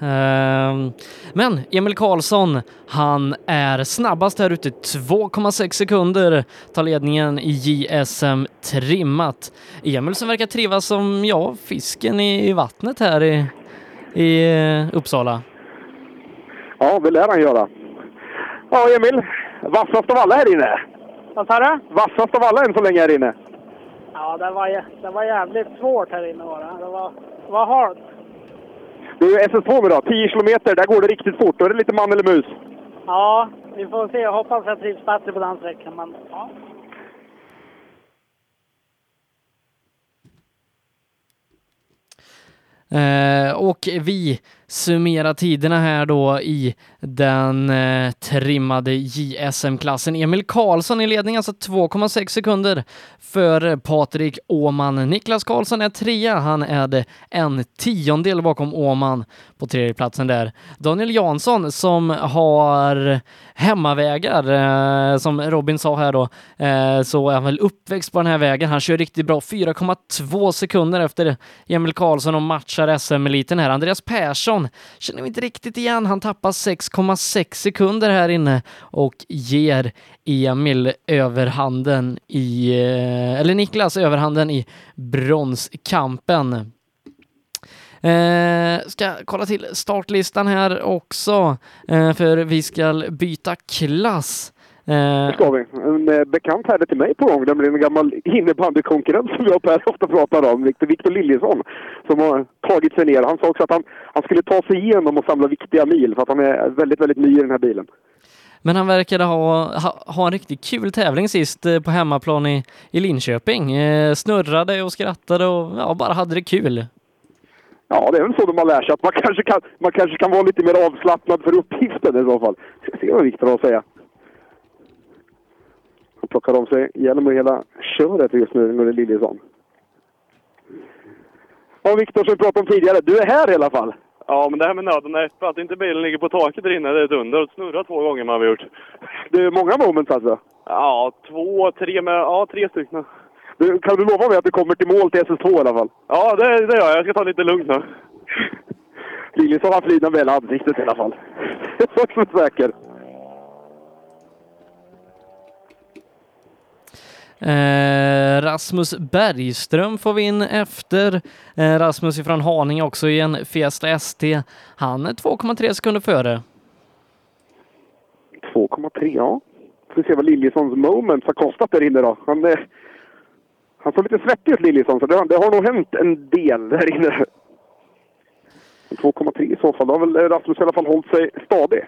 Men Emil Karlsson, han är snabbast här ute, 2,6 sekunder tar ledningen i JSM trimmat. Emil som verkar trivas som fisken i vattnet här i Uppsala. Ja, det lär han göra. Ja, Emil, vassast av alla här inne. Vad sa du? Vassast av alla än så länge här inne. Ja, det var jävligt svårt här inne det var halt. Du är SS2 då, 10 kilometer, där går det riktigt fort. Då är det lite man eller mus. Ja, vi får se. Jag hoppas jag trivs bättre på den sträckan, men ja. Och vi summerar tiderna här då i den trimmade JSM-klassen. Emil Karlsson i ledning, alltså 2,6 sekunder för Patrik Åman. Niklas Karlsson är 3, han är en tiondel bakom Åman på tredje platsen där. Daniel Jansson som har hemmavägar, som Robin sa här då, så är han väl uppväxt på den här vägen. Han kör riktigt bra, 4,2 sekunder efter Emil Karlsson och matchar SM-eliten här. Andreas Persson känner vi inte riktigt igen. Han tappar 6,6 sekunder här inne och ger Emil överhanden eller Niklas överhanden i bronskampen. Ska kolla till startlistan här också, för vi ska byta klass. Det ska vi. En bekant här till mig på gång. Det blir en gammal innebandykonkurrent som jag och Per ofta pratar om. Victor Liljesson som har tagit sig ner. Han sa också att han skulle ta sig igenom och samla viktiga mil för att han är väldigt, väldigt ny i den här bilen. Men han verkade ha en riktigt kul tävling sist på hemmaplan i Linköping. Snurrade och skrattade och bara hade det kul. Ja, det är väl så de har lärt sig att man kanske kan vara lite mer avslappnad för uppgiften i så fall. Ska se vad Victor har att säga. Han plockar om sig genom hela köret just nu när det är Liljesson. Ja, Victor, som vi pratade om tidigare, du är här i alla fall. Ja, men det här med nöden är för att inte bilen ligger på taket där inne, det är ett under. Snurra 2 gånger man har gjort. Det är många moments alltså? Ja, 2, 3 med, 3 stycken. Kan du lova mig att du kommer till mål till SS2 i alla fall? Ja, det gör jag. Jag ska ta lite lugnt nu. Liljesson har flina väl ansiktet i alla fall. Det är också säker. Rasmus Bergström får vi in efter. Rasmus ifrån Haninge också i en Fiesta ST. Han är 2,3 sekunder före. 2,3, ja. Får se vad Liljesons moments har kostat där inne då. Han får lite svettig ut, Liljesson, så det har nog hänt en del där inne. 2,3 i så fall. Då har väl Rasmus i alla fall hållit sig stadig.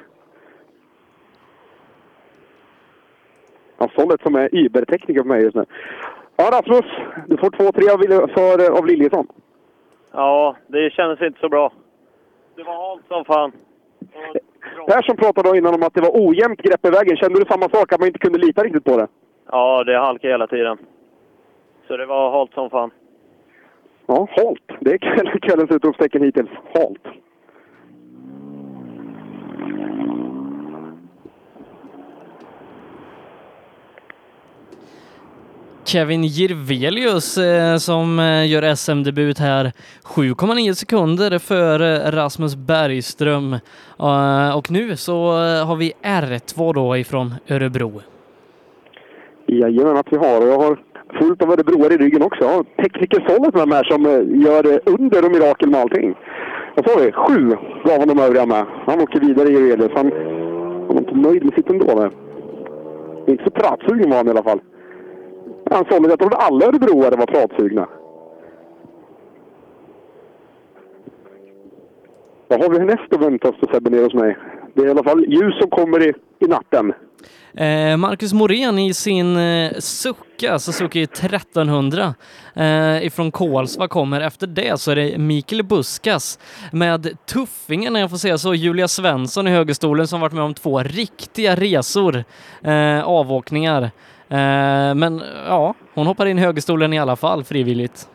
Han sållet som är Uber-tekniker för mig just nu. Ja, Rasmus, du får 2,3 av Liljesson. Ja, det kändes inte så bra. Det var halt som fan. Persson pratade då innan om att det var ojämnt grepp i vägen. Kände du samma sak, att man inte kunde lita riktigt på det? Ja, det halkade hela tiden. Så det var halt som fan. Ja, halt. Det är kvällens utropstecken hittills. Halt. Kevin Jirvelius som gör SM-debut här, 7,9 sekunder för Rasmus Bergström. Och nu så har vi R2 då ifrån Örebro. Jajamän, att vi har. Och jag har fullt av örebroar i ryggen också. Jag har teknikersållet med här som gör under och mirakel med allting. Och så har vi 7 gav honom övriga med. Han åker vidare i Jirvelius. Han var inte nöjd med sitt ändå. Med. Inte så pratsugen var han i alla fall. Han sa att jag trodde alla örebroare var pratsugna. Vad har vi härnäst att vänta oss Sebbe ner hos mig? Det är i alla fall ljus som kommer i natten. Marcus Morén i sin Suzuki 1300 ifrån Kolsva kommer. Efter det så är det Mikael Buskas med tuffingen, när jag får säga så, Julia Svensson i högerstolen som varit med om 2 riktiga resor, avåkningar. Men ja, hon hoppar in i högerstolen i alla fall frivilligt.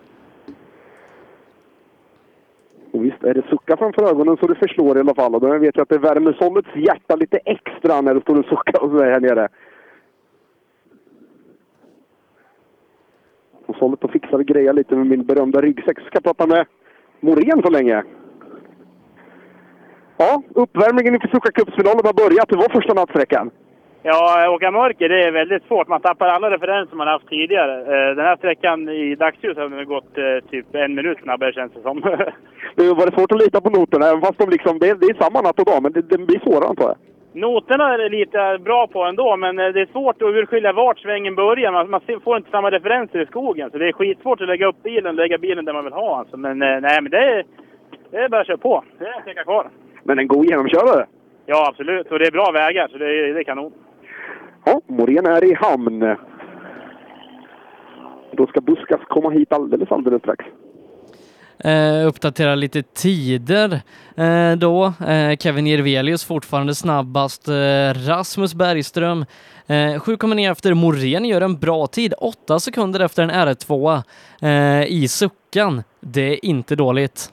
Och visst är det sucka framför ögonen så det förslår i alla fall. Och då vet jag att det värmer sållets hjärta lite extra när det står en sucka och så här nere. Och sållet och fixar och grejer lite med min berömda ryggsäck. Så ska jag prata med Morén så länge. Ja, uppvärmningen inför Suzuka Cup-finalen har börjat. Det var första nattsträckan. Ja, åka mörker det är väldigt svårt. Man tappar alla referenser man haft tidigare. Den här sträckan i dagsljus har gått typ 1 minut snabbare känns det som. Det var svårt att lita på noterna, även fast det är samma natt och dag, men det blir svårare antar jag. Noterna är lite bra på ändå, men det är svårt att urskilja vart svängen börjar. Man får inte samma referenser i skogen, så det är skitsvårt att lägga upp bilen, lägga bilen där man vill ha. Alltså. Men nej, men det är bara att köra på. Det är säkert kvar. Men en god genomkörare? Ja, absolut. Och det är bra vägar, så det är kanon. Ja, Morén är i hamn. Då ska Buskas komma hit alldeles strax. Uppdatera lite tider då. Kevin Jirvelius fortfarande snabbast. Rasmus Bergström 7,9 efter. Morén gör en bra tid. 8 sekunder efter en R2 i Suckan. Det är inte dåligt.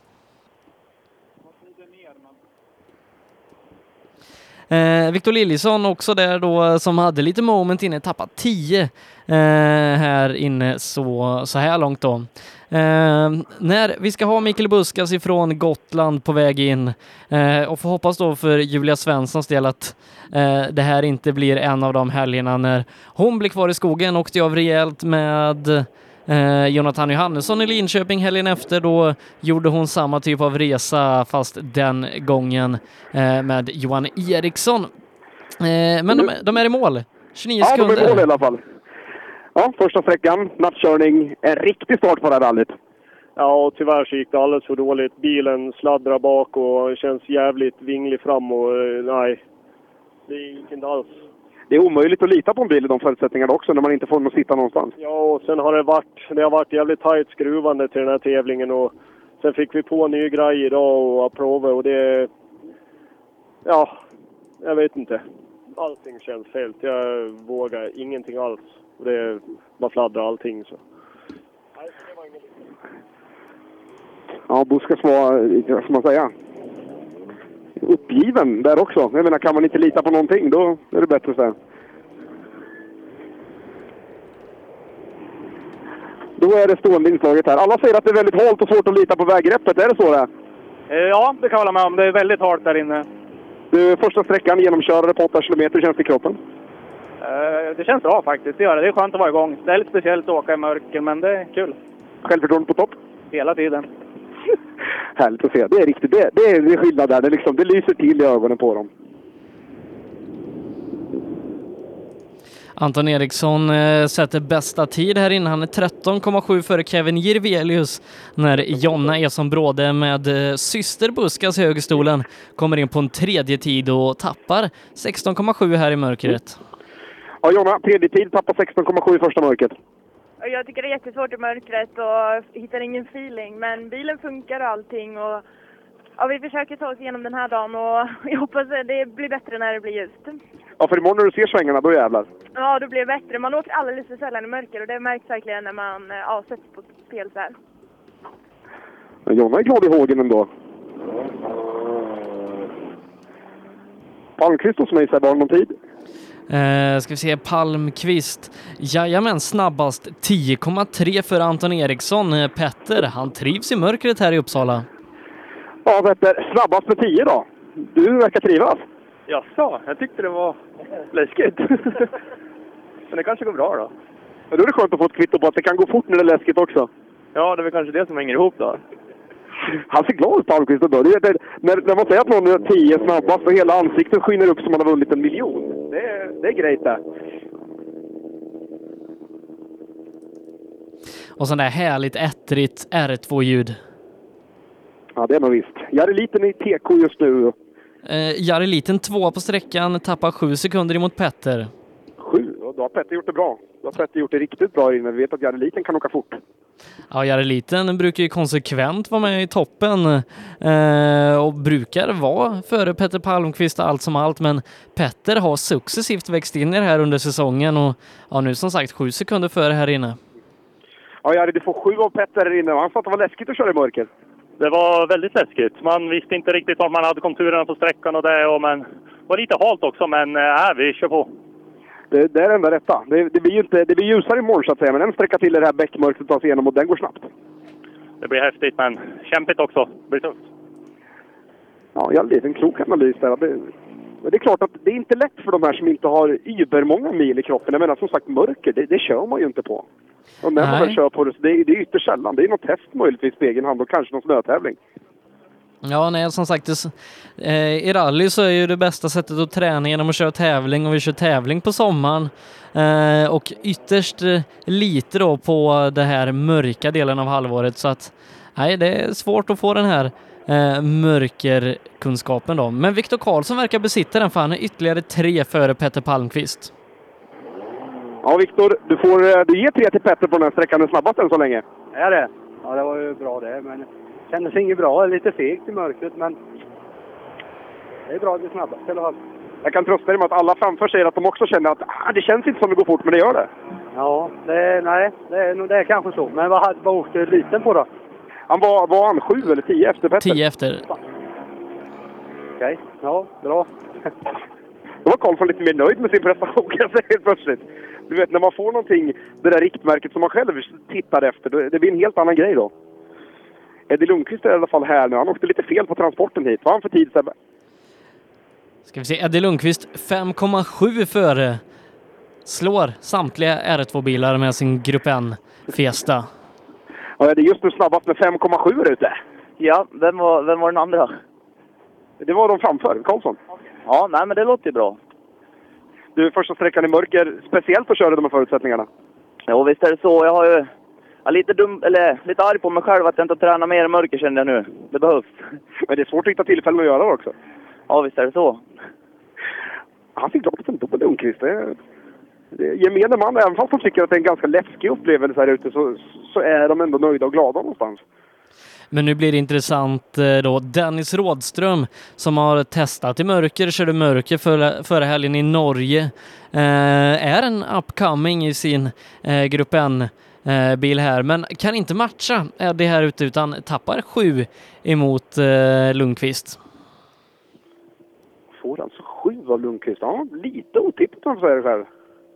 Victor Liljesson också där då, som hade lite moment inne, tappat 10 här inne så här långt då. När vi ska ha Mikael Buskas ifrån Gotland på väg in och får hoppas då för Julia Svenssons del att det här inte blir en av de helgerna när hon blir kvar i skogen. Åkte jag av rejält med Jonathan Johannesson i Linköping helgen efter. Då gjorde hon samma typ av resa fast den gången med Johan Eriksson. Men de är i mål. 29 sekunder. Ja, de är i mål i alla fall. Ja, första sträckan, nattkörning, en riktig start på det här rallyt. Ja, och tyvärr så gick det alldeles för dåligt. Bilen sladdrar bak och känns jävligt vinglig fram och nej, det gick inte alls. Det är omöjligt att lita på en bil i de förutsättningarna också när man inte får den att sitta någonstans. Ja, och sen har det har varit jävligt tajt skruvande till den här tävlingen och sen fick vi på en ny grej idag och prova och det... Ja, jag vet inte. Allting känns fel. Jag vågar ingenting alls. Och det bara fladdrar allting så. Nej, det var inget. Ja, Buskas var, vad ska man säga, uppgiven där också. Jag menar, kan man inte lita på någonting, då är det bättre så här. Då är det stående inslaget här. Alla säger att det är väldigt halt och svårt att lita på väggreppet. Är det så det? Ja, det kan jag hålla med om. Det är väldigt halt där inne. Första sträckan genomkörare på 8 kilometer, känns det i kroppen? Det känns bra faktiskt. Det gör det. Det är skönt att vara igång. Det är lite speciellt att åka i mörker, men det är kul. Självförtroende på topp? Hela tiden. Härligt att se. Det är riktigt. Det är skillnad där. Det lyser till i ögonen på dem. Anton Eriksson sätter bästa tid här inne. Han är 13,7 före Kevin Jirvelius när Jonna Eson Bråde med syster Buskas i högerstolen kommer in på en tredje tid och tappar 16,7 här i mörkret. Ja, Jonna, tredje tid, tappar 16,7 i första mörkret. Jag tycker det är jättesvårt i mörkret och hittar ingen feeling, men bilen funkar och allting och ja, vi försöker ta oss igenom den här dagen och jag hoppas att det blir bättre när det blir ljust. Ja, för imorgon när du ser svängarna, då jävlar. Ja, då blir det bättre. Man åker alldeles för sällan i mörker och det märks verkligen när man sätts på spel så här. Men Jonna är glad i hågen ändå. Palmqvist hos mig, så bara någon tid. Ska vi se, Palmqvist. Jajamän, snabbast 10,3 för Anton Eriksson. Petter, han trivs i mörkret här i Uppsala. Ja, Petter, snabbast med 10 då. Du verkar trivas. Jaså, jag tyckte det var läskigt. Men det kanske går bra då. Ja, då är det skönt att få ett kvitto på att det kan gå fort när det är läskigt också. Ja, det är väl kanske det som hänger ihop då. Han ser glad ut, Palmqvist. När man säger att någon är 10 snabbast och hela ansiktet skiner upp som man har vunnit 1 miljon. Det är grejt där. Och sån där härligt ettrigt R2-ljud. Ja, det är nog visst. Jari Liten i TK just nu. Jari Liten 2 på sträckan, tappar 7 sekunder emot Petter. 7? Då har Petter gjort det bra. Då har Petter gjort det riktigt bra innan. Vi vet att Jari Liten kan åka fort. Ja, Jari Liten brukar ju konsekvent vara med i toppen och brukar vara före Petter Palmqvist allt som allt, men Petter har successivt växt in i det här under säsongen och ja, nu som sagt 7 sekunder före här inne. Ja, Jari, du får 7 av Petter här inne. Han sa att det var läskigt att köra i mörker. Det var väldigt läskigt. Man visste inte riktigt om man hade konturerna på sträckan och det, men det var lite halt också, men vi kör på. Det är det enda rätta. Det blir ljusare imorgon så att säga, men en sträcka till är det här bäckmörkret tar sig igenom och den går snabbt. Det blir häftigt, men kämpigt också. Det blir tufft. Ja, jag hade en klok analys där. Det är klart att det är inte lätt för de här som inte har übermånga mil i kroppen. Jag menar som sagt, mörker, det kör man ju inte på. Och när man väl kör på det, så det är ytterst sällan. Det är något test möjligtvis på egen hand och kanske någon snötävling. Ja, nej, som sagt, i rally så är ju det bästa sättet att träna genom att köra tävling, och vi kör tävling på sommaren. Och ytterst lite då på det här mörka delen av halvåret, så att nej, det är svårt att få den här mörkerkunskapen då. Men Viktor Karlsson verkar besitta den, för han är ytterligare 3 före Petter Palmqvist. Ja, Viktor, du ger 3 till Petter på den här sträckan, den snabbast än så länge. Är det? Ja, det var ju bra det, men kändes inget bra, lite fegt i mörkret, men det är bra, det är snabbast i alla fall. Jag kan trösta dig med att alla framför säger att de också känner att det känns inte som det går fort, men det gör det. Ja, det är kanske så. Men vad åkte liten på då? Var han 7 eller 10 efter Petter? 10 efter. Okej, ja, bra. Då var Karlsson lite mer nöjd med sin prestation, kan jag säga helt plötsligt. Du vet, när man får någonting, det där riktmärket som man själv tittar efter, det blir en helt annan grej då. Eddie Lundqvist är i alla fall här nu. Han åkte lite fel på transporten hit. Vad har han för tid, Sebbe? Ska vi se, Eddie Lundqvist 5,7 före. Slår samtliga R2-bilar med sin Grupp N Fiesta. Ja, det är just nu snabbast med 5,7 ute. Ja, vem var den andra? Det var de framför, Karlsson. Ja, nej, men det låter ju bra. Du, första sträckan i mörker, speciellt att köra de här förutsättningarna. Ja, visst är det så. Jag är lite arg på mig själv att jag inte tränar mer i mörker, känner jag nu. Det behövs. Men det är svårt att hitta tillfällen att göra det också. Ja, visst är det så. Han fick dragit ändå på Lundqvist. Gemene man, även fast de tycker att det är en ganska läskig upplevelse här ute, så är de ändå nöjda och glada någonstans. Men nu blir det intressant då. Dennis Rådström som har testat i mörker, körde mörker förra helgen i Norge, är en upcoming i sin Grupp N-bil här, men kan inte matcha det här ute utan tappar 7 emot Lundqvist. Får alltså 7 av Lundqvist. Ja, lite otippat om man säger det själv.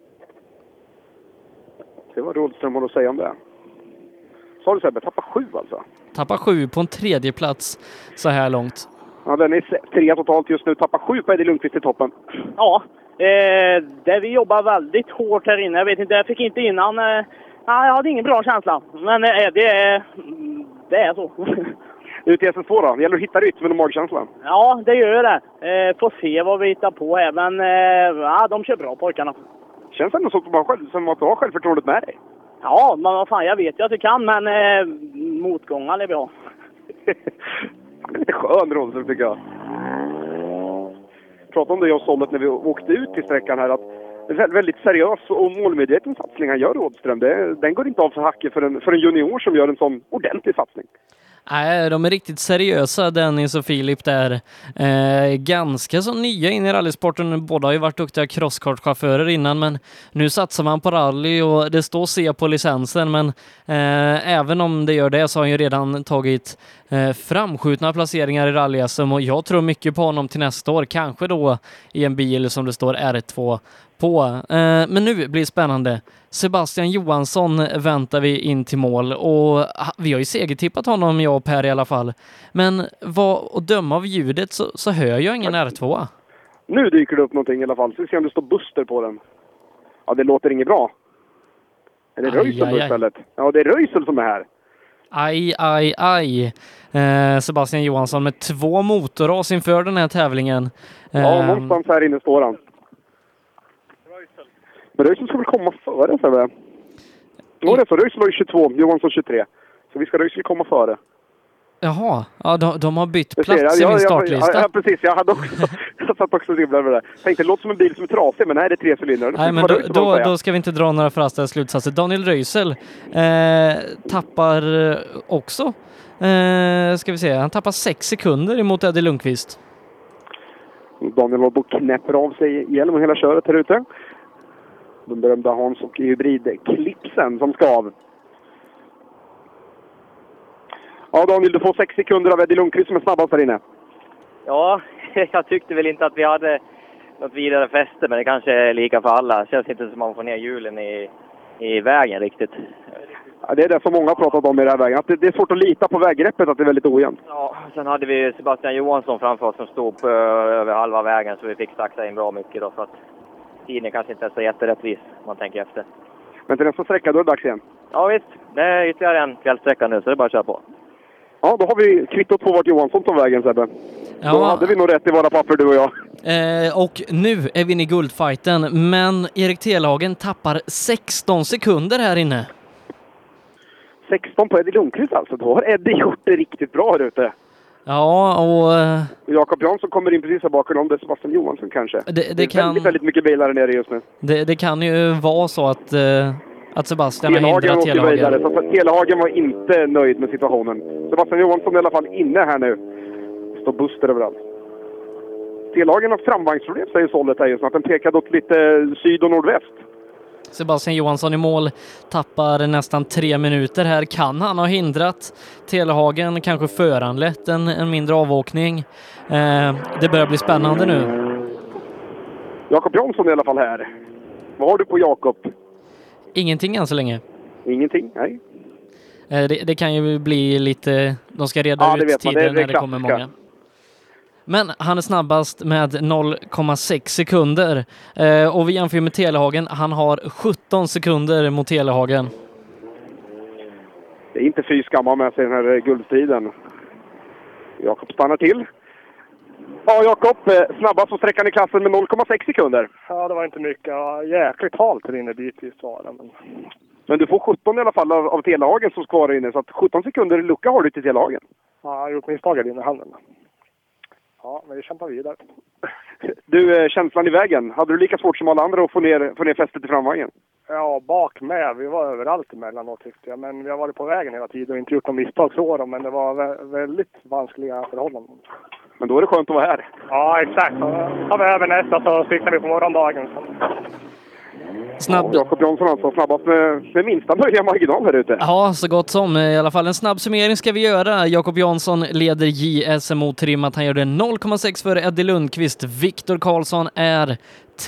Det var Rådström har att säga om det. Sa du Sebbe, tappa 7 alltså? Tappar 7 på en 3:e plats så här långt. Ja, den är 3 totalt just nu. Tappar 7 på Eddie Lundqvist i toppen. Ja, där vi jobbar väldigt hårt här inne. Jag vet inte, jag fick inte innan. Jag hade ingen bra känsla. Men det är så. Ut i SS2 då? Det gäller att hitta rytmen och magkänslan. Ja, det gör det. Får se vad vi hittar på här. Men de kör bra, pojkarna. Känns ändå som att du har självförtroendet med dig. Ja, men vad fan, jag vet ju att du kan, men motgångar är bra. Han är lite skön, Rådström, tycker jag. Pratade om det jag sållet när vi åkte ut till sträckan här, att det är väldigt seriös och målmedveten satsning han gör, Rådström. Den går inte av för hacke för en junior som gör en sån ordentlig satsning. Nej, de är riktigt seriösa, Dennis och Filip där. Ganska så nya in i rallysporten. Båda har ju varit duktiga crosskartchaufförer innan, men nu satsar man på rally och det står C på licensen, men även om det gör det så har han ju redan tagit framskjutna placeringar i rally-SM, och jag tror mycket på honom till nästa år, kanske då i en bil som det står R2 på. Men nu blir det spännande. Sebastian Johansson väntar vi in till mål, och vi har ju segertippat honom, jag och Per i alla fall. Men att döma av ljudet så hör jag ingen R2. Nu dyker det upp någonting i alla fall. Så vi ser om det står Buster på den. Ja, det låter inget bra. Är det Röisel istället? Ja, det är Röisel som är här. Aj. Sebastian Johansson med 2 motorras inför den här tävlingen. Ja, någonstans här inne står han. Men Röisel ska väl komma före, så det. Ja, det är så. Röisel har ju 22, Johansson 23. Så vi ska Röisel komma före. Jaha, ja, de har bytt plats i min startlista. Ja, precis. Jag satt också och dribblade med det. Tänkte, det låter som en bil som är trasig, men nej, det är 3 cylindrar. Nej, men då ska vi inte dra några förhastade slutsatser. Daniel Röisel tappar också. Ska vi se, han tappar 6 sekunder emot Eddie Lundqvist. Daniel håller på och knäpper av sig genom hela köret här ute. De berömda Hans och hybridklipsen som ska av. Ja, Daniel, du får 6 sekunder av Eddie Lundqvist som är snabbast här inne. Ja, jag tyckte väl inte att vi hade något vidare fäste, men det kanske är lika för alla. Det känns inte som att man får ner hjulen i i vägen riktigt. Ja, det är det som många har pratat om i den här vägen. Att det är svårt att lita på väggreppet, att det är väldigt ojämnt. Ja, sen hade vi Sebastian Johansson framför oss som stod på över halva vägen, så vi fick sakta in bra mycket då, för att tiden kanske inte är så jätterättvis om man tänker efter. Men till nästa sträcka, då är det dags igen. Ja visst, det är ytterligare en kvällsträcka nu, så det är bara att köra på. Ja, då har vi kvittot på vart Johansson tog vägen, Sebbe. Ja. Då hade vi nog rätt i våra papper, du och jag. Och nu är vi inne i guldfighten, men Erik Telhagen tappar 16 sekunder här inne. 16 på Eddie Lundqvist alltså. Då har Eddie gjort det riktigt bra här ute. Ja, och Jakob Jansson kommer in precis här bakom om det är Sebastian Johansson kanske. Det är väldigt mycket bilar nere just nu. Det kan ju vara så att Sebastian har Telhagen hindrat Telhagen. Så Telhagen var inte nöjd med situationen. Sebastian Johansson är i alla fall inne här nu. Det står buster överallt. Telhagen har framvagnsproblem, säger Sollet här just nu. Att den pekade åt lite syd och nordväst. Sebastian Johansson i mål tappar nästan 3 minuter här. Kan han ha hindrat Telhagen, kanske föranlett en mindre avåkning? Det börjar bli spännande nu. Jakob Jansson är i alla fall här. Vad har du på Jakob? Ingenting än så länge. Ingenting, nej. Det kan ju bli lite... De ska reda ut tider när det kommer många. Men han är snabbast med 0,6 sekunder. Och vi jämför med Telhagen. Han har 17 sekunder mot Telhagen. Det är inte fy skamma med sig den här guldstriden. Jakob stannar till. Ja, Jakob, snabbast på sträckan i klassen med 0,6 sekunder. Ja, det var inte mycket. Ja, jäkligt halt där inne bitvis var det. Men du får 17 i alla fall av Telhagen som ska vara inne. Så att 17 sekunder lucka har du till Telhagen. Ja, jag har gjort misstag i handen. Ja, men vi kämpar vidare. Du, känslan i vägen. Hade du lika svårt som alla andra att få ner fästet i framvagnen? Ja, bak med. Vi var överallt emellanåt tyckte jag. Men vi har varit på vägen hela tiden och inte gjort några misstag så. Men det var väldigt vanskliga förhållanden. Men då är det skönt att vara här. Ja, exakt. Så tar vi över nästa så siktar vi på morgondagen. Snabb... Ja, Jakob Jansson alltså snabbast med minsta möjliga marginal här ute. Ja, så gott som. I alla fall en snabb summering ska vi göra. Jakob Jansson leder JSMO trimmat. Han gör det 0,6 före Eddie Lundqvist. Viktor Karlsson är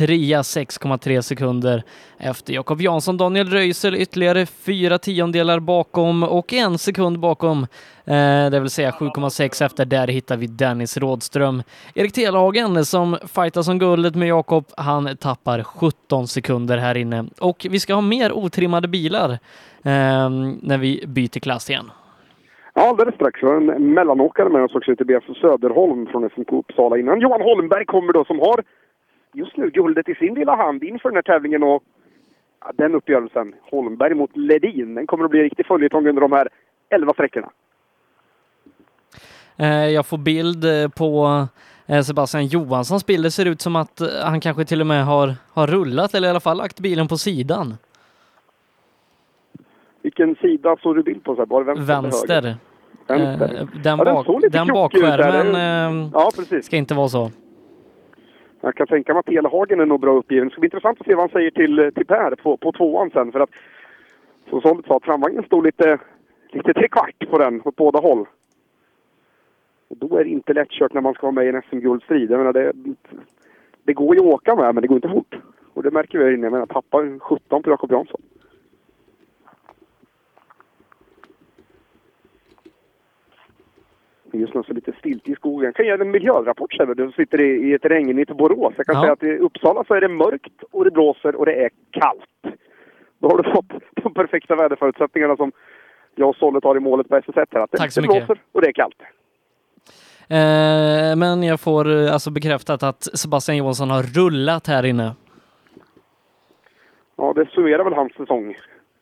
6,3 sekunder efter Jakob Jansson. Daniel Röisel ytterligare 4/10 bakom och 1 sekund bakom. Det vill säga 7,6 efter. Där hittar vi Dennis Rådström. Erik Telhagen som fightar som guldet med Jakob, han tappar 17 sekunder här inne. Och vi ska ha mer otrimmade bilar när vi byter klass igen. Ja, alldeles strax. En mellanåkare med oss också till BF Söderholm från SMK Uppsala innan. Johan Holmberg kommer då som har just nu guldet i sin lilla hand inför den här tävlingen och ja, den uppgörelsen, Holmberg mot Ledin, den kommer att bli riktigt följetong under de här 11 sträckorna. Jag får bild på Sebastian Johanssons bild. Det ser ut som att han kanske till och med har rullat eller i alla fall lagt bilen på sidan. Vilken sida såg du bild på? Så här? Var det vänster. Vänster. Den bakskärmen ja, precis. Ska inte vara så. Jag kan tänka mig att Telhagen är nog bra uppgiven. Det ska bli intressant att se vad han säger till Per på tvåan sen. För att, som du sa, att framvagnen stod lite 3/4 på den åt båda håll. Och då är det inte lättkört när man ska vara med i en SM-guldstrid. Jag menar, det går ju att åka med, men det går inte fort. Och det märker vi här inne. Jag menar, tappar 17 på Jakob Jansson. Just nu så lite stilt i skogen. Jag kan ge en miljörapport så här. Du sitter i ett regnigt Borås. Jag kan säga att i Uppsala så är det mörkt och det blåser och det är kallt. Då har du fått de perfekta väderförutsättningarna som jag och Sollet har i målet på SS1 här. Att Tack så det mycket. blåser och det är kallt. Men jag får alltså bekräftat att Sebastian Johansson har rullat här inne. Ja, det summerar väl hans säsong.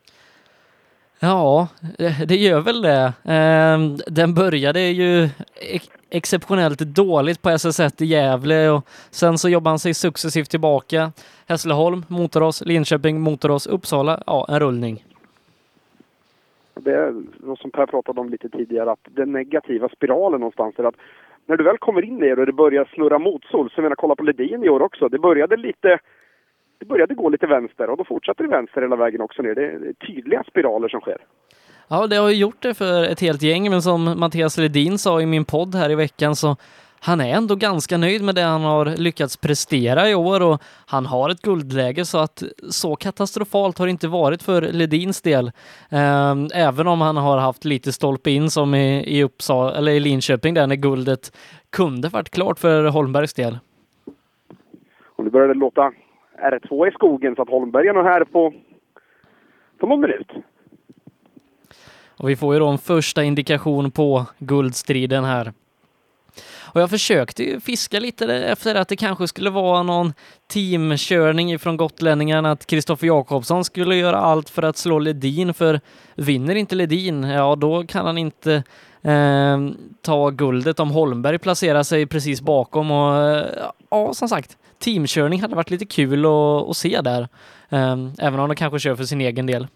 Ja, det gör väl det. Den började ju exceptionellt dåligt på SS1 i Gävle och sen så jobbar han sig successivt tillbaka. Hässleholm, Motorås, Linköping, Motorås, Uppsala. Ja, en rullning. Det är något som Per pratade om lite tidigare, att den negativa spiralen någonstans är att när du väl kommer in i det och det börjar snurra motsol, så jag menar, kolla på Ledin i år också. Det började gå lite vänster och då fortsätter det vänster hela vägen också ner. Det är tydliga spiraler som sker. Ja, det har ju gjort det för ett helt gäng, men som Mattias Ledin sa i min podd här i veckan så han är ändå ganska nöjd med det han har lyckats prestera i år och han har ett guldläge så att så katastrofalt har det inte varit för Ledins del. Även om han har haft lite stolpe in som i Uppsala eller i Linköping där när guldet kunde varit klart för Holmbergs del. Och nu börjar det låta R2 i skogen så att Holmberg är nog här på någon minut. Och vi får ju då en första indikation på guldstriden här. Och jag försökte ju fiska lite efter att det kanske skulle vara någon teamkörning ifrån gotlänningarna, att Kristoffer Jakobsson skulle göra allt för att slå Ledin, för vinner inte Ledin, ja då kan han inte ta guldet om Holmberg placerar sig precis bakom. Och ja, som sagt, teamkörning hade varit lite kul att se där, även om de kanske kör för sin egen del.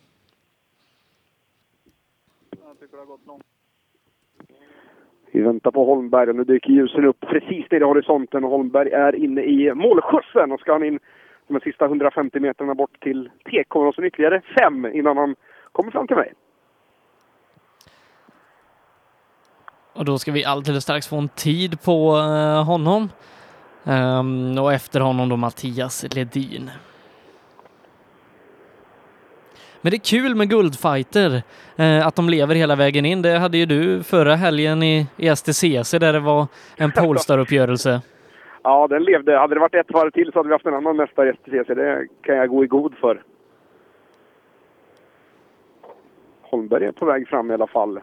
Vi väntar på Holmberg och nu dyker ljusen upp precis i horisonten och Holmberg är inne i målskjutsen och ska han in de sista 150 meterna bort till TK och så ytterligare 5 innan han kommer fram till mig. Och då ska vi alldeles strax få en tid på honom. Och efter honom då Mattias Ledin. Men det är kul med guldfighter, att de lever hela vägen in. Det hade ju du förra helgen i STCC där det var en Polestar-uppgörelse. Ja, den levde. Hade det varit ett varv till så hade vi haft en annan mästare i STCC. Det kan jag gå i god för. Holmberg är på väg fram i alla fall.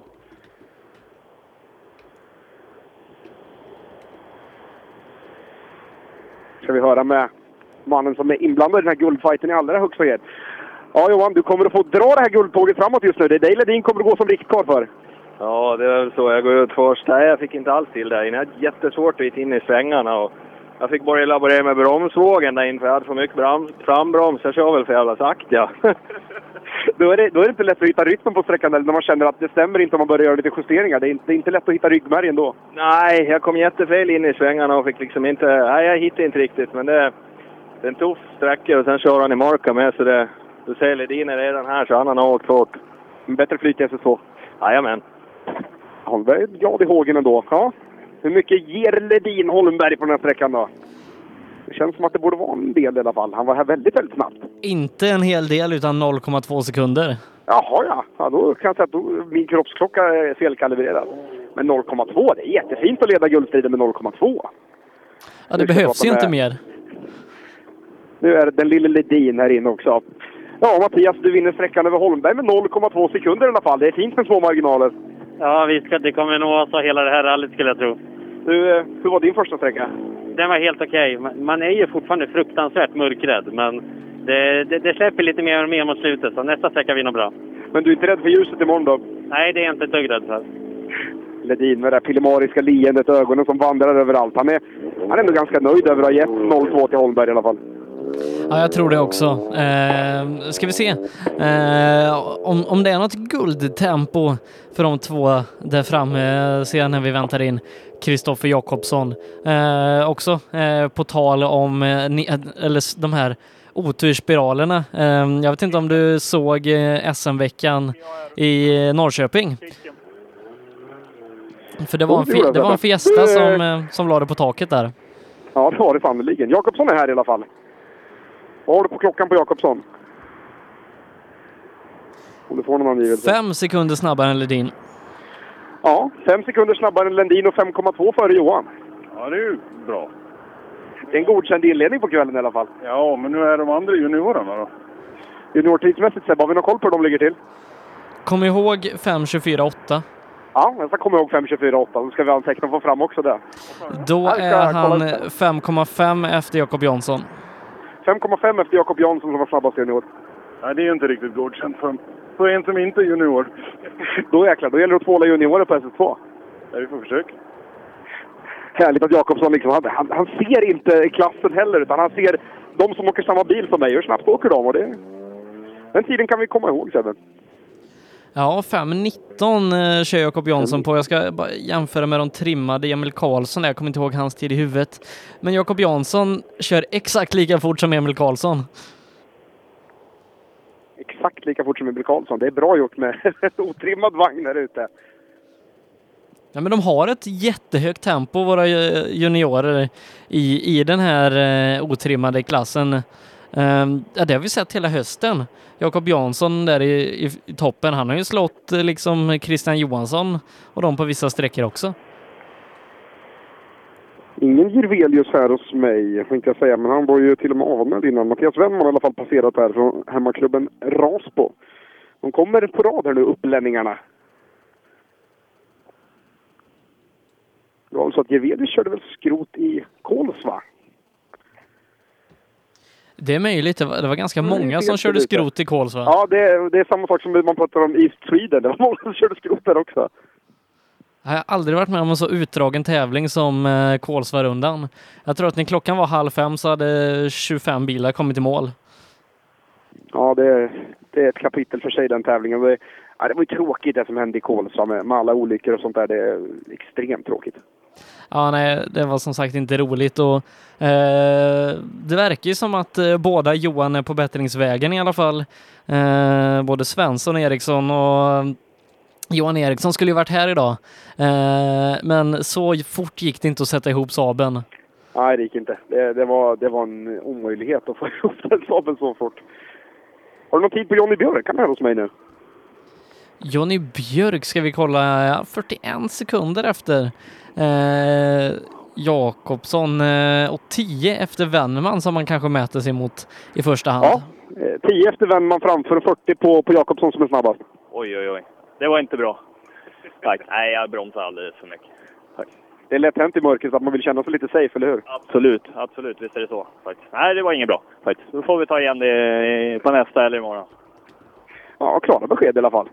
Ska vi höra med mannen som är inblandad i den här guldfighten i allra högsta grad. Ja Johan, du kommer att få dra det här guldtåget framåt just nu. Det är dig Ledin kommer att gå som riktkarl för. Ja, det är väl så. Jag går ut först. Nej, jag fick inte alls till det. Jag hade jättesvårt att hitta in i svängarna. Och jag fick börja laborera med bromsvågen där in för jag hade för mycket frambroms. Jag kör väl för jävla sakta. Då är det inte lätt att hitta rytmen på sträckan när man känner att det stämmer inte om man börjar göra lite justeringar. Det är inte lätt att hitta ryggmärgen då. Nej, jag kom jättefel in i svängarna och fick liksom inte... Nej, jag hittade inte riktigt. Men det är en tuff sträcka och sen kör han i marka med så det... Du ser Ledin är redan här så han har åkt fort. Bättre flyt i SS2. Jajamän. Holmberg är glad i hågen ändå. Ja. Hur mycket ger Ledin Holmberg på den här sträckan då? Det känns som att det borde vara en del i alla fall. Han var här väldigt, väldigt snabbt. Inte en hel del utan 0,2 sekunder. Jaha, ja. Då kan jag säga att min kroppsklocka är felkalibrerad. Men 0,2, det är jättefint att leda guldstriden med 0,2. Ja, det behövs ju inte mer. Nu är det den lilla Ledin här inne också. Ja, Mattias, du vinner sträckan över Holmberg med 0,2 sekunder i alla fall. Det är fint med små marginaler. Ja, det kommer nog att ta hela det här rallyt skulle jag tro. Du, hur var din första sträcka? Den var helt okej. Man är ju fortfarande fruktansvärt mörkrädd, men det släpper lite mer och mer mot slutet, så nästa sträcka vinner bra. Men du är inte rädd för ljuset imorgon då? Nej, det är jag inte ett dugg rädd för. Ledin med det här pillemariska leendet, ögonen som vandrar överallt. Han är ändå ganska nöjd över att ha gett 0,2 till Holmberg i alla fall. Ja, jag tror det också. Ska vi se om det är något guldtempo för de två där framme sen när vi väntar in Kristoffer Jakobsson. Också på tal om eller de här oturspiralerna. Jag vet inte om du såg SM-veckan i Norrköping. För det var en Fiesta som lade på taket där. Ja, det var det sannoliken. Jakobsson är här i alla fall. Vad har du på klockan på Jakobsson? Om du får någon angivelse. 5 sekunder snabbare än Ledin. Ja, 5 sekunder snabbare än Ledin och 5,2 före Johan. Ja, det är ju bra. Det är en godkänd inledning på kvällen i alla fall. Ja, men nu är de andra juniorerna då? Juniortidsmässigt sett, har vi någon koll på hur de ligger till? Kom ihåg 5.24,8. Ja, jag ska komma ihåg 5.24,8. Då ska vi anteckna och få fram också det. Då är han 5,5 efter Jakob Jansson. 5,5 efter Jakob Jansson som var snabbast junior. Nej, det är inte riktigt godkänt för en som inte är junior. Då jäklar, då gäller det att tvåla juniorer på SS2. Ja, vi får försöka. Härligt att Jakobsson liksom, han ser inte klassen heller, utan han ser de som åker samma bil som mig. Hur snabbt åker de? Och den tiden kan vi komma ihåg sedan. Ja, 5.19 kör Jakob Jansson på. Jag ska bara jämföra med de trimmade Emil Karlsson. Jag kommer inte ihåg hans tid i huvudet. Men Jakob Jansson kör exakt lika fort som Emil Karlsson. Exakt lika fort som Emil Karlsson. Det är bra gjort med otrimmad vagn här ute. Ja, men de har ett jättehögt tempo, våra juniorer, i den här otrimmade klassen. Ja, det har vi sett hela hösten. Jakob Jansson där i toppen, han har ju slått liksom Christian Johansson och de på vissa sträckor också. Ingen Jirvelius här hos mig, tänkte jag säga, men han var ju till och med avnämnd innan. Mattias Wennman har i alla fall passerat här från hemmaklubben Rasbo. De kommer på rad här nu, upplänningarna. Det var alltså att Jirvelius körde väl skrot i Kolsva. Det är möjligt, det var ganska många som körde skrot i Kolsva. Ja, det är samma sak som man pratar om East Sweden. Det var många som körde skrot där också. Jag har aldrig varit med om en så utdragen tävling som Kolsvarundan. Jag tror att när klockan var 4:30 så hade 25 bilar kommit i mål. Ja, det är ett kapitel för sig, den tävlingen. Det var ju tråkigt det som hände i Kolsva med alla olyckor och sånt där. Det är extremt tråkigt. Ja, nej, det var som sagt inte roligt. Och det verkar ju som att båda Johan är på bättringsvägen i alla fall. Både Svensson och Eriksson, och Johan Eriksson skulle ju varit här idag. Men så fort gick det inte att sätta ihop Saben. Nej, det gick inte. Det var en omöjlighet att få ihop den Saben så fort. Har du någon tid på Johnny Björk? Han är hos mig nu. Johnny Björk ska vi kolla, 41 sekunder efter Jakobsson och 10 efter Wennman som man kanske mäter sig mot i första hand. Ja, 10 efter Wennman framför och 40 på Jakobsson som är snabbast. Oj. Det var inte bra. Tack. Nej, jag bromsar alldeles för mycket. Tack. Det är lätt hänt i mörkret att man vill känna sig lite safe, eller hur? Absolut. Visst är det så. Faktiskt. Nej, det var inget bra. Faktiskt. Då får vi ta igen det på nästa eller imorgon. Ja, klara besked i alla fall.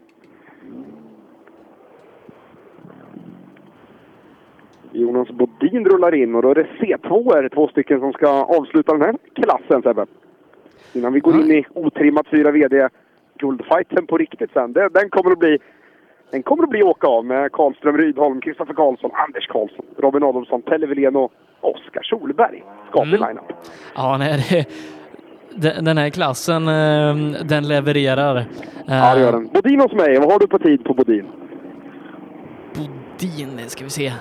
Jonas Bodin rullar in och då är det C2, två stycken som ska avsluta den här klassen, Sebbe. Innan vi går in i otrimmat 4 VD guldfighten på riktigt sen. Den kommer att bli åka av med Karlström, Rydholm, Kristoffer Karlsson, Anders Karlsson, Robin Adolfsson, Pelle Wilén och Oskar Solberg. Skaplig line-up. Ja, nej, den här klassen, den levererar. Ja, det gör den. Bodin hos mig. Vad har du på tid på Bodin? Bodin, ska vi se.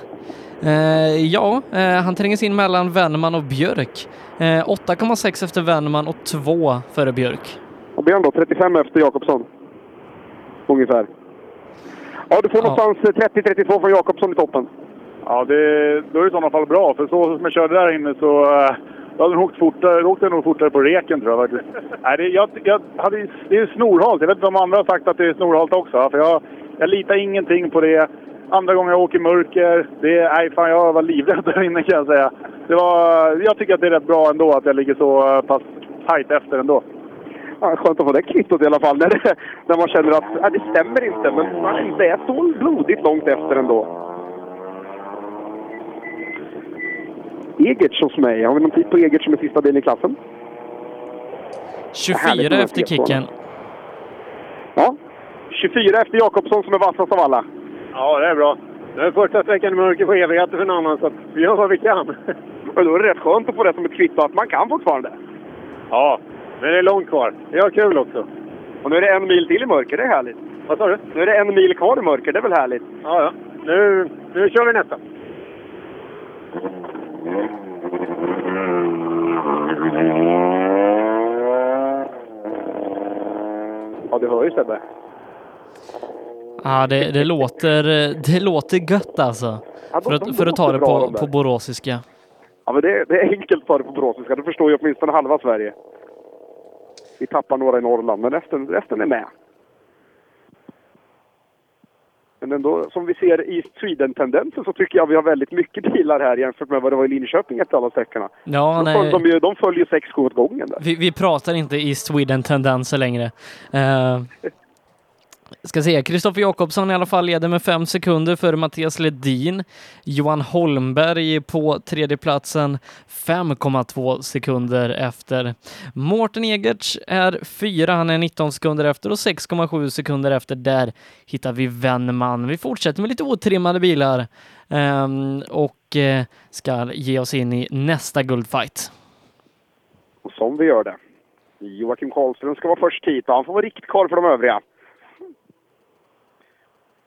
Han trängs in mellan Wennman och Björk. 8,6 efter Wennman och 2 före Björk. Och blir han då 35 efter Jakobsson? Ungefär. Ja, du får någonstans 30-32 från Jakobsson i toppen. Ja, då är det i sådana fall bra. För så som jag körde där inne så jag hade åkte nog fortare på reken, tror jag faktiskt. Nej, det är snorhalt. Jag vet inte om andra har sagt att det är snorhalt också. För jag litar ingenting på det. Andra gånger jag åker mörker, jag var livrädd där inne, kan jag säga. Jag tycker att det är rätt bra ändå att jag ligger så pass tajt efter ändå. Ja, skönt att få det kvittot i alla fall. När man känner att det stämmer inte, men man inte är så blodigt långt efter ändå. Egerts hos mig. Har vi någon tid på Egerts som är sista bilen i klassen? 24 efter Kicken. Ja, 24 efter Jakobsson som är vassast av alla. Ja, det är bra. Det är första sträckan i mörker på evigheter för en annan, så att vi gör vad vi kan. Och då är det rätt skönt att få det som ett kvitto att man kan fortfarande. Ja, men det är långt kvar. Det är kul också. Och nu är det 1 mil till i mörker, det är härligt. Vad sa du? Nu är det 1 mil kvar i mörker, det är väl härligt? Ja. Nu kör vi nästa. Ja, du hör ju, Sebbe. Ja, det låter gött alltså. Ja, för att ta det på boråsiska. Ja, men det är enkelt att ta det på boråsiska. Du förstår ju åtminstone halva Sverige. Vi tappar några i Norrland, men resten är med. Men ändå, som vi ser i Sweden-tendensen, så tycker jag vi har väldigt mycket bilar här jämfört med vad det var i Linköping efter alla sträckorna. Ja, de följer 6-7 åt gången där. Vi pratar inte i Sweden-tendenser längre. Ska se, Kristoffer Jakobsson i alla fall leder med 5 sekunder för Mattias Ledin. Johan Holmberg på tredje platsen 5,2 sekunder efter. Mårten Egerts är 4, han är 19 sekunder efter och 6,7 sekunder efter. Där hittar vi Wennman. Vi fortsätter med lite otrimmade bilar och ska ge oss in i nästa guldfight. Och som vi gör det. Joakim Karlström ska vara först hit och han får vara riktigt kvar för de övriga.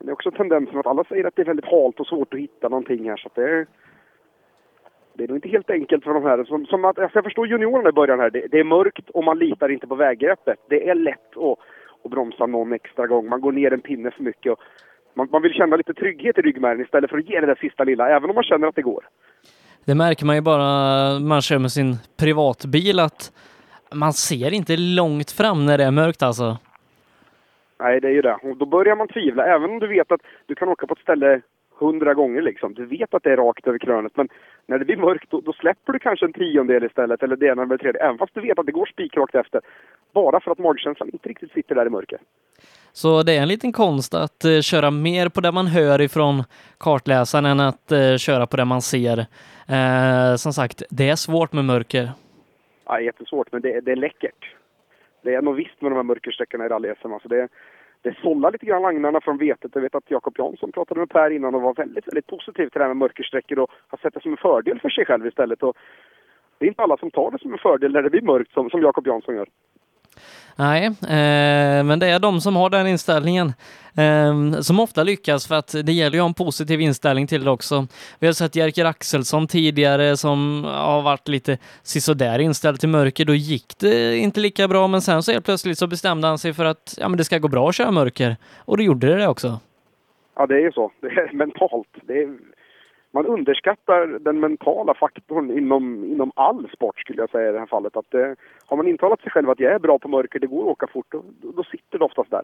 det är också tendensen att alla säger att det är väldigt halt och svårt att hitta någonting här. Så att det är nog inte helt enkelt för de här. Som att, jag förstår juniorerna i början här. Det är mörkt och man litar inte på väggreppet. Det är lätt att bromsa någon extra gång. Man går ner en pinne för mycket. Och man vill känna lite trygghet i ryggmärgen istället för att ge det där sista lilla. Även om man känner att det går. Det märker man ju bara man kör med sin privatbil att man ser inte långt fram när det är mörkt alltså. Nej, det är ju det. Och då börjar man tvivla. Även om du vet att du kan åka på ett ställe 100 gånger liksom. Du vet att det är rakt över krönet. Men när det blir mörkt då släpper du kanske en 10:e istället. Eller det ena eller tredje. Även fast du vet att det går spikrakt efter. Bara för att magkänslan inte riktigt sitter där i mörker. Så det är en liten konst att köra mer på det man hör ifrån kartläsaren än att köra på det man ser. Som sagt, det är svårt med mörker. Ja, jättesvårt, men det är läckert. Det är nog visst med de här mörkersträckorna i rally-SM. Alltså det sållar lite grann agnarna från vetet. Jag vet att Jakob Jansson pratade med Per innan och var väldigt, väldigt positiv till det här med mörkersträckor och har sett det som en fördel för sig själv istället. Och det är inte alla som tar det som en fördel när det blir mörkt som Jakob Jansson gör. Nej, men det är de som har den inställningen som ofta lyckas, för att det gäller ju att ha en positiv inställning till det också. Vi har sett Jerker Axelsson tidigare som har varit lite sisådär inställd till mörker. Då gick det inte lika bra, men sen så helt plötsligt så bestämde han sig för att men det ska gå bra att köra mörker. Och då gjorde det också. Ja, det är ju så. Det är mentalt. Man underskattar den mentala faktorn inom all sport skulle jag säga i det här fallet. Att har man intalat sig själv att jag är bra på mörker, det går att åka fort, då sitter det oftast där.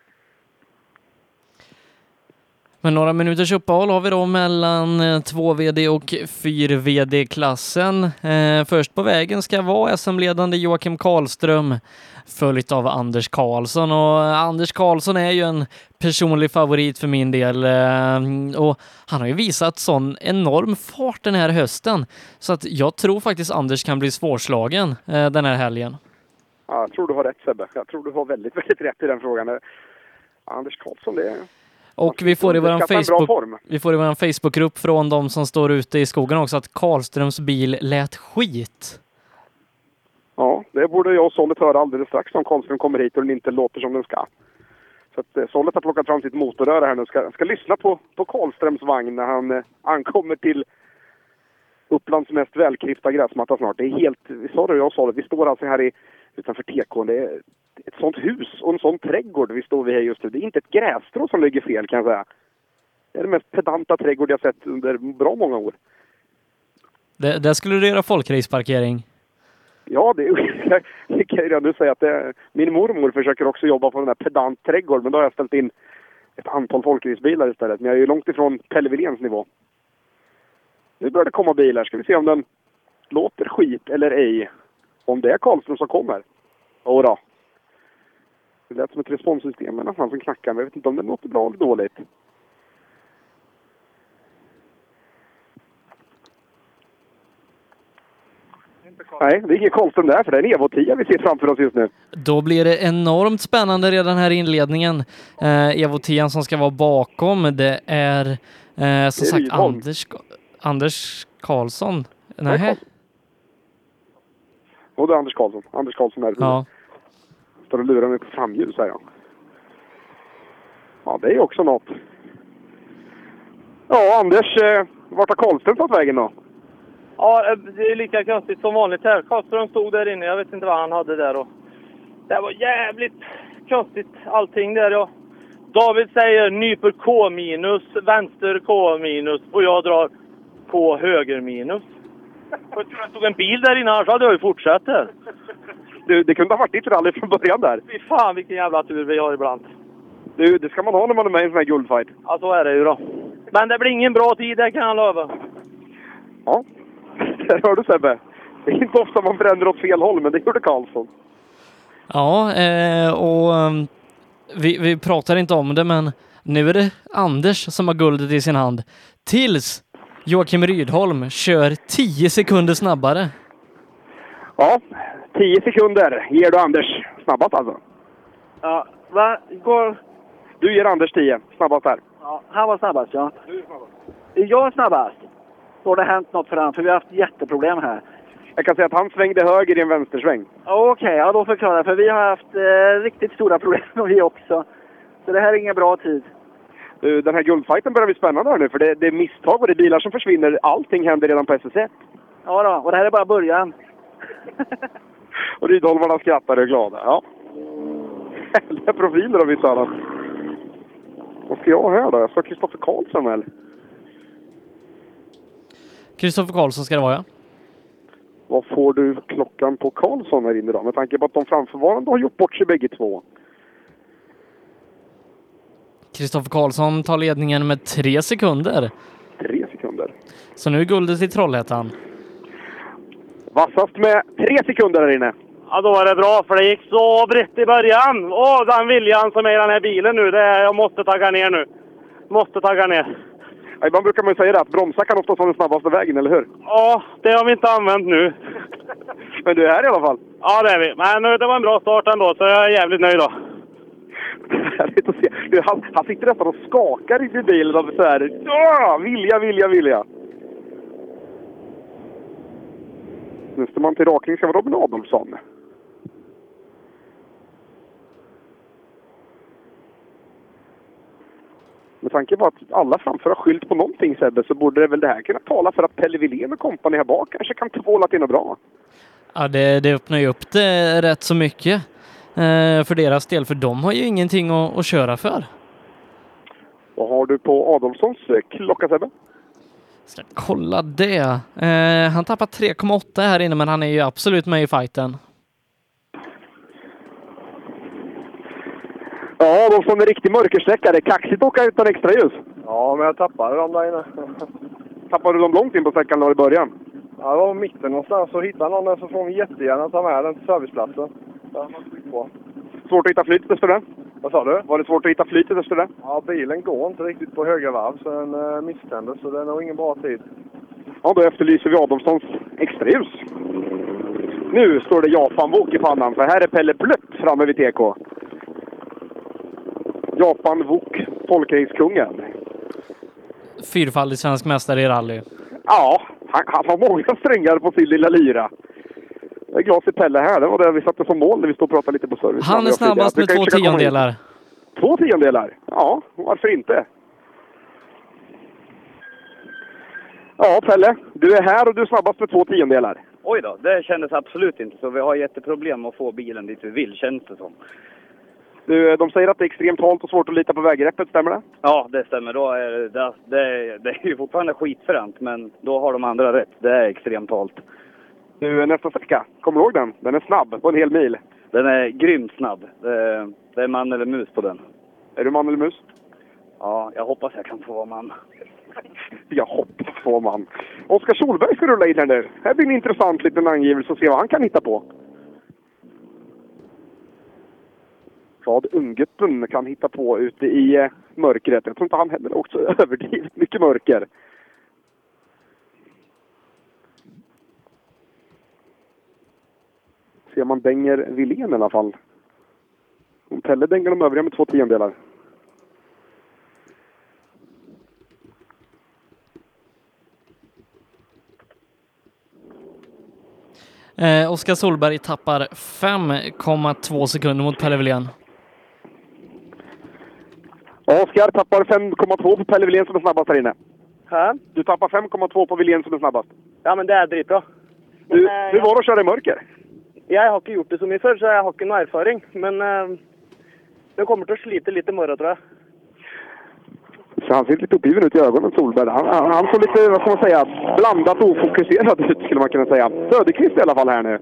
Men några minuters uppehåll har vi då mellan 2VD och 4VD-klassen. Först på vägen ska vara SM-ledande Joakim Karlström, följt av Anders Karlsson. Och Anders Karlsson är ju en personlig favorit för min del. Och han har ju visat sån enorm fart den här hösten. Så att jag tror faktiskt Anders kan bli svårslagen den här helgen. Ja, jag tror du har rätt, Sebbe. Jag tror du har väldigt, väldigt rätt i den frågan. Anders Karlsson, det är... Och vi får i vår Facebookgrupp från de som står ute i skogen också att Karlströms bil lät skit. Ja, det borde jag och Sollet höra alldeles strax om Karlström kommer hit och den inte låter som den ska. Så att Sollet har plockat fram sitt motorrör här nu. Ska lyssna på Karlströms vagn när han ankommer till Upplands mest välklippta gräsmatta snart. Det är helt, vi sa det jag och Sollet, vi står alltså här utanför TK. Det är ett sånt hus och en sån trädgård vi står vid här just nu. Det är inte ett grässtrå som ligger fel, kan jag säga. Det är den mest pedanta trädgård jag sett under bra många år. Där skulle du göra folkraceparkering. Ja, det kan jag redan nu säga att min mormor försöker också jobba på den här pedant trädgård, men då har jag ställt in ett antal folkracebilar istället. Men jag är ju långt ifrån Pelle Willéns nivå. Nu börjar det komma bilar. Ska vi se om den låter skit eller ej. Om det är Karlström som kommer. Jodå. Det lät som ett responssystem med någon som knackar. Men jag vet inte om det låter bra eller dåligt. Nej, det är ingen Karlström där, för det är en Evo 10 vi ser framför oss just nu. Då blir det enormt spännande redan här i inledningen. Evo 10 som ska vara bakom, det är som sagt Anders Karlsson. Nej. Och det är Anders Karlsson. Anders Karlsson är ja. Står och lurar mig på framljus här. Ja, det är också något. Ja, Anders, vart har Karlström tagit vägen då? Ja, det är lika konstigt som vanligt här. Karlström stod där inne. Jag vet inte vad han hade där. Och det var jävligt konstigt allting där. Ja. David säger nyper K minus, vänster K minus och jag drar K höger minus. Jag tror det stod en bil där inne, annars hade jag ju fortsatt här. Det kunde ha varit ditt rally från början där. Fy fan vilken jävla tur vi har ibland. Det ska man ha när man är med i en sån här guldfight. Ja, så är det ju då. Men det blir ingen bra tid, det kan jag lova. Ja, där hör du Sebbe. Det är inte ofta man förändrar åt fel håll, men det gjorde Karlsson. Ja, och vi pratar inte om det, men nu är det Anders som har guldet i sin hand. Tills Joakim Rydholm kör 10 sekunder snabbare. Ja, 10 sekunder ger du Anders snabbast alltså. Ja, va? Du ger Anders 10, snabbast här. Ja, han var snabbast, ja. Du är snabbast. Jag är snabbast. Då har det hänt något för han, för vi har haft jätteproblem här. Jag kan säga att han svängde höger i en vänstersväng. Okej, ja då förklarar jag. För vi har haft riktigt stora problem vi också. Så det här är ingen bra tid. Den här guldfighten börjar bli spännande här nu, för det är misstag och det är bilar som försvinner. Allting händer redan på SS1. Ja då, och det här är bara början. Och Rydholmarna skrattar och är glada. Ja. Härliga profiler av vissa annat. Vad ska jag här då? Jag ska Kristoffer Karlsson väl? Kristoffer Karlsson ska det vara, ja. Vad får du klockan på Karlsson här inne då? Med tanke på att de framförvarande har gjort bort sig bägge två. Kristoffer Karlsson tar ledningen med 3 sekunder. 3 sekunder. Så nu är guldet i Trollhättan. Vassast med 3 sekunder här inne. Ja, då är det bra, för det gick så brett i början. Åh, den viljan som är i den här bilen nu, jag måste tagga ner nu. Måste tagga ner. Ja, ibland brukar man ju säga det, att bromsa kan ofta vara den snabbaste vägen, eller hur? Ja, det har vi inte använt nu. Men du är här i alla fall. Ja, det är vi. Men det var en bra start ändå, så jag är jävligt nöjd då. Härligt att se. Han sitter nästan och skakar i bilen och så här. Vilja. Nästa man till rakning ska vara Robin Adolfsson. Med tanke på att alla framför har skylt på någonting, Sebbe, så borde det väl det här kunna tala för att Pelle Wilén och kompani här bak kanske kan tvåla till något bra. Ja, det öppnar ju upp det rätt så mycket för deras del, för de har ju ingenting att köra för. Vad har du på Adolfssons klocka, Sebbe? Ska kolla det. Han tappar 3,8 här inne, men han är ju absolut med i fighten. Ja, Adolfsson är riktig mörkersträckare. Kaxigt åka utan extra ljus. Ja, men jag tappade dem där inne. Tappade du dem långt in på sträckan då i början? Ja, det var mitten någonstans. Så hittar någon där så får vi jättegärna ta med den till serviceplatsen. Svårt att hitta flytet efter det? Vad sa du? Var det svårt att hitta flytet efter det? Ja, bilen går inte riktigt på höga varv så den misständes, så det är nog ingen bra tid. Ja, då efterlyser vi Adolfssons extraljus. Nu står det Japan-vok i pannan, för här är Pelle Blött framme vid TK. Japan-vok, folkracekungen. 4-faldig svensk mästare i rally. Ja, han har många strängar på sin lilla lyra. Jag är glad för Pelle här. Det var det vi satte som mål när vi stod och pratade lite på service. Han är snabbast med 2 tiondelar. 2 tiondelar? Ja, varför inte? Ja, Pelle. Du är här och du är snabbast med 2 tiondelar. Oj då, det kändes absolut inte så. Vi har jätteproblem att få bilen dit vi vill, känns det som. Du, de säger att det är extremt halt och svårt att lita på väggreppet, stämmer det? Ja, det stämmer. Då är det är ju fortfarande skitfränt, men då har de andra rätt. Det är extremt halt. Du, nästa sträcka, kommer du ihåg den? Den är snabb på en hel mil. Den är grymt snabb. Det är man eller mus på den. Är du man eller mus? Ja, jag hoppas jag kan få vara man. Jag hoppas få man. Oskar Solberg ska rulla in här nu. Här blir en intressant liten angivelse och se vad han kan hitta på. Vad ungguppen kan hitta på ute i mörkret. Jag tror inte han heller också överdrivet mycket mörker. Ser man dänger Wilén i alla fall. Om Pelle dänger de övriga med 2 tiondelar. Oskar Solberg tappar 5,2 sekunder mot Pelle Wilén. Oskar tappar 5,2 på Pelle Wilén som är snabbast här inne. Hä? Du tappar 5,2 på Wilén som är snabbast. Ja, men det är dritbra. Hur var det att köra i mörker? Jeg har ikke gjort det så mye før, så jeg har ikke noe erfaring. Men det kommer til å slite litt i morgen, tror jeg. Så han ser lite uppgiven ut i ögonen, Solberg. Han får lite, vad ska man säga, blandat ofokuserad ut skulle man kunna säga. Söderqvist i alla fall här nu.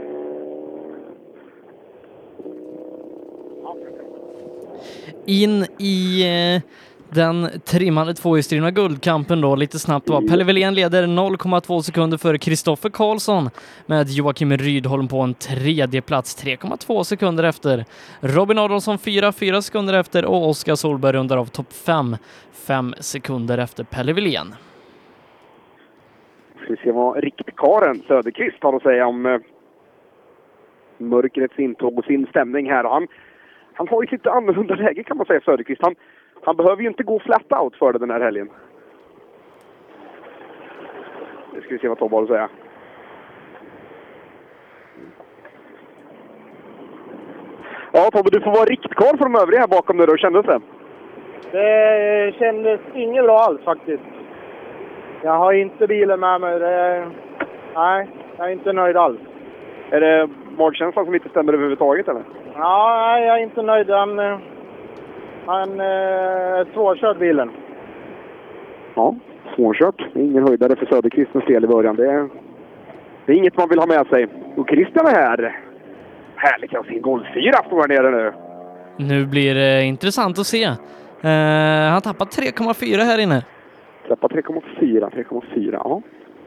In i den trimmade tvåhjulsdrivna guldkampen då, lite snabbt var. Pelle Wilén leder 0,2 sekunder före Kristoffer Karlsson med Joakim Rydholm på en tredje plats, 3,2 sekunder efter. Robin Adolfsson 4 sekunder efter och Oskar Solberg rundar av topp 5 sekunder efter Pelle Wilén. Vi ser vad riktkaren Söderqvist har att säga om mörkrets intåg och sin stämning här. Och han har ju lite annorlunda läge kan man säga, Söderqvist. Han behöver ju inte gå flat out för det den här helgen. Nu ska vi se vad Tobbe har att säga. Ja, Tobbe, du får vara riktkar för de övriga här bakom dig. Hur kändes det? Det kändes inget bra alls faktiskt. Jag har inte bilen med mig. Nej, jag är inte nöjd alls. Är det magkänslan som inte stämmer överhuvudtaget eller? Ja, nej, jag är inte nöjd. Han svårkörd bilen. Ja, svårkört. Ingen höjdare för Söderqvistens del i början. Det är inget man vill ha med sig. Och Christian är här. Härligt att se Golf 4 står här nere nu. Nu blir det intressant att se. Han tappar 3,4 här inne. Tappar 3,4, ja.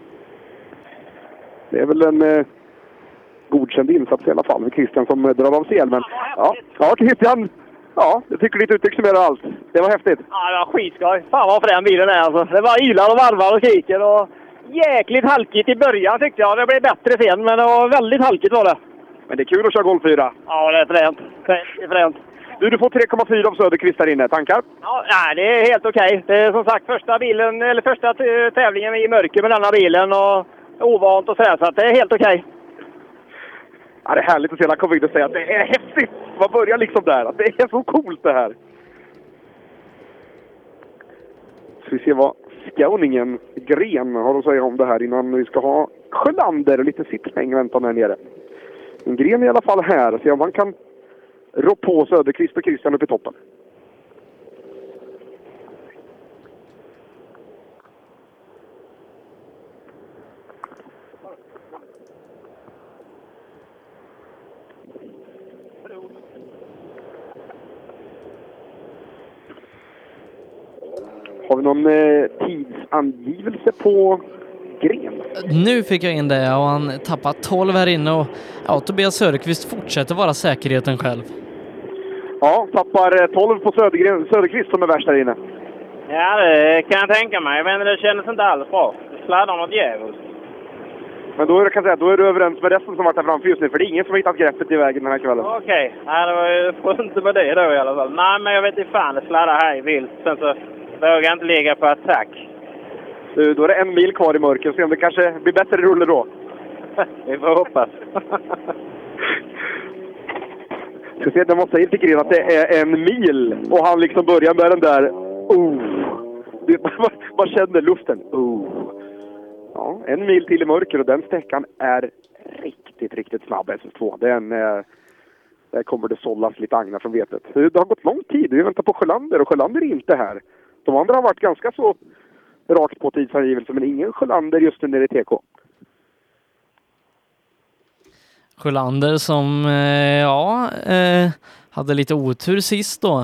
Det är väl en godkänd insats i alla fall för Christian som drar av sig hjälmen. Ja, Christian. Ja, jag tycker ditt uttryck summerar allt. Det var häftigt. Ja, det var skitskoj. Fan vad för den bilen är alltså. Det var ylar och varvar och kiker och jäkligt halkigt i början tyckte jag. Det blev bättre sen, men det var väldigt halkigt var det. Men det är kul att köra Golf 4. Ja, det är fränt. Det är fränt. Du får 3,4 av Söderqvist där inne. Tankar? Ja, nej, det är helt okej. Det är som sagt första tävlingen i mörker med denna bilen och ovant och sådär, så att det är helt okej. Ja, det är härligt att se alla komma in och säga att det är häftigt. Vad börjar liksom där? Att det är så coolt det här. Så vi ser vad Skåningen Gren har att säga om det här innan vi ska ha Sjölander och lite sittspräng väntan här nere. En Gren är i alla fall här. Så om man kan rå på Söderqvist och Christian upp i toppen. Har vi någon tidsangivelse på Gren? Nu fick jag in det och han tappar 12 här inne och ja, Tobias Söderqvist fortsätter vara säkerheten själv. Ja, tappar 12 på Söderqvist som är värst där inne. Ja, det kan jag tänka mig, men det kändes inte alls bra. Det sladdar något djävulskt. Men då är du överens med resten som varit där framför just nu, för det är ingen som har hittat greppet i vägen den här kvällen. Okej, nej, det var ju inte med det då i alla fall. Nej, men jag vet inte fan, det sladdar här i vilt. Sen så vågar jag inte ligga på attack. Du, då är det 1 mil kvar i mörker, så om det kanske blir bättre rulle då. Vi får hoppas. Ska se, när man säger till Gren att det är 1 mil och han liksom börjar med den där man känner luften. Ja, 1 mil till i mörker och den sträckan är riktigt snabb SS2. Där kommer det sållas lite agnar från vetet. Det har gått lång tid. Vi väntar på Sjölander och Sjölander är inte här. De andra har varit ganska så rakt på tidsangivelse, men ingen Sjölander just nu nere i TK. Sjölander som hade lite otur sist då.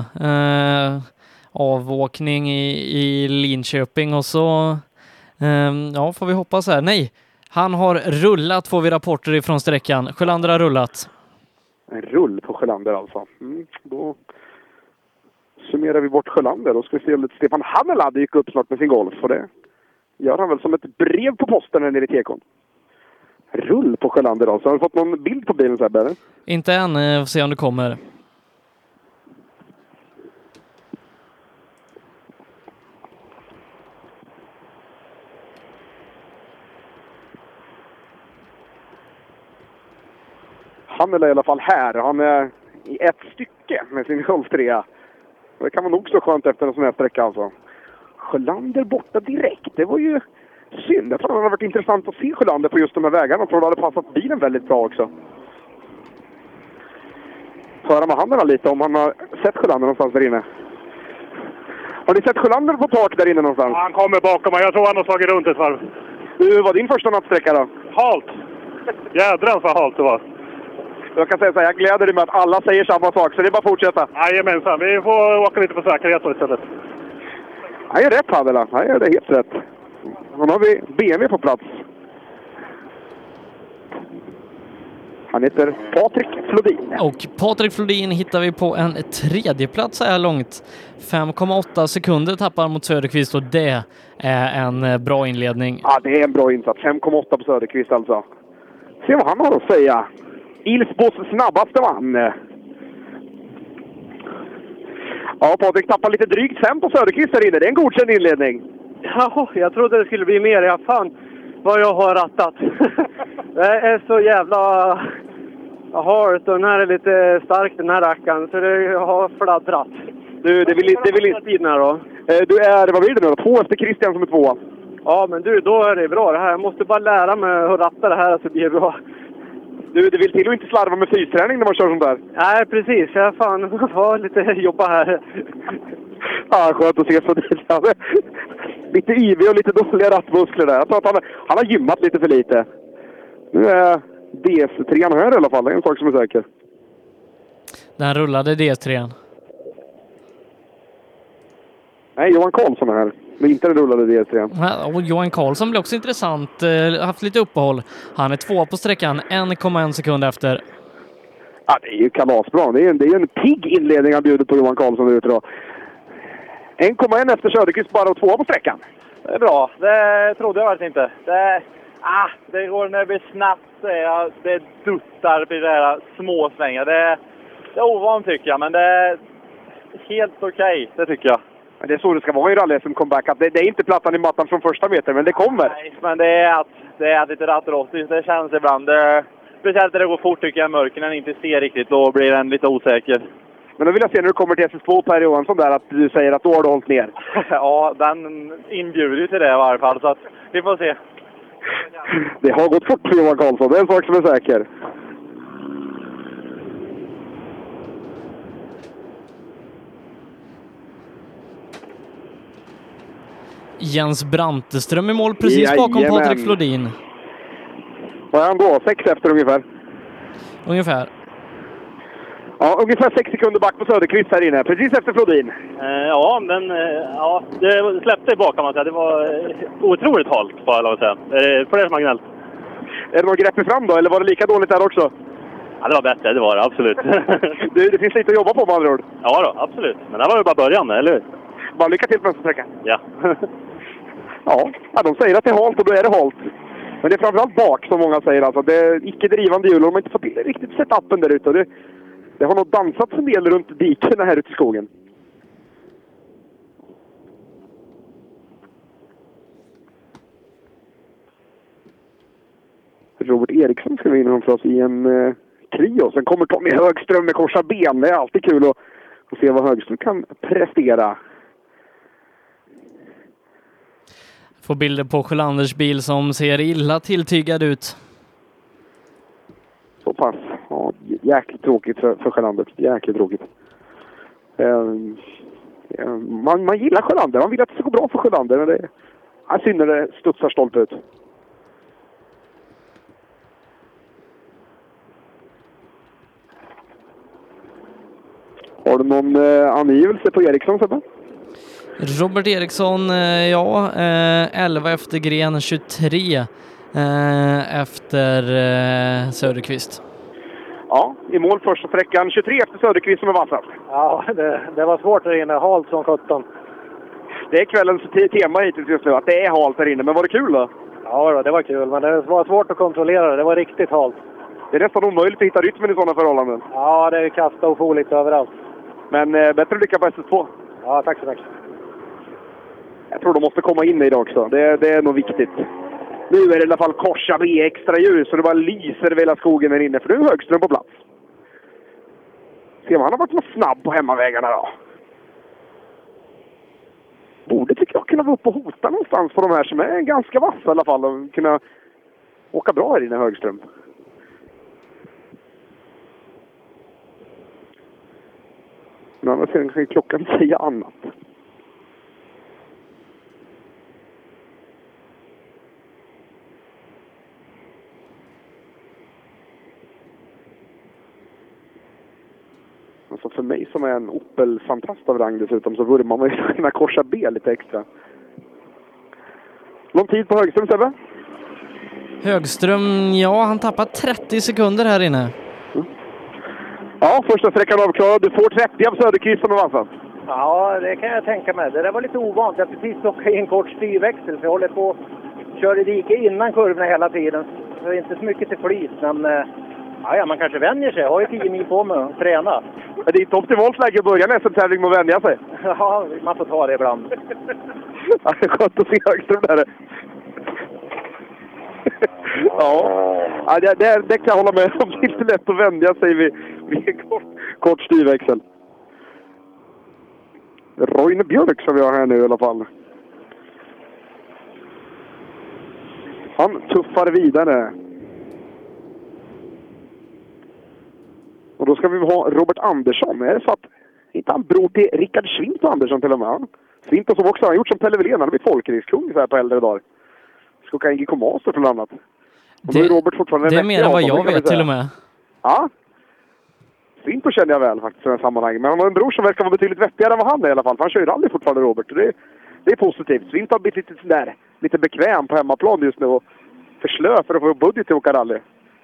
Avåkning i Linköping och så får vi hoppas här. Nej, han har rullat, får vi rapporter ifrån sträckan. Sjölander har rullat. En rull på Sjölander alltså. Då summerar vi bort Sjölander. Då ska vi se om Stefan Hannela gick upp snart med sin Golf. Och det gör han väl som ett brev på posten nere i TK. Rull på Sjölander alltså. Har du fått någon bild på bilen så här, eller? Inte än, får se om det kommer. Han är i alla fall här. Han är i ett stycke med sin Golf 3. Det kan vara nog så skönt efter en sån här sträcka alltså. Sjölander borta direkt. Det var ju synd. Jag tror det hade varit intressant att se Sjölander på just de här vägarna. Jag tror det hade passat bilen väldigt bra också. Höra med händerna lite om han har sett Sjölander någonstans där inne. Har ni sett Sjölander på tak där inne någonstans? Han kommer bakom mig. Jag tror han har slagit runt ett varv. Du, var din första nattsträcka då? Halt! Jädrans vad halt det var. Jag kan säga så här, jag gläder dig med att alla säger samma sak, så det är bara att fortsätta. Jajamensan, vi får åka lite på säkerhet då istället. Han gör rätt, Hadela. Han gör det helt rätt. Nu har vi BMW på plats. Han heter Patrik Flodin. Och Patrik Flodin hittar vi på en 3:e plats så här långt. 5,8 sekunder tappar mot Söderqvist och det är en bra inledning. Ja, det är en bra insats. 5,8 på Söderqvist alltså. Se vad han har att säga. Ilsbos snabbaste man. Ja, Patrik tappar lite drygt 5 på Söderqvist där inne. Det är en godkänd inledning. Ja, jag trodde det skulle bli mer. Ja, fan vad jag har rattat. Det är så jävla hårt och den här är lite stark den här rackaren så det har fladdrat. Du, det vill inte tiderna då? Du är, vad blir det nu då? 2 efter Christian som är 2. Ja, men du, då är det bra det här. Jag måste bara lära mig hur ratta det här så blir det bra. Du, det vill till att inte slarva med fysträning när man kör sånt där. Nej, precis. Jag får lite jobba här. Ja, skönt att se. Så det, lite yvig och lite dåliga rattmuskler där. Jag tror att han har gymmat lite för lite. Nu är DS3 här i alla fall. Det är en sak som är säker. Den rullade DS3. Nej, Johan Karlsson är här. Men inte den rullade DS3. Ja, och Johan Karlsson blir också intressant. Haft lite uppehåll. Han är 2 på sträckan. 1,1 sekund efter. Ja, det är ju kalasbra. Det är en pigg inledning han bjuder på Johan Karlsson ute då. 1,1 efter Söderqvist, bara 2 på sträckan. Det är bra. Det trodde jag faktiskt inte. Det går när det blir snabbt. Det duttar på det här små svängar. Det är ovant tycker jag, men det är helt okej. Det tycker jag. Det är så det ska vara i rally-SM-comeback. Det är inte plattan i mattan från första meter, men det kommer. Nej, men det är lite rattrostigt. Det känns ibland. Speciellt när det går fort tycker jag, mörkern inte ser riktigt. Då blir den lite osäker. Men då vill jag se när du kommer till SS2, Per Johansson, där att du säger att då har du hållit ner. Ja, den inbjuder ju till det i varje fall. Så att vi får se. Det har gått fort för Johan Karlsson. Det är en sak som är säker. Jens Branteström i mål precis bakom Patrik Flodin. Vad är han då? 6 efter ungefär? Ungefär. Ja, ungefär 6 sekunder back på Söderqvist här inne. Precis efter Flodin. Ja, men det släppte bak kan man säga. Det var otroligt halt på alla att säga. För det som har gnällt. Är det något grepp fram då? Eller var det lika dåligt där också? Ja, det var bättre. Det var det, absolut. Det finns lite att jobba på med andra ord. Ja då, absolut. Men det var ju bara början, eller hur? Bara lycka till på nästa sträcka. Ja. Ja, de säger att det är halt och då är det halt. Men det är framförallt bak som många säger. Alltså. Det är icke-drivande hjul och de har inte fått till riktigt setupen där ute. Det har nog dansat en del runt dikerna här ute i skogen. Robert Eriksson ska vi in för oss i en trio. Sen kommer Tommy Högström med korsa ben. Det är alltid kul att se vad Högström kan prestera. Får bilder på Sjölanders bil som ser illa tilltygad ut. Så pass. Ja, jäkligt tråkigt för Sjölander. Jäkligt tråkigt. Man gillar Sjölander. Man vill att det ska gå bra för Sjölander. Men det är synd när det studsar stolt ut. Har du någon angivelse på Eriksson, Sebbe? Robert Eriksson, 11 efter Gren, 23 efter Söderqvist. Ja, i mål första sträckan, 23 efter Söderqvist som är vassast. Ja, det var svårt där inne, halt som 17. Det är kvällens tema hittills just nu, att det är halt här inne, men var det kul då? Ja, det var kul, men det var svårt att kontrollera det var riktigt halt. Det är nästan omöjligt att hitta rytmen i sådana förhållanden. Ja, det är kasta och få lite överallt. Men bättre lycka på SS2. Ja, tack så mycket. Jag tror de måste komma in i det också. Det är nog viktigt. Nu är det i alla fall korsa med extra ljus så det bara lyser över hela skogen här inne. För nu är Högström på plats. Se om han har varit något snabb på hemmavägarna då. Borde tycker jag kunna vara uppe och hota någonstans på de här som är ganska vassa i alla fall. Och kunna åka bra här inne, Högström. Men annars kan klockan säga annat. Alltså för mig som är en Opel-fantast av rang dessutom så borde man väl kunna korsa B lite extra. Lång tid på Högström, Sebbe? Högström, han tappar 30 sekunder här inne. Ja, första sträckan avklarad. Du får 30 av Söderqvist som är vassast. Ja, det kan jag tänka mig. Det där var lite ovant. Jag precis plockade in en kort styrväxel. För jag håller på att köra i diket innan kurvorna hela tiden. Så det är inte så mycket till flyt. Men man kanske vänjer sig. Jag har ju 10 mil på mig att träna. Det är inte optimalt läge att börja nästa tävling med att vänja sig. Ja, man får ta det ibland. Ja, det är skönt att se Högström där. Ja, det kan jag hålla med om. Det är inte lätt att vänja sig vid en kort styrväxel. Roine Björk som vi har här nu i alla fall. Han tuffar vidare. Och då ska vi ha Robert Andersson. Är det så att inte han bror till Rickard Svint och Andersson till och med? Svint som också har gjort som Pelle Wilén. Han har blivit folkrikskung så här på äldre dagar. Ska åka GK Master för något annat. Det är mer än vad jag vet till och med. Ja. Svint känner jag väl faktiskt i det här sammanhanget. Men han har en bror som verkar vara betydligt vettigare än vad han är i alla fall. För han kör ju rally fortfarande, Robert. Det är positivt. Svint har blivit lite bekväm på hemmaplan just nu och förslö för att få budget till att åka rally.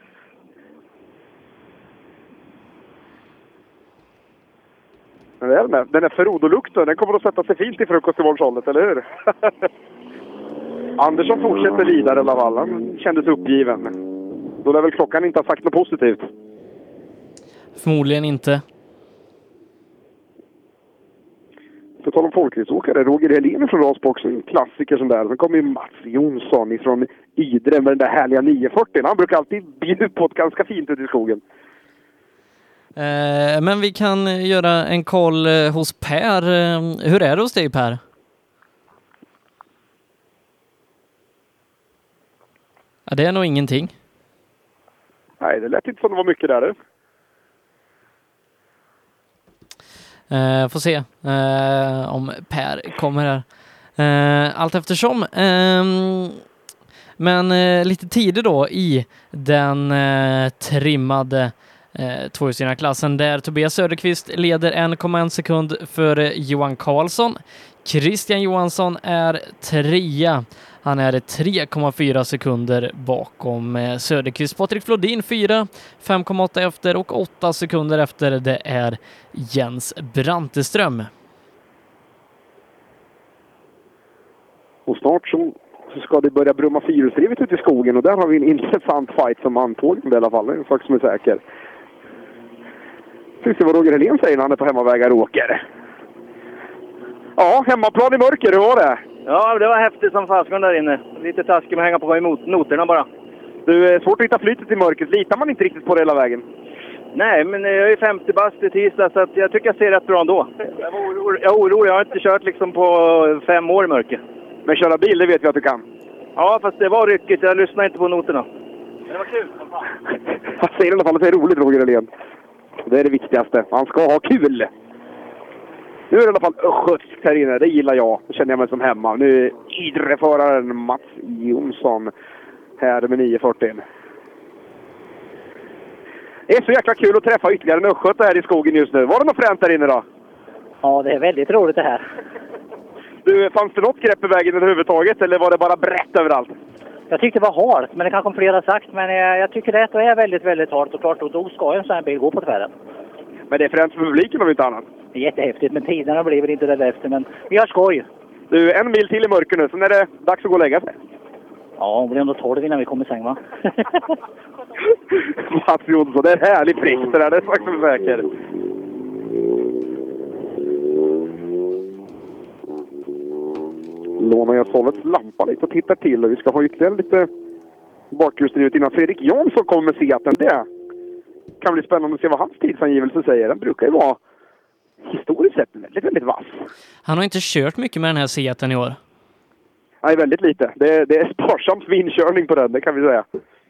Den där Ferrodo-lukten, den kommer att sätta sig fint i frukostivårdshållet, eller hur? Andersson fortsätter vidare i alla fall. Han kändes uppgiven. Då lär väl klockan inte ha sagt något positivt. Förmodligen inte. För tal om folkraceåkare, Roger Helén från Rasbox, en klassiker som där. Sen kommer ju Mats Jonsson ifrån Idre med den där härliga 940. Han brukar alltid bjuda på ett ganska fint ut i skogen. Men vi kan göra en koll hos Per. Hur är det hos dig, Per? Ja, det är nog ingenting. Nej, det lät inte som det var mycket där. Får se om Per kommer här. Allt eftersom. Men lite tidigt då i den trimmade tvåhjulsdrivna-klassen där Tobias Söderqvist leder 1,1 sekund för Johan Karlsson. Christian Johansson är 3. Han är 3,4 sekunder bakom Söderqvist. Patrik Flodin 4, 5,8 efter och 8 sekunder efter det är Jens Branteström. Och snart så ska det börja brumma fyrhjulsdrivet ut i skogen och där har vi en intressant fight som antåg i alla fall. Det är en sak som är säker. Finns det vad Roger Helén säger när han är på hemmavägar och åker? Ja, hemmaplan i mörker, hur var det? Ja, det var häftigt som fasken där inne. Lite taskigt med att hänga på emot noterna bara. Du, är svårt att hitta flytet i mörkret. Litar man inte riktigt på det hela vägen? Nej, men jag är 50 bast i tisdag så att jag tycker jag ser rätt bra ändå. Jag är orolig. Jag har inte kört liksom på 5 år i mörker. Men köra bil, det vet vi att du kan. Ja, fast det var ryckigt. Jag lyssnar inte på noterna. Det var kul. Jag säger i alla fall att det är roligt, Roger Helén. Det är det viktigaste. Han ska ha kul. Nu är det i alla fall östgötskt här inne. Det gillar jag. Då känner jag mig som hemma. Nu är Idre-föraren Mats Jonsson här med 940. Det är så jäkla kul att träffa ytterligare en östgöte här i skogen just nu. Var det något fränt där inne då? Ja, det är väldigt roligt det här. Du, fanns det något grepp i vägen överhuvudtaget eller var det bara brett överallt? Jag tyckte det var halt, men det kanske flera sagt. Men jag tycker det är väldigt, väldigt halt och klart. Och då ska en sån här bil gå på tvären. Men det är främst för publiken om inte annat. Det är jättehäftigt, men tiderna blir väl inte det efter. Men vi har skoj. Du, 1 mil till i mörker nu, sen är det dags att gå och lägga sig. Ja, det blir ändå 12 innan vi kommer i säng, va? Mats Jonsson, det är en härlig prick det där, det är faktiskt säker. Lånar jag Solets lampa lite och tittar till och vi ska ha ytterligare lite bakhjulsdrivet innan Fredrik Jansson kommer med Seaten. Det kan bli spännande att se vad hans tidsangivelse säger. Den brukar ju vara historiskt sett väldigt, väldigt vass. Han har inte kört mycket med den här Seaten i år. Nej, väldigt lite. Det är sparsamt vinkörning på den, det kan vi säga.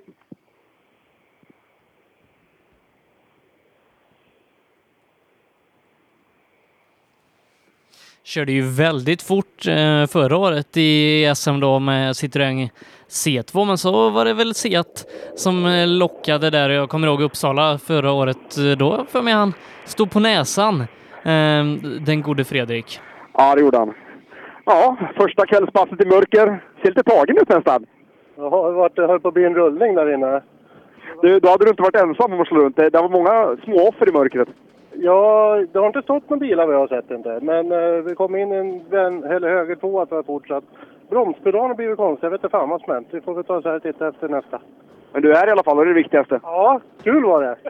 Körde ju väldigt fort förra året i SM då med Citroën C2, men så var det väl Seat som lockade där. Jag kommer ihåg Uppsala förra året, då för mig han stod på näsan, den gode Fredrik. Ja, det gjorde han. Ja, första kvällspasset i mörker. Ser lite tagen ut nästan. Jag har höll på att bli en rullning där inne. Då hade du inte varit ensam om att slå runt. Det var många små offer i mörkret. Ja, det har inte stått någon bilar vad jag har sett inte. Men vi kom in en höger två att vara fortsatt. Bromspedalen blir ju konstigt. Jag vet inte fan vad smänt. Vi får väl ta så här och titta efter nästa. Men du är i alla fall, det är det viktigaste. Ja, kul var det.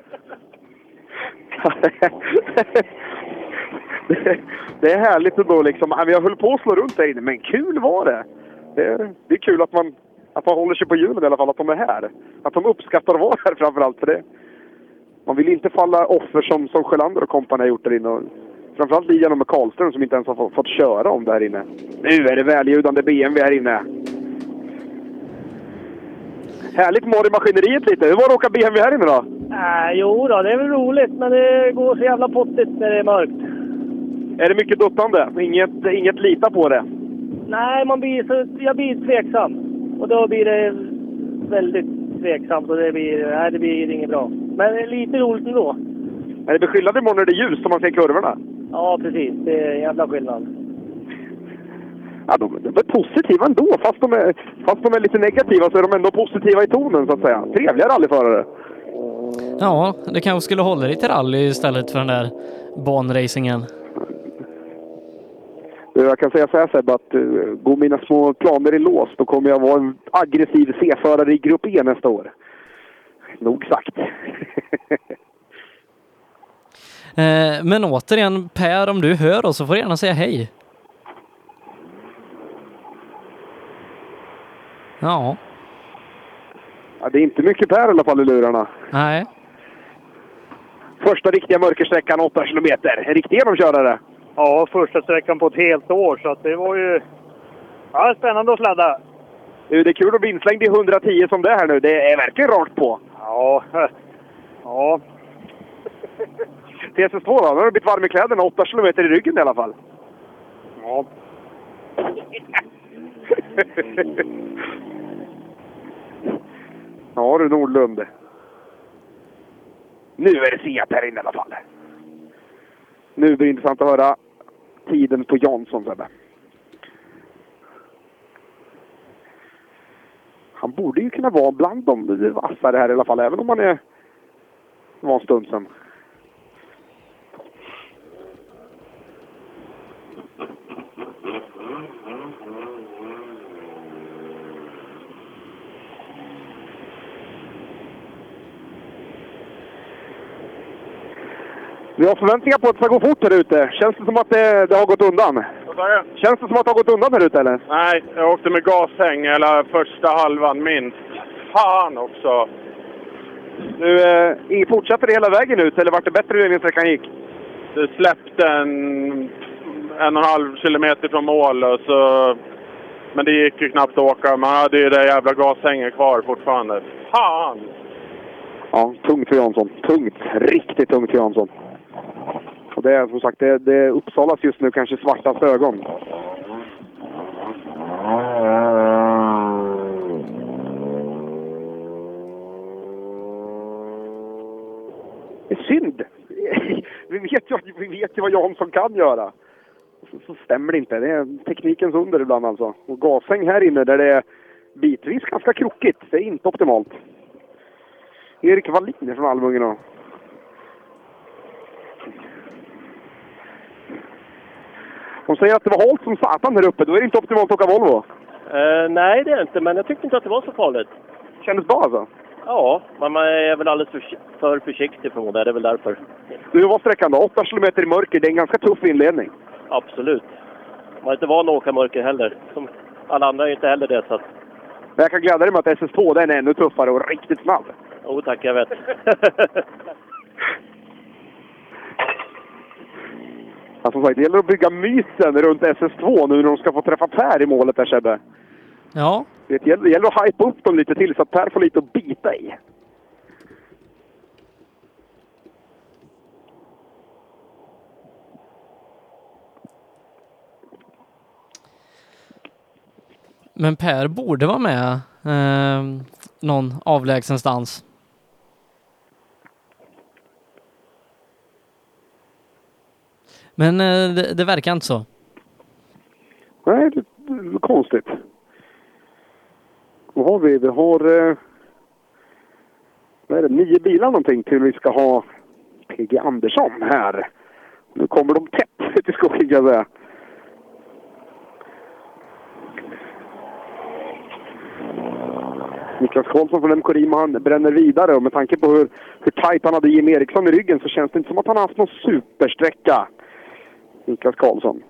Det är härligt ändå liksom. Jag höll på att slå runt där inne, men kul var det. Det är kul att man håller sig på hjulen i alla fall, att de är här. Att de uppskattar att vara här framförallt för det. Man vill inte falla offer som Sjölander och kompani har gjort där inne och Framförallt Lian med Karlström som inte ens har fått köra om där inne. Nu är det väljudande BMW här inne. Härligt morgon i maskineriet lite. Hur var det att åka BMW här inne då? Jo då, det är väl roligt, men det går så jävla pottigt när det är mörkt. Är det mycket duttande? Inget lita på det? Nej, jag blir tveksam. Och då blir det väldigt tveksamt och det blir inget bra. Men det är lite roligt ändå. Är det skillnad imorgon när det är ljust om man ser kurvorna? Ja, precis. Det är en jävla skillnad. Ja, de är positiva ändå. Fast de är lite negativa så är de ändå positiva i tonen så att säga. Trevliga rallyförare. Ja, det kanske skulle hålla lite rally istället för den där banracingen. Jag kan säga så här Seb, att går mina små planer i lås, då kommer jag vara en aggressiv C-förare i Grupp E nästa år. Nog sagt. Men återigen, Per, om du hör oss så får du gärna säga hej. Ja. Det är inte mycket Per i alla fall i lurarna. Nej. Första riktiga mörkersträckan 8 kilometer. En riktig genomkörare. Ja, första sträckan på ett helt år, så att det var ju spännande att sladda. Det är kul att bli inslängd i 110 som det här nu. Det är verkligen rakt på. Ja. TSS2 då? Nu har du blivit varm i kläderna. 8 kilometer i ryggen i alla fall. Ja. Ja du Nordlund. Nu är det Seat här inne i alla fall. Nu blir det intressant att höra tiden på Jansson. Han borde ju kunna vara bland de vassare här i alla fall. Även om han var en stund sedan. Vi har förväntningar på att det ska gå fort här ute. Känns det som att det har gått undan? Känns det som att det har gått undan här ute eller? Nej, jag åkte med gashäng hela första halvan minst. Fan också! Du, fortsatte det hela vägen ut eller var det bättre hur sträckan gick? Det släppte 1,5 kilometer från mål och så... Men det gick ju knappt att åka. Man hade ju det jävla gashänget kvar fortfarande. Fan! Ja, tungt för Jansson. Tungt. Riktigt tungt för Jansson. Och det är som sagt, det Uppsalas just nu kanske svartaste ögon. Det är synd. Vi vet ju vad Jansson kan göra. Så stämmer det inte. Det är teknikens under ibland alltså. Och gashäng här inne där det är bitvis ganska krokigt. Det är inte optimalt. Erik Wallin från Almungen då. De säger att det var halt som satan där uppe. Då är det inte optimalt att åka Volvo. Nej, det är inte. Men jag tyckte inte att det var så farligt. Kändes bra alltså? Ja, man är väl alldeles för försiktig förmodligen. Det är väl därför. Du, var sträckan då? 8 kilometer i mörker. Det är en ganska tuff inledning. Absolut. Man är inte van att åka mörker heller. Som alla andra är inte heller det. Så att... Men jag kan glädja dig med att SS2 den är ännu tuffare och riktigt snabb. Tack, jag vet. Alltså, det gäller att bygga myten runt SS2 nu när de ska få träffa Per i målet där, Sebbe. Ja. Det gäller att hypa upp dem lite till så att Per får lite att bita i. Men Per borde vara med någon avlägsenstans. Men det verkar inte så. Nej, det är konstigt. Vad har vi? Vi har 9 bilar någonting till vi ska ha PG Andersson här. Nu kommer de tätt till skogen, kan jag säga. Niklas Karlsson från MK-Rima, han bränner vidare och med tanke på hur tajt han hade Jim Eriksson i ryggen så känns det inte som att han har haft någon supersträcka. Niklas Karlsson.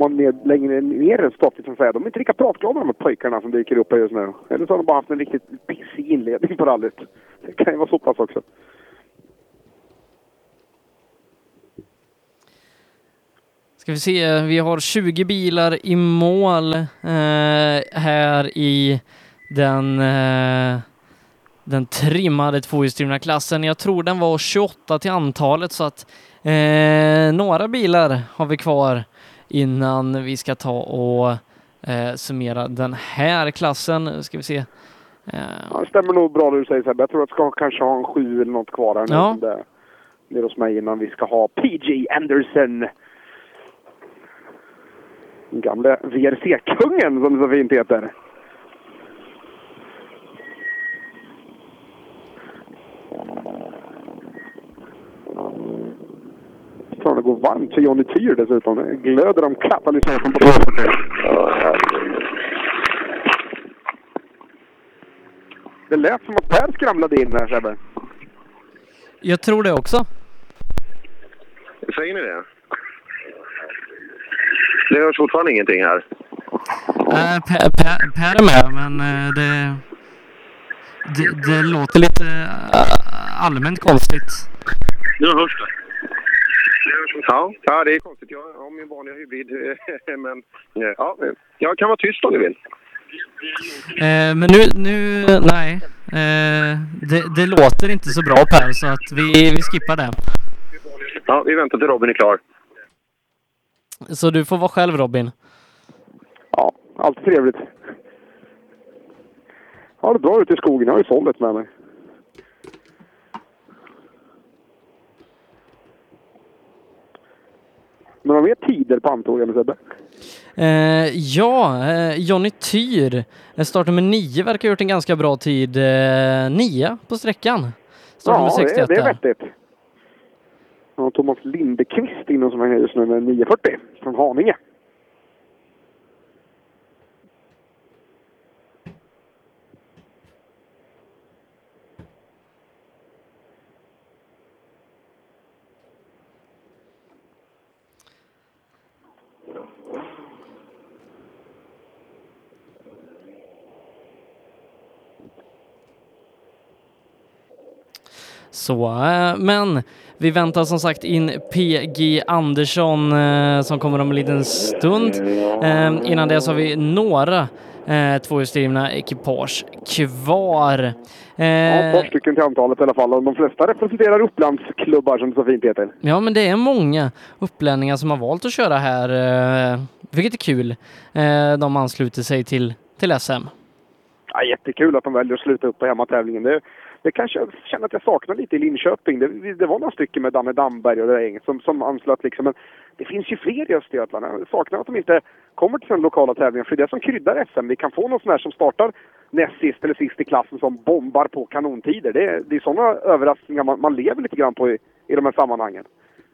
komma längre ner än statligt som säger. De är inte lika pratglada de här pojkarna som dyker upp här just nu. Eller så har de bara haft en riktigt pissig inledning på rallyt. Det kan ju vara så pass också. Ska vi se, vi har 20 bilar i mål här i den trimmade tvåhjulsdrivna klassen. Jag tror den var 28 till antalet, så att några bilar har vi kvar innan vi ska ta och summera den här klassen. Nu ska vi se. Ja, det stämmer nog bra det du säger, Sebbe. Jag tror att jag ska kanske ha en 7 eller något kvar här nu. Ja. Det är hos mig innan vi ska ha PG Anderson. Den gamla VRC-kungen som det så fint heter. Så det går varmt för Johnny Tyr dessutom. Det glöder om katalysatorn på 240. Det lät som att Per skramlade in här, Sebbe. Jag tror det också. Säger ni det? Det hörs fortfarande ingenting här. Per är med, men det låter lite allmänt konstigt. Nu hörs det. Ja, det är konstigt. Jag har min vanliga hybrid. Men ja, jag kan vara tyst om ni vill. Men nu nej. Det låter inte så bra, Per, så att vi skippar det. Ja, vi väntar till Robin är klar. Så du får vara själv, Robin. Ja, allt trevligt. Ja, det är bra ute i skogen. Jag har ju sållet med mig. Men har vi tider på antågen, Sebbe? Johnny Tyr startar med 9, verkar ha gjort en ganska bra tid. 9 på sträckan. Startar med 61. Det är vettigt. Ja, Thomas Lindekvist innan som är just nu med 940 från Haninge. Så, men vi väntar som sagt in PG Andersson som kommer om en liten stund. Innan det så har vi några tvåhjulsdrivna ekipage kvar. Ja, ett par stycken till antalet i alla fall. Och de flesta representerar Upplandsklubbar som det så fint heter. Ja, men det är många upplänningar som har valt att köra här, vilket är kul. De ansluter sig till SM. Ja, jättekul att de väljer att sluta upp på hemmatävlingen. Det kanske jag känner att jag saknar lite i Linköping. Det var några stycken med Danne Damberg och det där gänget som anslöt liksom. Men det finns ju fler i Östergötland. Jag saknar att de inte kommer till den lokala tävlingen. För det är det som kryddar SM. Vi kan få någon sån här som startar näst sist eller sist i klassen som bombar på kanontider. Det är sådana överraskningar man lever lite grann på i de här sammanhangen.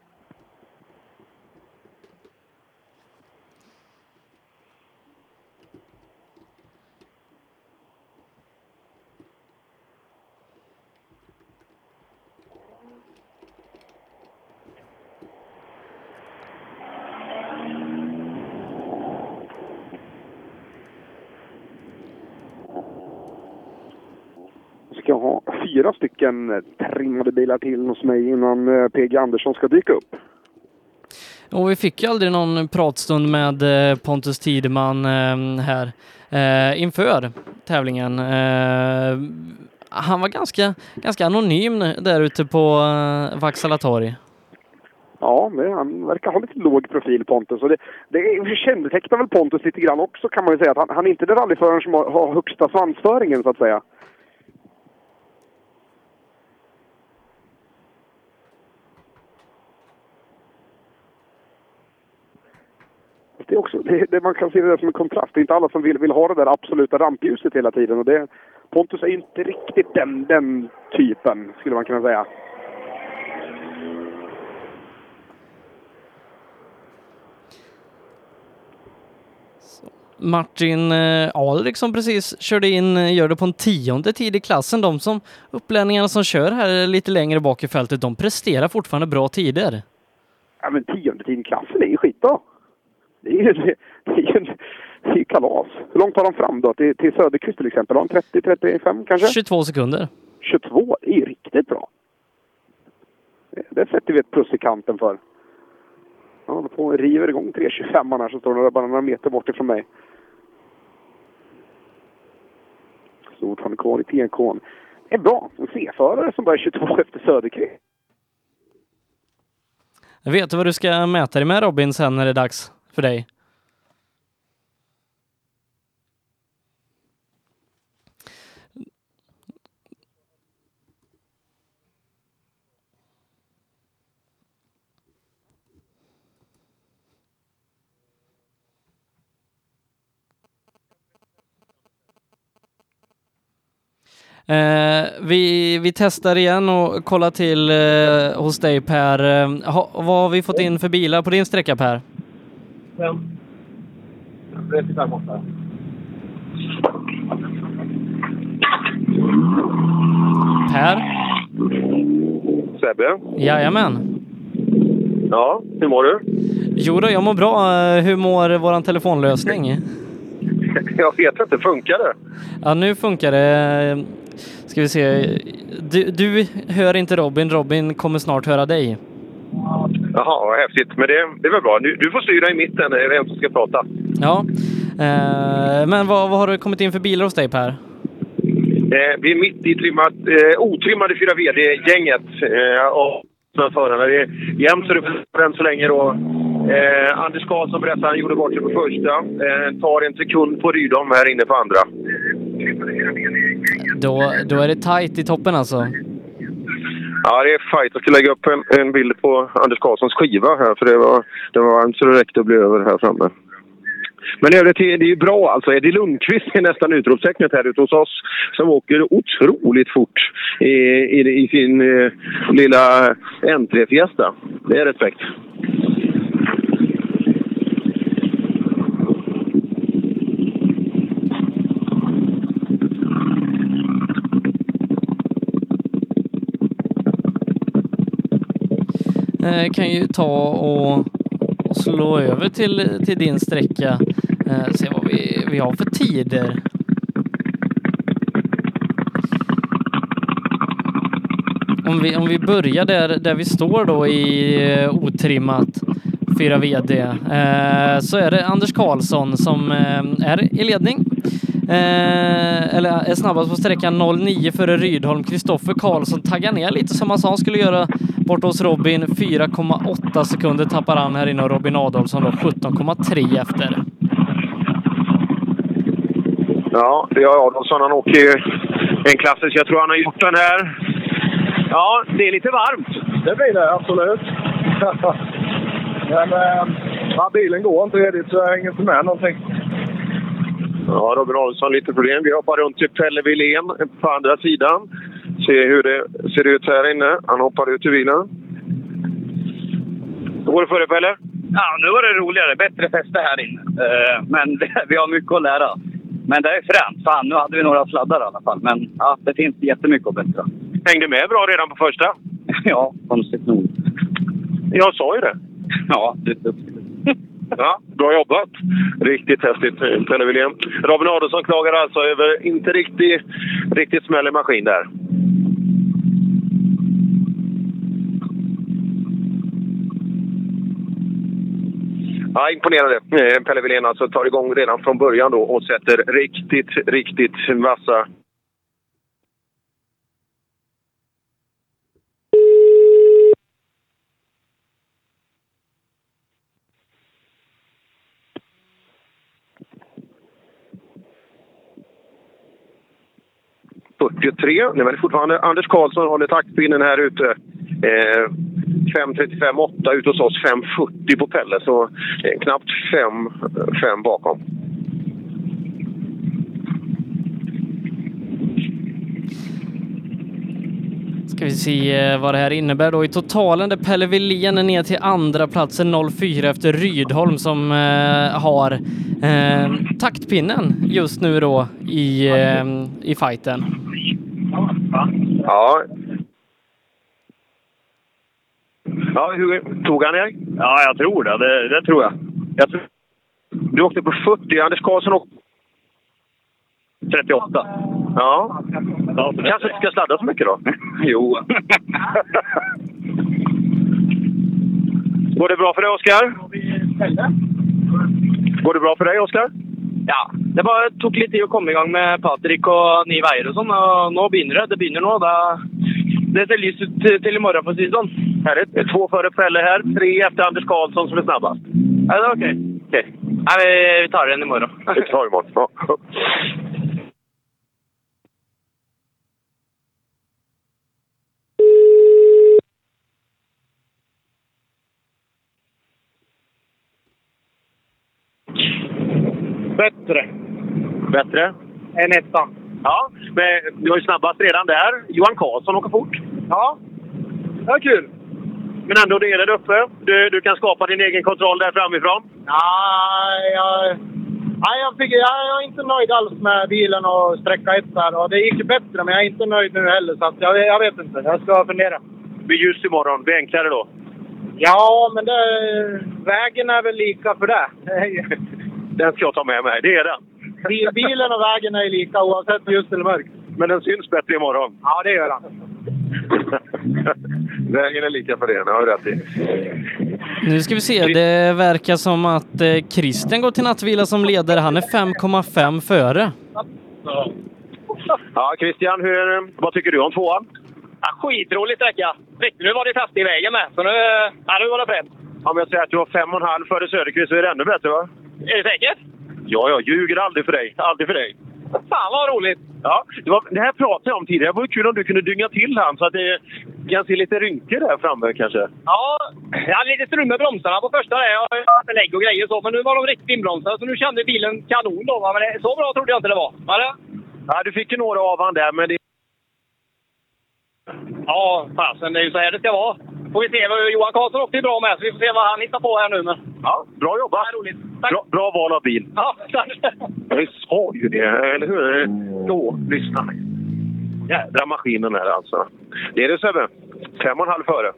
Ska ha 4 stycken trimmade bilar till hos mig innan PG Andersson ska dyka upp. Och vi fick ju aldrig någon pratstund med Pontus Tideman här inför tävlingen. Han var ganska anonym där ute på Vaksalatorg. Ja, han verkar ha lite låg profil, Pontus. Och det kännetecknar väl Pontus lite grann också, kan man ju säga. Att han är inte den rallyföraren som har högsta svansföringen, så att säga. Det är också det man kan se det som en kontrast. Det är inte alla som vill ha det där absoluta rampljuset hela tiden. Och Pontus är inte riktigt den typen, skulle man kunna säga. Martin Alrik som precis körde in gör det på en 10:e tid i klassen. De som upplänningarna som kör här lite längre bak i fältet, de presterar fortfarande bra tider. Ja, men 10:e tid i klassen är ju skit då. Det är ju kalas. Hur långt tar de fram då? Till Söderqvist till exempel? Har de 30-35 kanske? 22 sekunder. 22? Det är ju riktigt bra. Det sätter vi ett plus i kanten för. Han håller på och river igång 3.25 här, så står det bara några meter bort ifrån mig. Stort från kvar i TK. Det är bra. En C-förare som börjar 22 efter Söderqvist. Jag vet vad du ska mäta dig med, Robin, sen när det är dags för dig. Vi testar igen och kollar till hos dig, Per. Vad har vi fått in för bilar på din sträcka, Per? 35-8. Per? Sebbe? Jajamän. Ja, hur mår du? Jo då, jag mår bra. Hur mår våran telefonlösning? Jag vet inte, funkar det? Ja, nu funkar det. Ska vi se. Du hör inte Robin. Robin kommer snart höra dig. Jaha, vad häftigt. Men det är väl bra. Du får styra i mitten, vem som ska prata. Ja. Men vad har det kommit in för bilar hos dig, Per? Vi är mitt i otrimmade 4VD-gänget. Och förarna. Det är jämnt så det än så länge då. Anders Karlsson berättade han gjorde bort sig på första. Tar en sekund på Rydholm här inne på andra. Då är det tajt i toppen alltså. Ja, det är fight. Jag ska lägga upp en bild på Anders Karlssons skiva här. För det var varmt så det räckte att bli över här framme. Men det är ju bra alltså. Eddie Lundqvist är nästan utropstecknet här ute hos oss. Som åker otroligt fort i sin lilla N3-fiesta. Det är respekt. Kan ju ta och slå över till din sträcka. Se vad vi har för tider. Om vi börjar där vi står då i otrimmat 4VD, så är det Anders Karlsson som är i ledning. Eller är snabbast på sträckan 09 före Rydholm. Kristoffer Karlsson taggar ner lite som han sa han skulle göra bort hos Robin. 4,8 sekunder tappar han här inne och Robin Adolfsson då 17,3 efter. Ja, det är Adolfsson. Han åker ju en klassisk. Jag tror han har gjort den här. Ja, det är lite varmt. Det blir det, absolut. Men bilen går inte redigt så jag hänger inte med någonting. Ja, Robin Adolfsson lite problem. Vi hoppar runt till Pelle Wilén på andra sidan. Se hur det ser ut här inne. Han hoppar ut ur bilen. Hur går det för dig, Pelle? Ja, nu var det roligare. Bättre fäste här inne. Men vi har mycket att lära. Men det är fränt. Fan, nu hade vi några sladdar i alla fall. Men ja, det finns jättemycket att bättra. Hängde med bra redan på första? Ja, konstigt nog. Jag sa ju det. Ja, det är duktigt. Ja, bra jobbat. Riktigt häftigt, Pelle Wilén. Robin Adolfsson klagar alltså över inte riktigt smäll i maskin där. Ja, imponerande. Pelle Wilén alltså tar igång redan från början då och sätter riktigt vassa. Nu är det fortfarande Anders Karlsson håller taktpinnen här ute. 5.35,8 ut hos oss, 5.40 på Pelle, så knappt 5 bakom. Ska vi se vad det här innebär då i totalen, där Pelle Wilén är ner till andra platsen 04 efter Rydholm som har taktpinnen just nu då i fighten. Ja. Ja, hur tog han er? Ja, jag tror det. Det tror jag. Du åkte på 40, Anders Karlsson och 38. Ja. Kanske inte ska sladda så mycket då? Jo. Går det bra för dig, Oskar? Går det bra för dig, Oskar? Ja, det bare tok litt tid å komme i gang med Patrik og nye veier og sånn, og nå begynner det. Det begynner nå, det ser lys ut til i morgen, for å si det sånn. Härligt. 2 före Pelle här, 3 efter Anders Karlsson som är snabbast. Ja, det er okej. Nei, vi tar den i morgen. Vi tar imorgon, ja. Bättre? En ettan. Ja, men du har ju snabbast redan där. Johan Karlsson åker fort. Ja, det är kul. Men ändå, det är där uppe. Du kan skapa din egen kontroll där framifrån. Jag är inte nöjd alls med bilen och sträcka 1 där. Och det gick ju bättre, men jag är inte nöjd nu heller. Så att jag vet inte. Jag ska fundera. Det blir ljus imorgon. Det blir enklare då. Ja, men vägen är väl lika för det. Den ska jag ta med mig. Det är den. Bilen och vägen är lika oavsett ljus eller mörkt. Men den syns bättre imorgon. Ja, det gör den. Vägen är lika för det. Jag har rätt i. Nu ska vi se. Det verkar som att Christian går till nattvila som leder. Han är 5,5 före. Ja, Christian, vad tycker du om 2an? Ja, skitrolig sträcka. Nu var det fast i vägen med, så nu var det främt. Om jag säger att du var 5,5 före Söderqvist så är det ännu bättre, va? Är det säkert? Ja, jag ljuger aldrig för dig. Aldrig för dig. Fan vad roligt! Ja, det här pratade jag om tidigare. Det vore kul om du kunde dynga till han så att det kan se lite rynkor där framme kanske. Ja, jag hade lite strul med bromsarna på första där. Jag hade lägg och grejer så, men nu var de riktigt inbromsade så nu kände bilen kanon då. Men så bra trodde jag inte det var. Ja, du fick ju några av han där, men det... Ja, fasen, det är ju så här det ska vara. Får vi se vad Johan Karlsson åkte bra med, så vi får se vad han hittar på här nu. Men... Ja, bra jobbat. Det är roligt. Bra val av bil. Ja, tack. Jag sa ju det, eller hur? Då, lyssna. Jädra maskinen här alltså. Det är det, Sebbe. 5,5 före.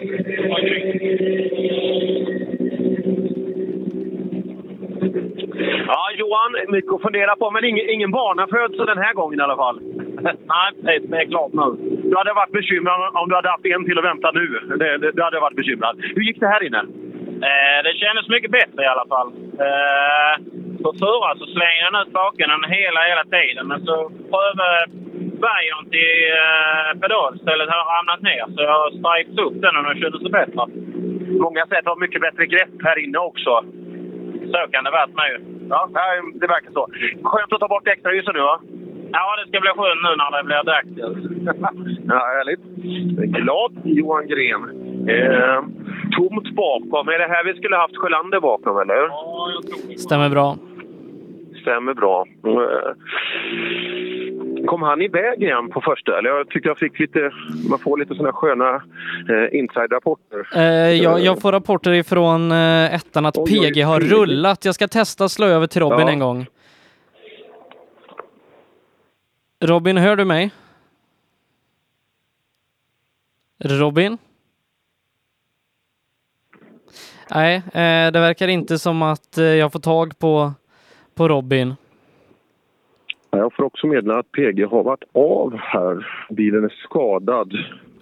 Ja, Johan, mycket att fundera på, men ingen barnaföd så den här gången i alla fall. Nej, det är klart nu. Du hade varit bekymrad om du hade haft en till att vänta nu. Du hade varit bekymrad. Hur gick det här inne? Det kändes mycket bättre i alla fall. På förra så slängde den ut baken hela tiden. Men så prövade bärgen till pedalstället har ramlat ner. Så jag sträckt upp den och den kändes så bättre. Många sätt har mycket bättre grepp här inne också. Så kan det vara nu. Ja, det verkar så. Skönt att ta bort extra ljusen nu, va? Ja, det ska bli skönt nu när det blir dags. Ja, härligt. Glad Johan Gren. Tomt bakom. Är det här vi skulle haft Sjölander bakom, eller? Ja, jag tror det. Stämmer bra. Stämmer bra. Kom han iväg igen på första? Eller jag tycker jag fick man får lite såna sköna inside-rapporter. Jag får rapporter ifrån ettan att PG har rullat. Jag ska testa slå över till Robin en gång. Robin, hör du mig? Robin? Nej, det verkar inte som att jag får tag på Robin. Jag får också meddela att PG har varit av här. Bilen är skadad.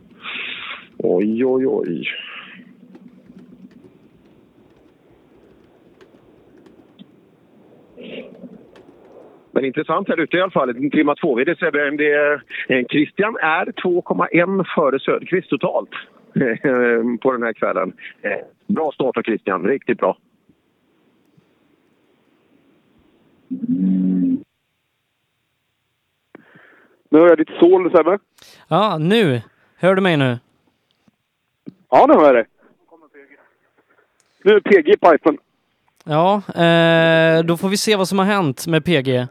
Oj. Men intressant här ute i alla fall. En trimma 2 vid Christian är 2,1 före Söderqvist totalt på den här kvällen. Bra start av Christian, riktigt bra. Nu hör jag ditt sol, Sebbe. Ja, nu. Hör du mig nu? Ja, nu hör jag dig. Nu är PG i pipen. Ja, då får vi se vad som har hänt med PG.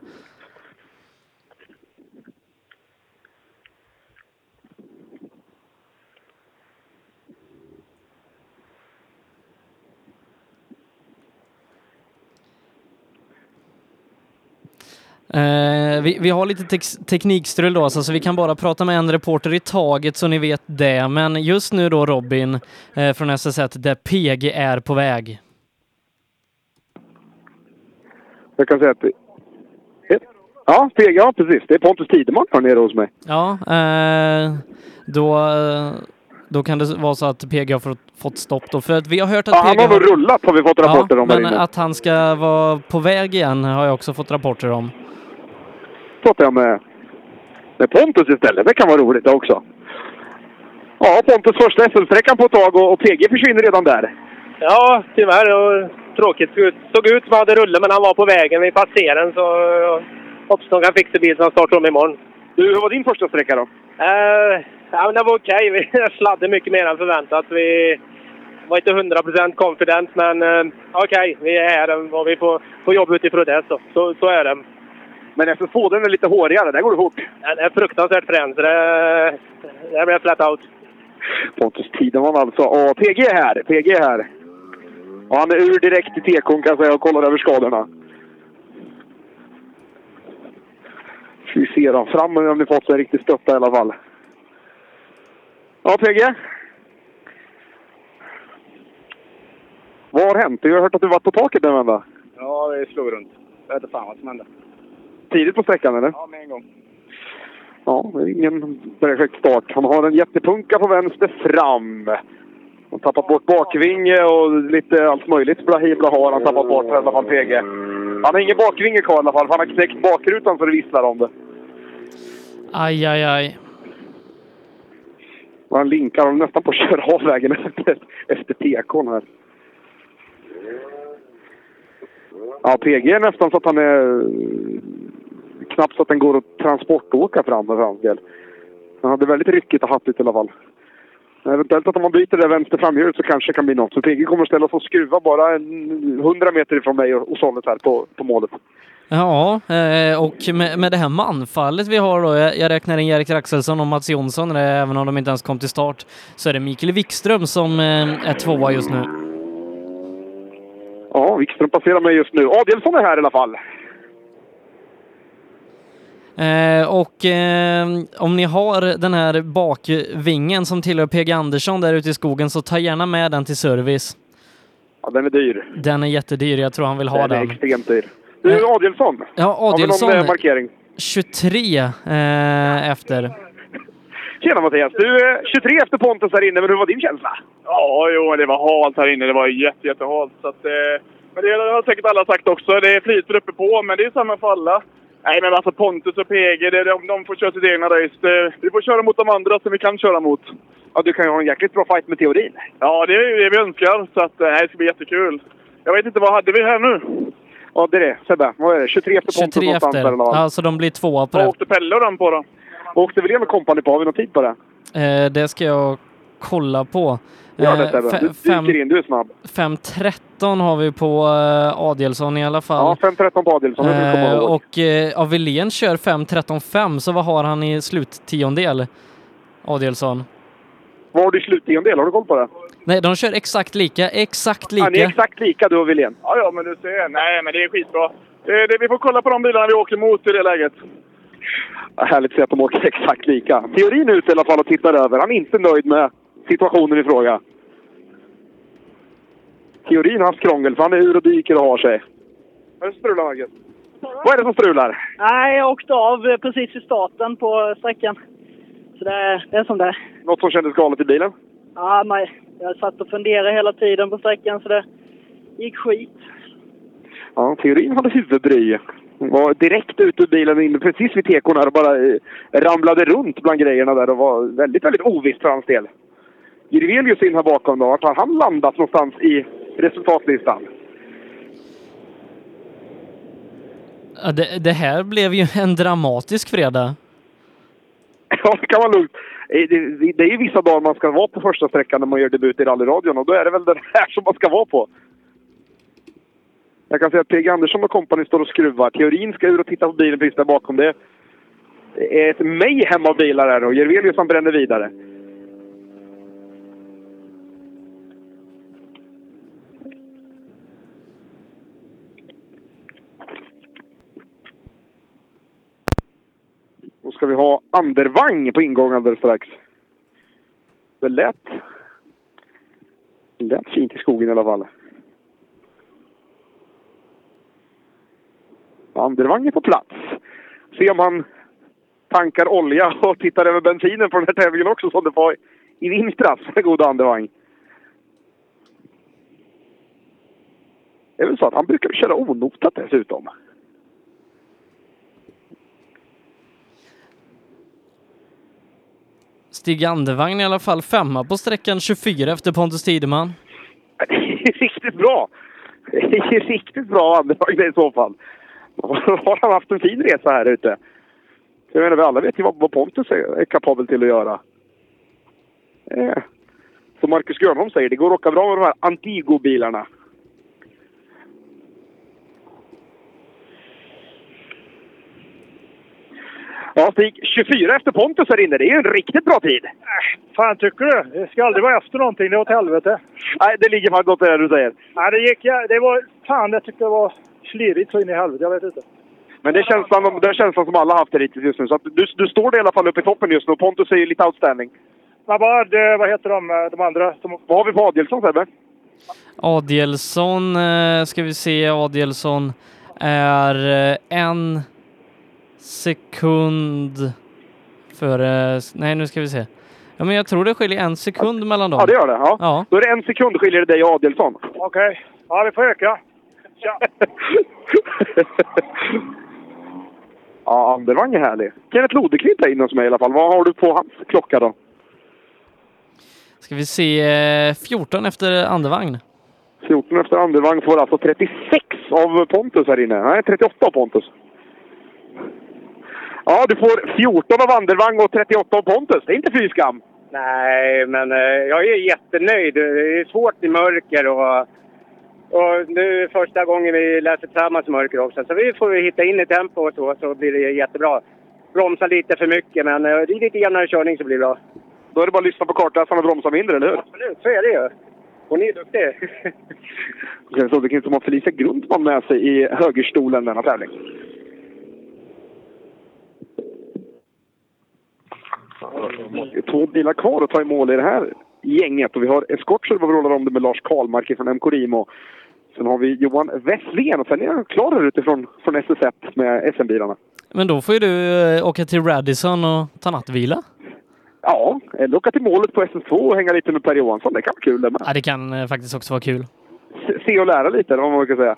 Vi har lite teknikstrul då, så vi kan bara prata med en reporter i taget så ni vet det. Men just nu då Robin från SS1 där PG är på väg. Jag kan säga att... Ja, PG, ja precis. Det är Pontus Tideman här nere hos mig. Ja, då kan det vara så att PG har fått stopp då. För att vi har hört att ja, PG han har nog rullat har vi fått rapporter om. Men här inne. att han ska vara på väg igen har jag också fått rapporter om. Pratar jag med Pontus istället. Det kan vara roligt också. Ja, Pontus första SL-sträckan på ett tag och PG försvinner redan där. Ja, tyvärr. Och tråkigt. Såg ut som han hade rullat, men han var på vägen. Vi passerade den, så hoppas de kan fixa bil som startar om imorgon. Du, hur var din första sträcka då? Ja, men det var okej. Vi sladdade mycket mer än förväntat. Vi var inte 100% confident, men okej. Vi är här och vi får jobba utifrån det. Så är det. Men efter den är lite hårigare, där går det fort. Den är fruktansvärt frän, så det blir flat out. Pontus Tideman alltså. Och PG är här. Och han är ur direkt i tekon kan jag säga och kollar över skadorna. Ska vi se då. Fram om ni fått sig riktigt stötta i alla fall. Ja, PG. Vad har hänt? Jag har hört att du var på taket den vända. Ja, det slog runt. Jag vet inte fan vad som hände. Tidigt på sträckan eller? Ja, med en gång. Ja, det är ingen perfekt start. Han har en jättepunka på vänster fram. Han har tappat bort bakvinge och lite allt möjligt. Blahibla har han tappat bort i alla fall PG. Han har ingen bakvinge kvar i alla fall. För han har knäckt bakrutan så det visslar om det. Aj. Och han linkar nästan på att köra av vägen efter tekon här. Ja, PG är nästan så att han är... knappt så att den går att transportåka fram för hans del. Han hade väldigt ryckigt och hattigt i alla fall. Eventuellt att om man byter det vänster framhjulet så kanske det kan bli något. Så PG kommer att ställa sig och skruva bara 100 meter ifrån mig och Sonnet här på målet. Ja, och med det här manfallet vi har då, jag räknar in Erik Axelsson och Mats Jonsson, även om de inte ens kom till start, så är det Mikael Wikström som är tvåa just nu. Ja, Wikström passerar mig just nu. Adelsson är här i alla fall. Om ni har den här bakvingen som tillhör PG Andersson där ute i skogen, så ta gärna med den till service. Ja, den är dyr. Den är jättedyr, jag tror han vill ha den. Den är extremt dyr. Du, Adelsson. Ja, Adelsson. Har vi någon markering? 23 efter. Tjena Mattias, du är 23 efter Pontus här inne, men hur var din känsla? Ja, jo, det var halt här inne. Det var jättehalt. Så att, men det har säkert alla sagt också. Det är flyter uppe på, men det är samma för alla. Nej, men alltså Pontus och PG, de får köra sitt egna race. Vi får köra mot de andra som vi kan köra mot. Ja, du kan ju ha en jäkligt bra fight med teorin. Ja, det är det vi önskar. Så att, det ska bli jättekul. Jag vet inte, vad hade vi här nu? Ja, det är det. Sebbe, vad är det? 23 efter Pontus 23 efter. Ja, så de blir tvåa på det. Vad åkte Pelle och den på då? Vad åkte vi det med kompani på? Har vi någon tid på det? Det ska jag kolla på. Ja, det Sebbe. Du dyker in, du är snabb. 5.13 har vi på Adelsson i alla fall. Ja, 5.13 på Adelsson. Och Avelén kör 5.13.5, så vad har han i sluttiondel? Adelsson. Vad har du i sluttiondel? Har du koll på det? Nej, de kör exakt lika. Ja, ni är exakt lika, du och Avelén. Ja, men du ser. Nej, men det är skitbra. Vi får kolla på de bilarna vi åker mot i det läget. Ja, härligt att se att de åker exakt lika. Teorin ut i alla fall och tittar över. Han är inte nöjd med situationen i fråga. Teorin har haft krångel, för han är ur och dyker och har sig. Vad är det strular, Marcus? Vad är det som strular? Nej, jag åkte av precis i starten på sträckan. Så det är som det är. Något som kändes galet i bilen? Ja, nej. Jag satt och funderade hela tiden på sträckan, så det gick skit. Ja, Teorin hade huvudbry. Var direkt ute ur bilen inne precis vid tekon här och bara ramlade runt bland grejerna där och var väldigt, väldigt ovisst för hans del. Jirvelius in här bakom då. Vart har han landat någonstans i resultatlistan? Ja, det här blev ju en dramatisk fredag. Ja, det kan man lugnt. Det är ju vissa dagar man ska vara på första sträckan när man gör debut i rallyradion, och då är det väl den här som man ska vara på. Jag kan säga att PG Andersson och kompani står och skruvar. Teorin ska ur och titta på bilen precis där bakom det. Det är ett mayhem av bilar här och Jirvelius som bränner vidare. Då ska vi ha Andervang på ingång alldeles strax. Det lät fint i skogen i alla fall. Andevang är på plats. Se om han tankar olja och tittar över bensinen på den här tävlingen också som det var i vintras. God Andevang. Det är väl så att han brukar köra onotat dessutom. Stig Andevang i alla fall 5 på sträckan 24 efter Pontus Tideman. Det är riktigt bra. Det är riktigt bra Andevang i så fall. Har han haft en fin resa här ute? Jag menar, vi alla vet ju vad Pontus är kapabel till att göra. Som Marcus Grönholm säger, det går att åka bra med de här Antigo-bilarna. Ja, Stig, 24 efter Pontus här inne. Det är ju en riktigt bra tid. Fan, tycker du? Det ska aldrig vara efter någonting. Det är åt helvete. Nej, det ligger faktiskt åt det du säger. Nej, det var... Fan, jag tyckte det var slirigt så in i helvete. Jag vet inte. Men det är känslan som alla haft det hittills just nu. Så att du står i alla fall uppe i toppen just nu. Pontus är ju lite outstanding. Vad heter de andra? Vad har vi på Adielsson, Sebbe? Adielsson, ska vi se. Adielsson är 1 sekund före... Nej, nu ska vi se. Ja, men jag tror det skiljer 1 sekund mellan dem. Ja, det gör det. Ja. Då är det 1 sekund skiljer det dig och Adielsson. Okej. Ja, vi får öka. Tja. Ja, Andevang är härlig. Kenneth Lodekvist är inne hos mig i alla fall. Vad har du på hans klocka då? Ska vi se 14 efter Andevagn. 14 efter Andevagn får alltså 36 av Pontus här inne. Nej, 38 av Pontus. Ja, du får 14 av Andevang och 38 av Pontus. Det är inte fy skam. Nej, men jag är jättenöjd. Det är svårt i mörker och nu är första gången vi läser tillsammans i mörker också. Så vi får hitta in i tempo och så blir det jättebra. Bromsa lite för mycket, men det är lite jämnare körning så blir det bra. Då är det bara att lyssna på kartläsaren och bromsa mindre, eller hur? Absolut, så är det ju. Och ni är duktiga. Sen så det kan inte ha Felicia Grundman med sig i högerstolen denna tävling. Det är 2 bilar kvar att ta i mål i det här gänget. Och vi har Escortser, vad vi rollar om det med Lars Karlmark från MK Rimo. Sen har vi Johan Westlén och sen är han klar där utifrån från SS1 med SM-bilarna. Men då får ju du åka till Radisson och ta nattvila. Ja, eller åka till målet på SS2 och hänga lite med Per Johansson. Det kan vara kul det med. Ja, det kan faktiskt också vara kul. Se och lära lite, vad man kan säga.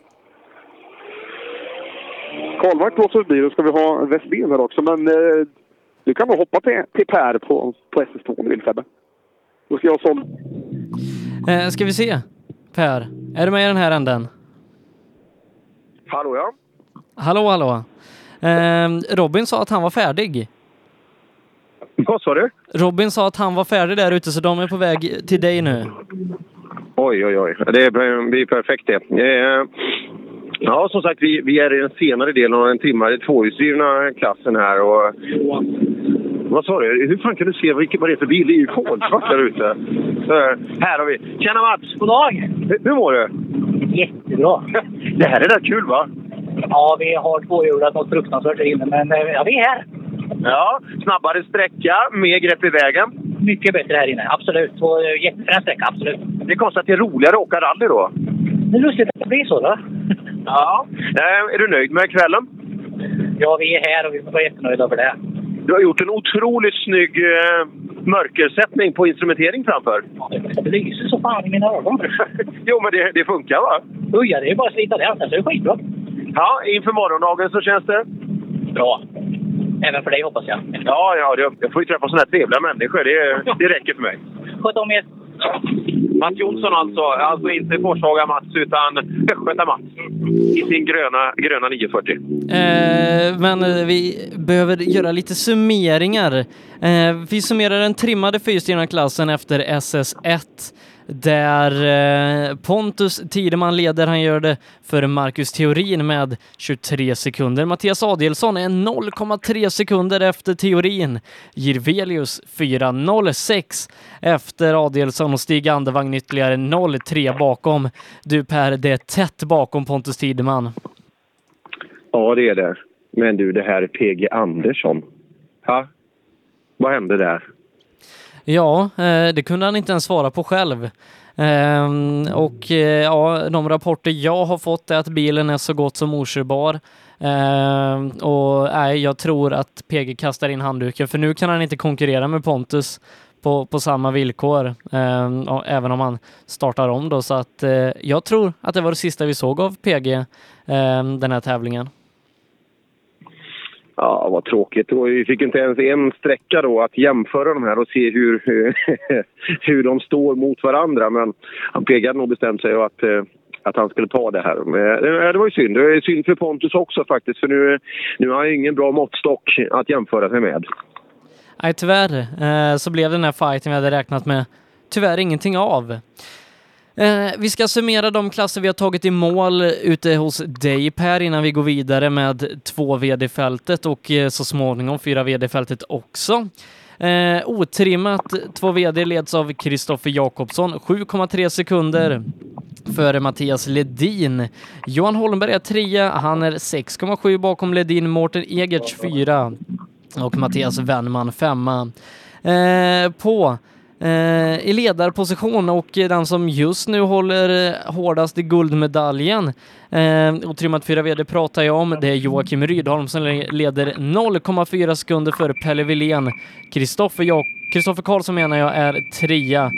Karlmark blåser förbi, då ska vi ha Westlén här också. Men du kan nog hoppa till Per på SS2 om du vill, Sebbe. Då ska jag såld. Ska vi se. Per, är du med i den här änden? Hallå, ja. Hallå. Robin sa att han var färdig. Vad sa du? Robin sa att han var färdig där ute, så de är på väg till dig nu. Oj. Det blir perfekt det. Ja, som sagt, vi är i den senare delen av den timmar i 2-hjulsdrivna klassen här. Och vad sa du? Hur fan kan du se vad det är för bil? Det är ju kolsvart där ute. Så, här har vi. Tjena Mats! God dag! Hur mår du? Jättebra. Det här är där kul, va? Ja, vi har 2-hjulat något fruktansvärt där inne, men ja, vi är här. Ja, snabbare sträcka, mer grepp i vägen. Mycket bättre här inne, absolut. Jättefin sträcka, absolut. Det är konstigt att det är roligare att åka rally då. Det är lustigt att det blir så, då. Ja. Är du nöjd med kvällen? Ja, vi är här och vi får vara jättenöjda över det. Du har gjort en otroligt snygg mörkersättning på instrumentering framför. Ja, det lyser så fan i mina ögon. Jo, men det funkar, va? Ja, det är bara att slita det. Det är skitbra. Ja, inför morgondagen så känns det? Bra. Även för dig, hoppas jag. Ja, jag får ju träffa sådana här trevliga människor. Det räcker för mig. Sköt om er. Mats Jonsson alltså inte Forshaga Mats utan Östgöta Mats i sin gröna 940. Men vi behöver göra lite summeringar. Vi summerar den trimmade fyrstjärniga klassen efter SS1 där Pontus Tideman leder. Han gör det för Marcus Theorin med 23 sekunder. Mattias Adielsson är 0,3 sekunder efter Theorin. Jirvelius 4,06 efter Adielsson och Stig Andevang ytterligare 0,3 bakom. Du Per, det är tätt bakom Pontus Tideman. Ja, det är det. Men du, det här är PG Andersson. Ha? Vad hände där? Ja, det kunde han inte ens svara på själv. Ja, de rapporter jag har fått är att bilen är så gott som okörbar. Och jag tror att PG kastar in handduken, för nu kan han inte konkurrera med Pontus på samma villkor, även om han startar om då. Så att jag tror att det var det sista vi såg av PG den här tävlingen. Ja, vad tråkigt. Och vi fick inte ens en sträcka då att jämföra de här och se hur de står mot varandra. Men han pegade nog bestämt sig att han skulle ta det här. Det var ju synd. Det är synd för Pontus också faktiskt. För nu har han ingen bra måttstock att jämföra sig med. Nej, tyvärr så blev den här fighten vi hade räknat med tyvärr ingenting av. Vi ska summera de klasser vi har tagit i mål ute hos dig, Per, innan vi går vidare med 2VD-fältet och så småningom 4VD-fältet också. Otrimmat 2VD leds av Kristoffer Jakobsson, 7,3 sekunder före Mattias Ledin. Johan Holmberg är 3, han är 6,7 bakom Ledin. Mårten Egerts 4 och Mattias Wennman 5. I ledarposition och den som just nu håller hårdast i guldmedaljen, otrimmat 4VD pratar jag om, det är Joakim Rydholm som leder 0,4 sekunder före Pelle Wilén. Kristoffer Karlsson menar jag är 3,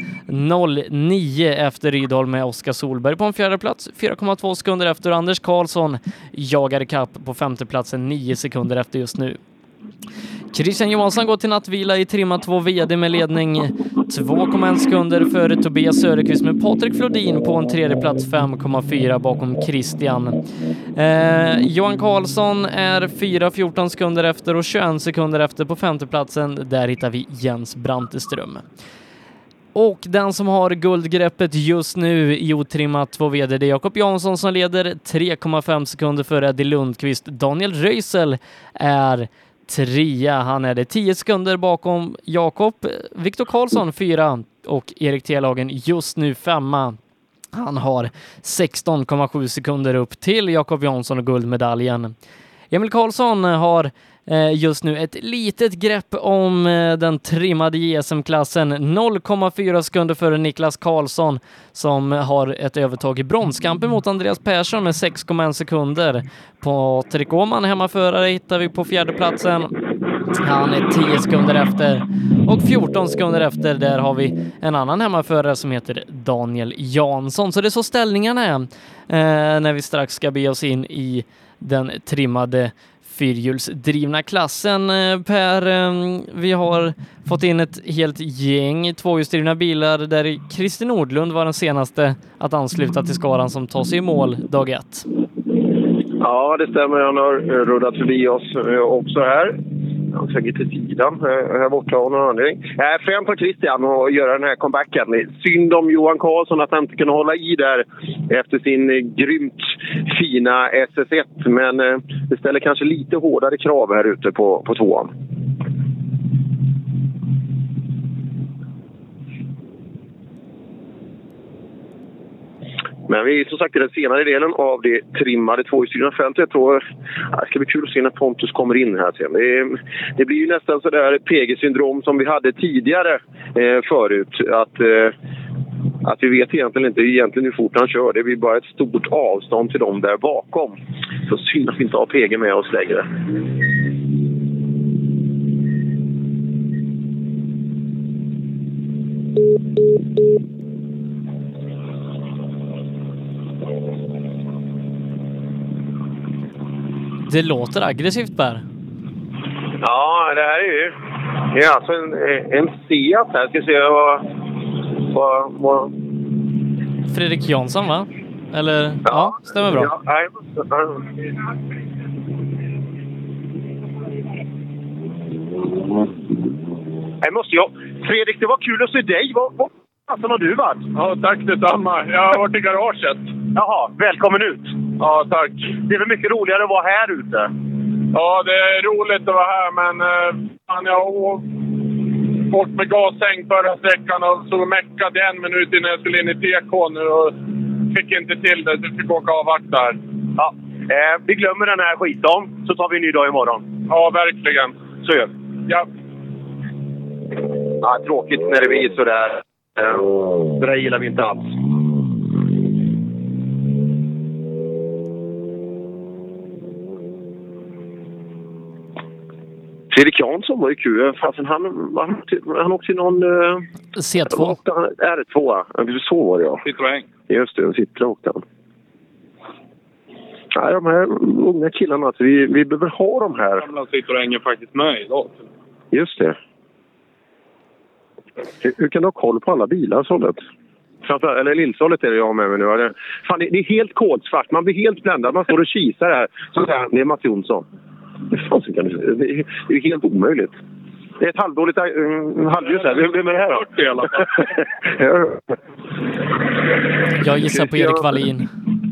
0,9 efter Rydholm med Oskar Solberg på en fjärde plats, 4,2 sekunder efter. Anders Karlsson jagar ikapp på femte platsen, 9 sekunder efter just nu. Christian Johansson går till nattvila i trimma 2VD med ledning 2,1 sekunder före Tobias Söderqvist, med Patrik Flodin på en tredje plats 5,4 bakom Christian. Johan Karlsson är 4,14 sekunder efter och 21 sekunder efter på femteplatsen. Där hittar vi Jens Branteström. Och den som har guldgreppet just nu i otrimmat 2VD, det är Jakob Jansson som leder 3,5 sekunder före Eddie Lundqvist. Daniel Röisel är 3, han är det 10 sekunder bakom Jakob. Viktor Karlsson 4 och Erik Telagen just nu 5. Han har 16,7 sekunder upp till Jakob Jansson och guldmedaljen. Emil Karlsson har just nu ett litet grepp om den trimmade JSM-klassen, 0,4 sekunder före Niklas Karlsson som har ett övertag i bronskampen mot Andreas Persson med 6,1 sekunder. Patrik Åhman, hemmaförare, hittar vi på fjärde platsen. Han är 10 sekunder efter och 14 sekunder efter där har vi en annan hemmaförare som heter Daniel Jansson. Så det är så ställningarna är när vi strax ska be oss in i den trimmade fyrhjulsdrivna klassen. Per, vi har fått in ett helt gäng tvåhjulsdrivna bilar där Christer Nordlund var den senaste att ansluta till skaran som tar sig i mål dag 1. Ja, det stämmer. Han har rullat förbi oss också här. Han svänger till sidan här borta av någon anledning. Främst för Christian att göra den här comebacken. Synd om Johan Karlsson att han inte kunde hålla i där efter sin grymt fina SS1. Men det ställer kanske lite hårdare krav här ute på tvåan. Men vi är som sagt i den senare delen av det trimmade tvåhjulsdrivna fältet och det ska bli kul att se när Pontus kommer in här sen. Det blir ju nästan så där PG-syndrom som vi hade tidigare förut. Att vi vet egentligen inte hur fort han kör. Det blir bara ett stort avstånd till dem där bakom. Så synd att vi inte har PG med oss längre. Det låter aggressivt, Per. Ja, det här är ju... Det är alltså en Seat här. Ska se vad... Fredrik Jansson, va? Eller? Ja, stämmer bra. Ja, Fredrik, det var kul att se dig. Vad har du varit? Ja, tack detsamma. Jag har varit i garaget. Jaha, välkommen ut. Ja, tack. Det är väl mycket roligare att vara här ute? Ja, det är roligt att vara här, men jag har bort med gashäng förra sträckan och så meckade 1 minut innan jag skulle in i TK nu och fick inte till det, så jag fick åka av vakt där. Ja, vi glömmer den här skiten, så tar vi en ny dag imorgon. Ja, verkligen. Så gör vi. Ja. Ja, tråkigt när det blir sådär. Det där gillar vi inte alls. Fredrik Jansson var ju kul. Fastän han åkte till någon... C2. R2. Så var det, ja. Citroën. Just det, Citroën åkte han. Nej, de här unga killarna, alltså, vi behöver ha de här. Gamla Citroën är faktiskt med idag. Just det. Hur kan du ha koll på alla bilar, sålet? Eller Lillsålet är det jag med mig nu. Fan, det är helt kolsvart. Man blir helt bländad. Man står och kisar här. Så säger han, det är Mats Jonsson. Det är helt omöjligt. Det är ett halvdåligt halvljus här. Vem är det här då? I alla fall. Jag gissar på Erik Wallin.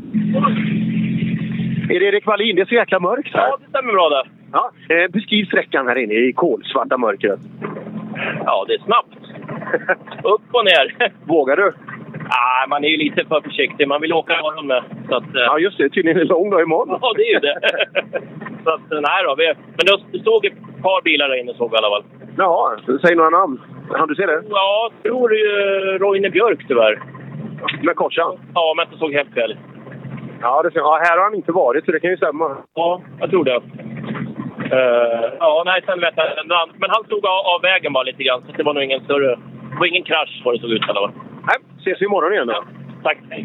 Är det Erik Wallin? Det är så jäkla mörkt här. Ja, det stämmer bra där. Ja, beskriv sträckan här inne i kolsvarta mörkret. Ja, det är snabbt. Upp och ner. Vågar du? Nej, man är ju lite för försiktig. Man vill åka imorgon med. Så att, ja, just det. Tydligen är det lång dag imorgon. Ja, det är ju det. Så att, nej då. Men det stod ett par bilar där inne, såg vi i alla fall. Ja, säg några namn. Kan du se det? Ja, jag tror Roine Björk tyvärr. Med korsan? Ja, men inte såg helt fel. Ja, här har han inte varit, så det kan ju stämma. Ja, jag tror det. Ja, nej, sen vet jag. Men han stod av vägen bara lite grann, så det var nog ingen större... Det var ingen krasch vad det såg ut i alla fall. Nej, ses vi imorgon igen då. Ja, tack. Hej.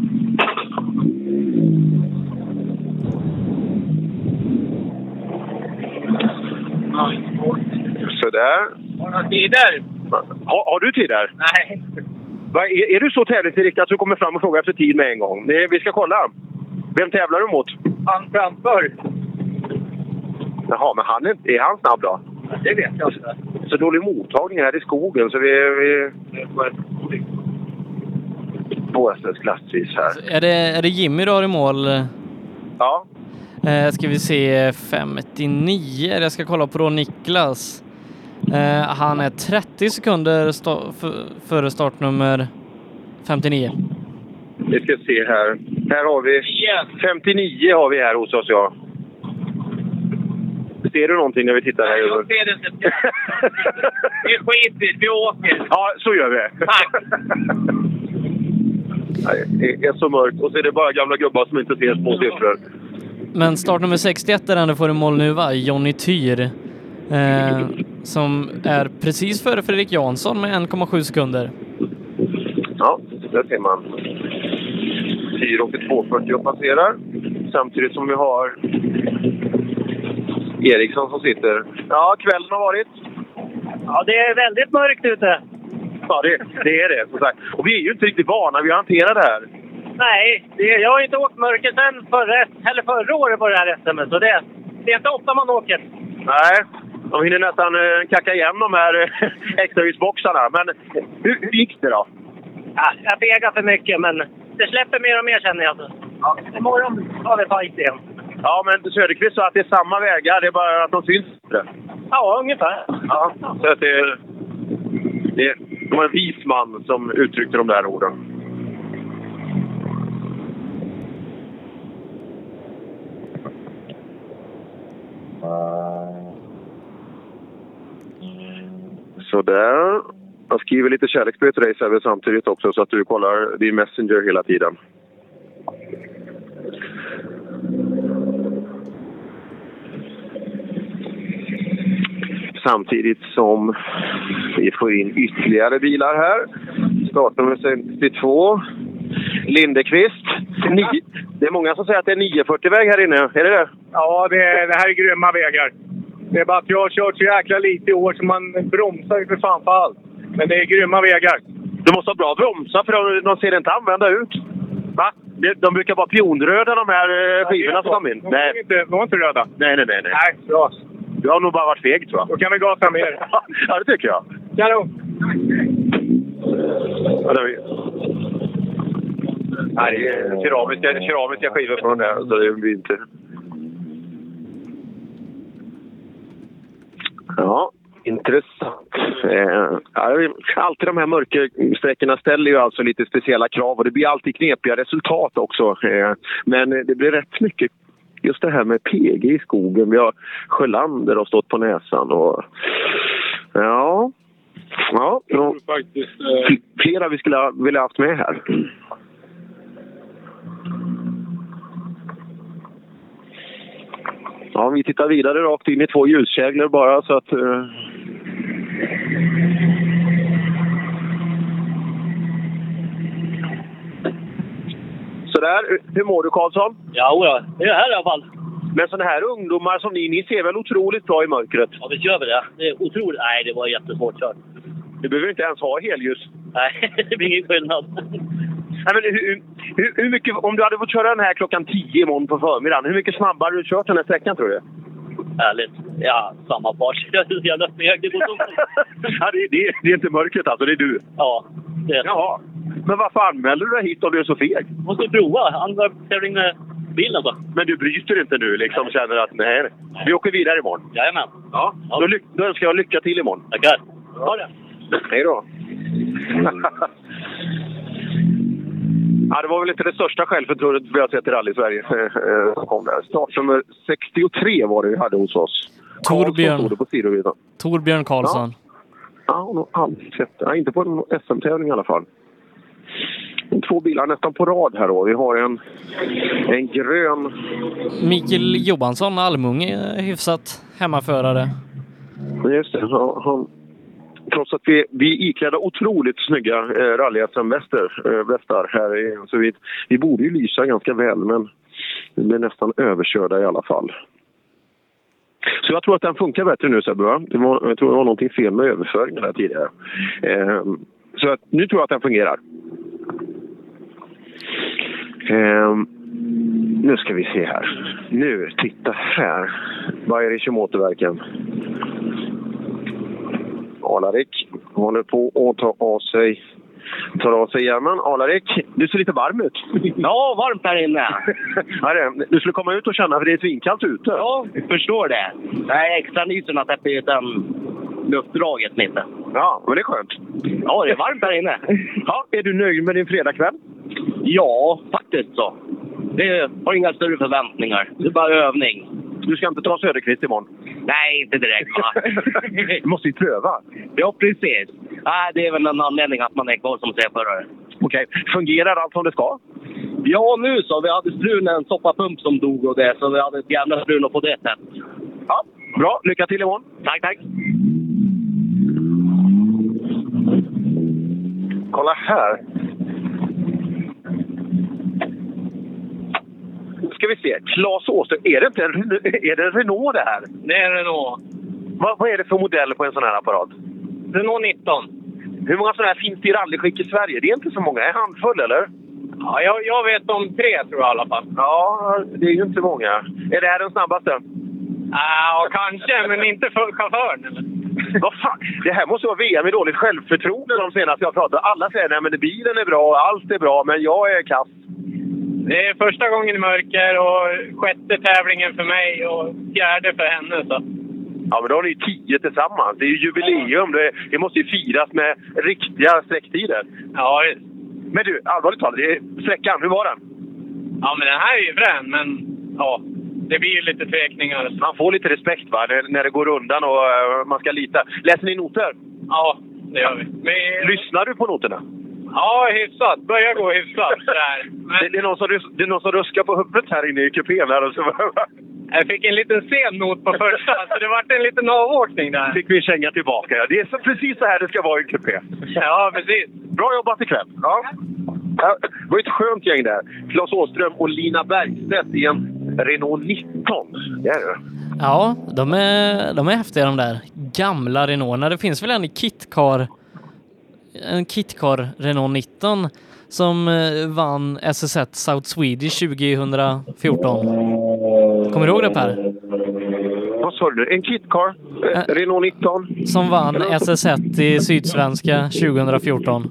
Sådär. Har du tid där? Har du tid där? Nej. Är du så tävlingsinriktad att du kommer fram och frågar efter tid med en gång? Vi ska kolla. Vem tävlar du mot? Han framför. Jaha, men är han snabb då? Det vet jag inte. Så dålig mottagning här i skogen, så vi på SLs klassvis här. Är det Jimmy då i mål? Ja. Ska vi se 59. Jag ska kolla på då Niklas. Han är 30 sekunder före startnummer 59. Vi ska se här. Här har vi 59 har vi här hos oss, ja. Ser du någonting när vi tittar här? Jag ser det inte. Det är skitigt, vi åker. Ja, så gör vi. Tack. Det är så mörkt. Och så är det bara gamla gubbar som inte ser små siffror. Men startnummer 61 är den du får i mål nu, va? Johnny Tyr. Som är precis före Fredrik Jansson med 1,7 sekunder. Ja, där ser man. Tyr åker 2.40 och passerar. Samtidigt som vi har Eriksson som sitter. Ja, kvällen har varit. Ja, det är väldigt mörkt ute. Ja, det är det. Och vi är ju inte riktigt vana vid att hantera det här. Nej, jag har inte åkt mörker sedan förra året på det här SM. Så det är inte ofta man åker. Nej, de hinner nästan kacka igen de här extraljusboxarna. Men hur gick det då? Ja, jag fegar för mycket, men det släpper mer och mer, känner jag. Ja, imorgon har vi fight igen. Ja, men Söderqvist sa att det är samma vägar, det är bara att de syns inte. Ja, ungefär. Ja, så att det var en vis man som uttryckte de där orden. Så där. Jag skriver lite kärleksbrev till dig så samtidigt också, så att du kollar din Messenger hela tiden. Samtidigt som vi får in ytterligare bilar här. Startnummer 62. Lindekvist. Det är många som säger att det är 940-väg här inne. Är det det? Ja, det här är grymma vägar. Det är bara att jag har kört så jäkla lite i år så man bromsar ju för fan på allt. Men det är grymma vägar. Du måste ha bra bromsar för de ser inte använda ut. Va? De brukar vara pionröda, de här skivorna som kom in. De var inte röda. Nej. Nej, bra. Du har nog bara varit feg, tror jag. Då kan vi gasa mer. Ja, det tycker jag. Kanon! Ja, det är keramiska skivor från det här, så det blir inte... Ja, intressant. Alltid de här mörkersträckorna ställer ju alltså lite speciella krav och det blir alltid knepiga resultat också. Men det blir rätt mycket just det här med PG i skogen. Vi har Sjölander har stått på näsan och ja, Ja, tror faktiskt. Flera vi skulle vilja haft med här. Ja, vi tittar vidare rakt in i 2 ljuskäglor bara så att... Sådär, hur mår du Karlsson? Ja, det är här i alla fall. Men sådana här ungdomar som ni ser väl otroligt bra i mörkret? Ja, visst gör vi det. Det är otroligt. Nej, det var jättesvårt kört. Du behöver inte ens ha helljus. Nej, det blir ingen skillnad. Nej, men hur mycket, om du hade fått köra den här klockan 10 imorgon på förmiddagen, hur mycket snabbare har du kört den här sträckan tror du? Ärligt. Ja, samma fart. Jag löp med. Det går så. Ja, det är inte mörkret alltså, det är du. Ja, det är det. Jaha. Men varför anmäler du dig hit om du är så feg? Måste prova. Andra tävling med bilen så. Men du bryter inte nu liksom, känner att nej, vi åker vidare imorgon. Jajamän. Ja. Då önskar jag lycka till imorgon. Tackar. Ha det. Hej då. Ja, det var väl inte det största självförtroendet vi har sett i Rally Sverige som kom där. Startnummer 63 var det vi hade hos oss. Torbjörn Karlsson. Ja, hon har aldrig sett det. Inte på en SM-tävling i alla fall. 2 bilar nästan på rad här då. Vi har en grön... Mikael Johansson, Almunge, hyfsat hemmaförare. Just det, trots att vi iklädda otroligt snygga rally-SM-västar här. Så vi borde ju lysa ganska väl, men vi blir nästan överkörda i alla fall. Så jag tror att den funkar bättre nu, Sebbe, va? Jag tror det var någonting fel med överföringen där tidigare. Så nu tror jag att den fungerar. Nu ska vi se här. Nu, titta här. Bayerische Motorwerken. Alarik håller på att tar av sig hjärmen. Alarik, du ser lite varm ut. Ja, varmt här inne. Du skulle komma ut och känna, för det är svinkallt ute. Ja, jag förstår det. Nej, extra nysen att det är den luftdraget lite. Ja, men det är skönt. Ja, det är varmt här inne. Ja, är du nöjd med din fredagkväll? Ja, faktiskt så. Det har inga större förväntningar. Det är bara övning. Du ska inte ta Söderqvist imorgon? Nej, inte direkt. Du måste ju pröva. Ja, precis. Det är väl en anledning att man är kvar som C-förare. Okej. Fungerar allt som det ska? Ja, nu så. Vi hade strul en soppapump som dog och det. Så vi hade ett jävla strul på det sättet. Ja, bra. Lycka till imorgon. Tack. Kolla här. Nu ska vi se. Claes Åström. Är det en Renault det här? Det är en Renault. Vad är det för modell på en sån här apparat? Renault 19. Hur många sådana här finns det i rallyskick i Sverige? Det är inte så många. Är handfull, eller? Ja, jag vet om 3 tror jag i alla fall. Ja, det är ju inte många. Är det här den snabbaste? Ja, kanske, men inte för chauffören, eller? Vad fan? Det här måste vara VM i dåligt självförtroende de senaste jag pratade. Alla säger nej, men bilen är bra, allt är bra, men jag är kass. Det är första gången i mörker och 6:e tävlingen för mig och 4:e för henne. Så. Ja, men då har ni 10 tillsammans. Det är ju jubileum. Det måste ju firas med riktiga sträcktider. Ja, just. Men du, allvarligt talat, sträckan, hur var den? Ja, men den här är ju frän, men ja, det blir ju lite tvekningar. Man får lite respekt, va? När det går undan och man ska lita. Läser ni noter? Ja, det gör vi. Men... Lyssnar du på noterna? Ja, hyfsat. Börjar gå hyfsat. Men... Det är någon som ruskar på huvudet här inne i kupén. Jag fick en liten sen not på första, så det var en liten avåkning där. Fick vi känga tillbaka. Ja. Det är precis så här det ska vara i kupé. Ja, precis. Bra jobbat ikväll. Ja. Det var ett skönt gäng där. Claes Åström och Lina Bergstedt i en Renault 19. Det är det. Ja, de är häftiga de där gamla Renaultna. Det finns väl en KitKar Renault 19 som vann SS1 South Swedish 2014. Kommer du ihåg det, Per? Vad sa du? En KitKar Renault 19 som vann SS1 i Sydsvenska 2014.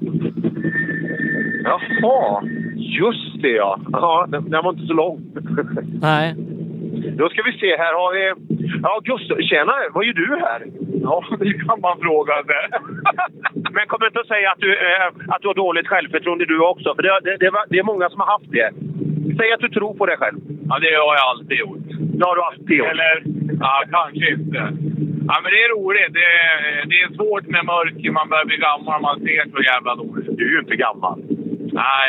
Jaha, just det ja. Ja, den var inte så lång. Nej. Då ska vi se, här har vi... Ja, Gustav, tjena, vad gör du här? Ja, det kan man fråga sig. Men kom inte att säga att du har dåligt självförtroende du också. För det är många som har haft det. Säg att du tror på dig själv. Ja, det har jag alltid gjort. Det har du alltid gjort. Eller, ja, kanske inte. Ja, men det är roligt. Det är svårt med mörker. Man börjar bli gammal. Man ser så jävla dåligt. Du är ju inte gammal. Nej,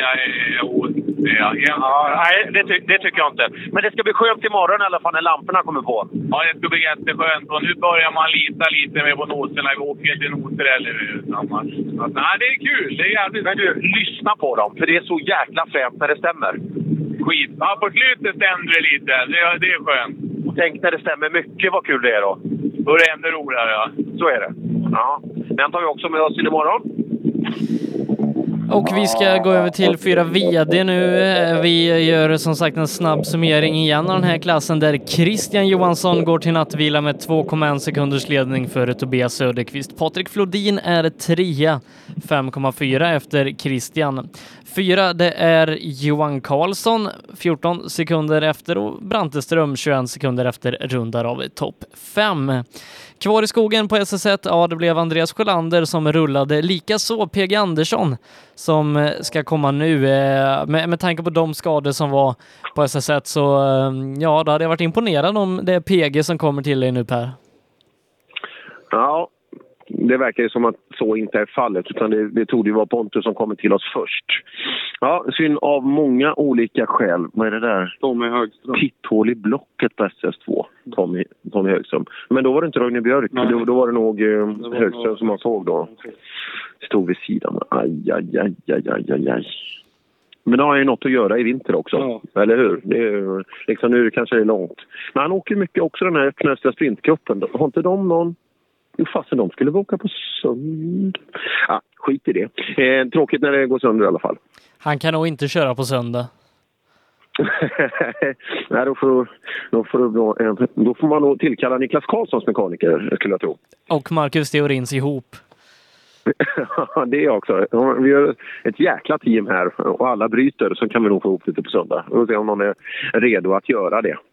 det tycker jag inte. Men det ska bli skönt imorgon i alla fall när lamporna kommer på. Ja, det ska bli jätteskönt. Och nu börjar man lita lite mer på noterna. Vi åker till noter eller annars. Nej, det är kul. Det är jävligt. Men du, lyssna på dem. För det är så jäkla främt när det stämmer. Skit. Ja, på slutet stämde det lite. Det är skönt. Och tänk när det stämmer mycket, vad kul det är då. Då är det ändå roligare, ja. Så är det. Ja. Den tar vi också med oss in imorgon. Och vi ska gå över till 4 VD nu. Vi gör som sagt en snabb summering igen av den här klassen där Christian Johansson går till nattvila med 2,1 sekunders ledning före Tobias Söderqvist. Patrik Flodin är 3, 5,4 efter Christian. 4 det är Johan Karlsson, 14 sekunder efter, och Branteström 21 sekunder efter, rundar av topp 5. Kvar i skogen på SS1, ja det blev Andreas Sjölander som rullade, likaså PG Andersson som ska komma nu. Med tanke på de skador som var på SS1 så ja, då hade jag varit imponerad om det är PG som kommer till dig nu, Per. Ja, det verkar ju som att så inte är fallet, utan det tog ju vara Pontus som kommer till oss först. Ja, synd av många olika skäl. Vad är det där? Tommy Högström. Titthål i blocket på SS2. Tommy Högström. Men då var det inte Ragnar Björk. Då var det nog Högström som man såg då. Stod vid sidan. Aj. Men då har han ju något att göra i vinter också. Ja. Eller hur? Det är, liksom, nu kanske det är långt. Men han åker mycket också den här öppna sprintcupen. Har inte de någon... Jo, fastän de skulle åka på söndag. Ja, skit i det. Tråkigt när det går sönder i alla fall. Han kan nog inte köra på söndag. Nej, då får man nog tillkalla Niklas Karlssons mekaniker, skulle jag tro. Och Marcus Theorins ihop. Ja, det är också. Vi har ett jäkla team här och alla bryter, så kan vi nog få ihop lite på söndag. Och se om någon är redo att göra det.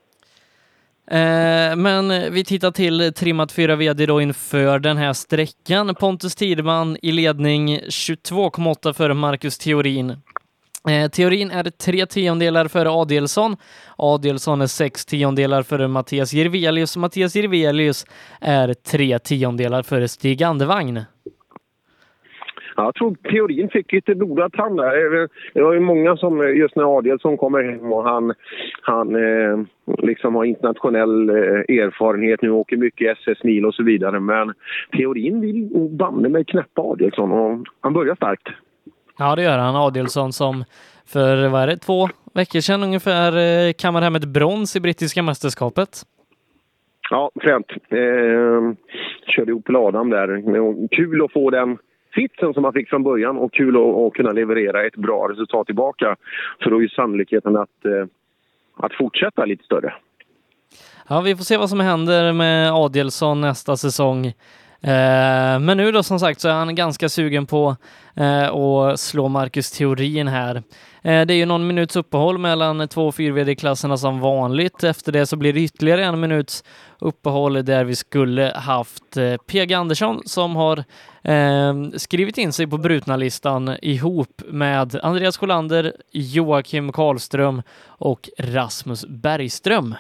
Men vi tittar till trimmat 4 VD då inför den här sträckan. Pontus Tideman i ledning 22,8 före Marcus Theorin. Theorin är 3 tiondelar före Adelsson. Adelsson är 6 tiondelar före Mattias Jirvelius. Mattias Jirvelius är 3 tiondelar före Stig Andevagn. Ja, jag tror Theorin fick lite blodad tand där. Det var ju många som, just när Adelsson kommer hem och han liksom har internationell erfarenhet, nu åker mycket SS-mil och så vidare. Men Theorin vill banne med knäppa Adelsson och han börjar starkt. Ja, det gör han. Adelsson som för 2 veckor sedan ungefär kammar hem ett brons i brittiska mästerskapet. Ja, fränt. Körde ihop på Adam där. Kul att få den sitsen som man fick från början och kul att kunna leverera ett bra resultat tillbaka. För då är ju sannolikheten att fortsätta lite större. Ja, vi får se vad som händer med Adelsson nästa säsong. Men nu då som sagt så är han ganska sugen på att slå Marcus Theorin här. Det är ju någon minuts uppehåll mellan 2 och 4VD-klasserna som vanligt. Efter det så blir det ytterligare 1 minuts uppehåll där vi skulle haft PG Andersson som har skrivit in sig på brutna-listan ihop med Andreas Sjölander, Joakim Karlström och Rasmus Bergström.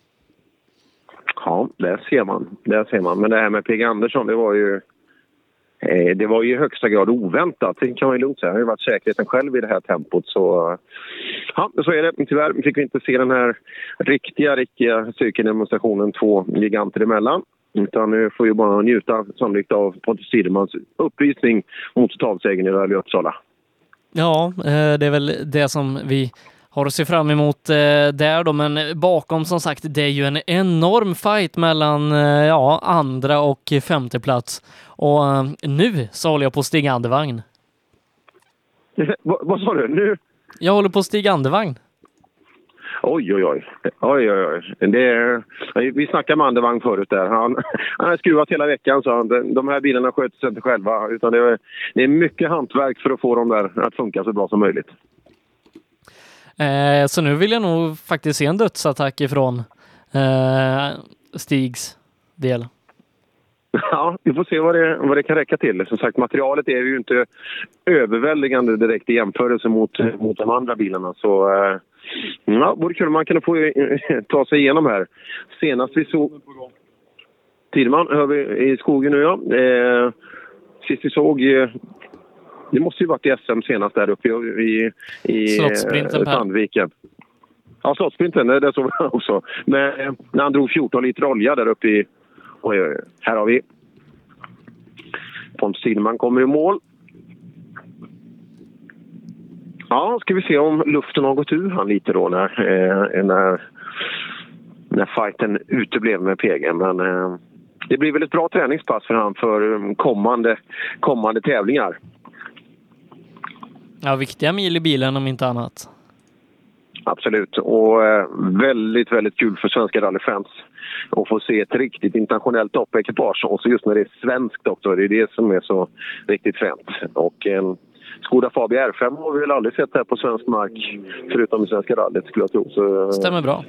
Ja, där ser man. Men det här med PG Andersson, det var ju i högsta grad oväntat. Det kan man ju lugnt säga. Det har ju varit säkerheten själv i det här tempot. Så så är det. Tyvärr fick vi inte se den här riktiga styrkedemonstrationen 2 giganter emellan. Utan nu får vi bara njuta sannolikt av Pontus Tidemans upplysning mot totalsegern i Rally Uppsala. Ja, det är väl det som vi har att se fram emot där då, men bakom som sagt det är ju en enorm fight mellan andra och 5:e plats. Och nu så håller jag på Stig Andevagn. Vad sa du? Nu? Jag håller på Stig Andevagn. Oj. Vi snackade med Andevagn förut där. Han har skruvat hela veckan, så de här bilarna sköter sig inte själva. Utan det är mycket hantverk för att få dem där att funka så bra som möjligt. Så nu vill jag nog faktiskt se en dödsattack ifrån Stigs del. Ja, vi får se vad det kan räcka till. Som sagt, materialet är ju inte överväldigande direkt i jämförelse mot de andra bilarna. Så vore kul om man kunde få ta sig igenom här. Senast vi såg... Tideman hör vi i skogen nu, ja. Sist vi såg... det måste ju varit i SM senast där uppe i Slottsprinten, Sandviken. Ja, Slottsprinten, det såg vi också. Men när han drog 14 liter olja där uppe i... Oj, här har vi... Pontus Tideman kommer i mål. Ja, ska vi se om luften har gått ur han lite då när fighten uteblev med PG. Men det blir väl ett bra träningspass för han för kommande tävlingar. Ja, viktiga mil i bilen om inte annat. Absolut, och väldigt, väldigt kul för svenska rallyfans att få se ett riktigt internationellt toppekipage. Och så just när det är svenskt också, det är det som är så riktigt fränt. Och Skoda Fabia R5 har vi väl aldrig sett här på svensk mark förutom i svenska rallyt, skulle jag tro. Så, stämmer bra.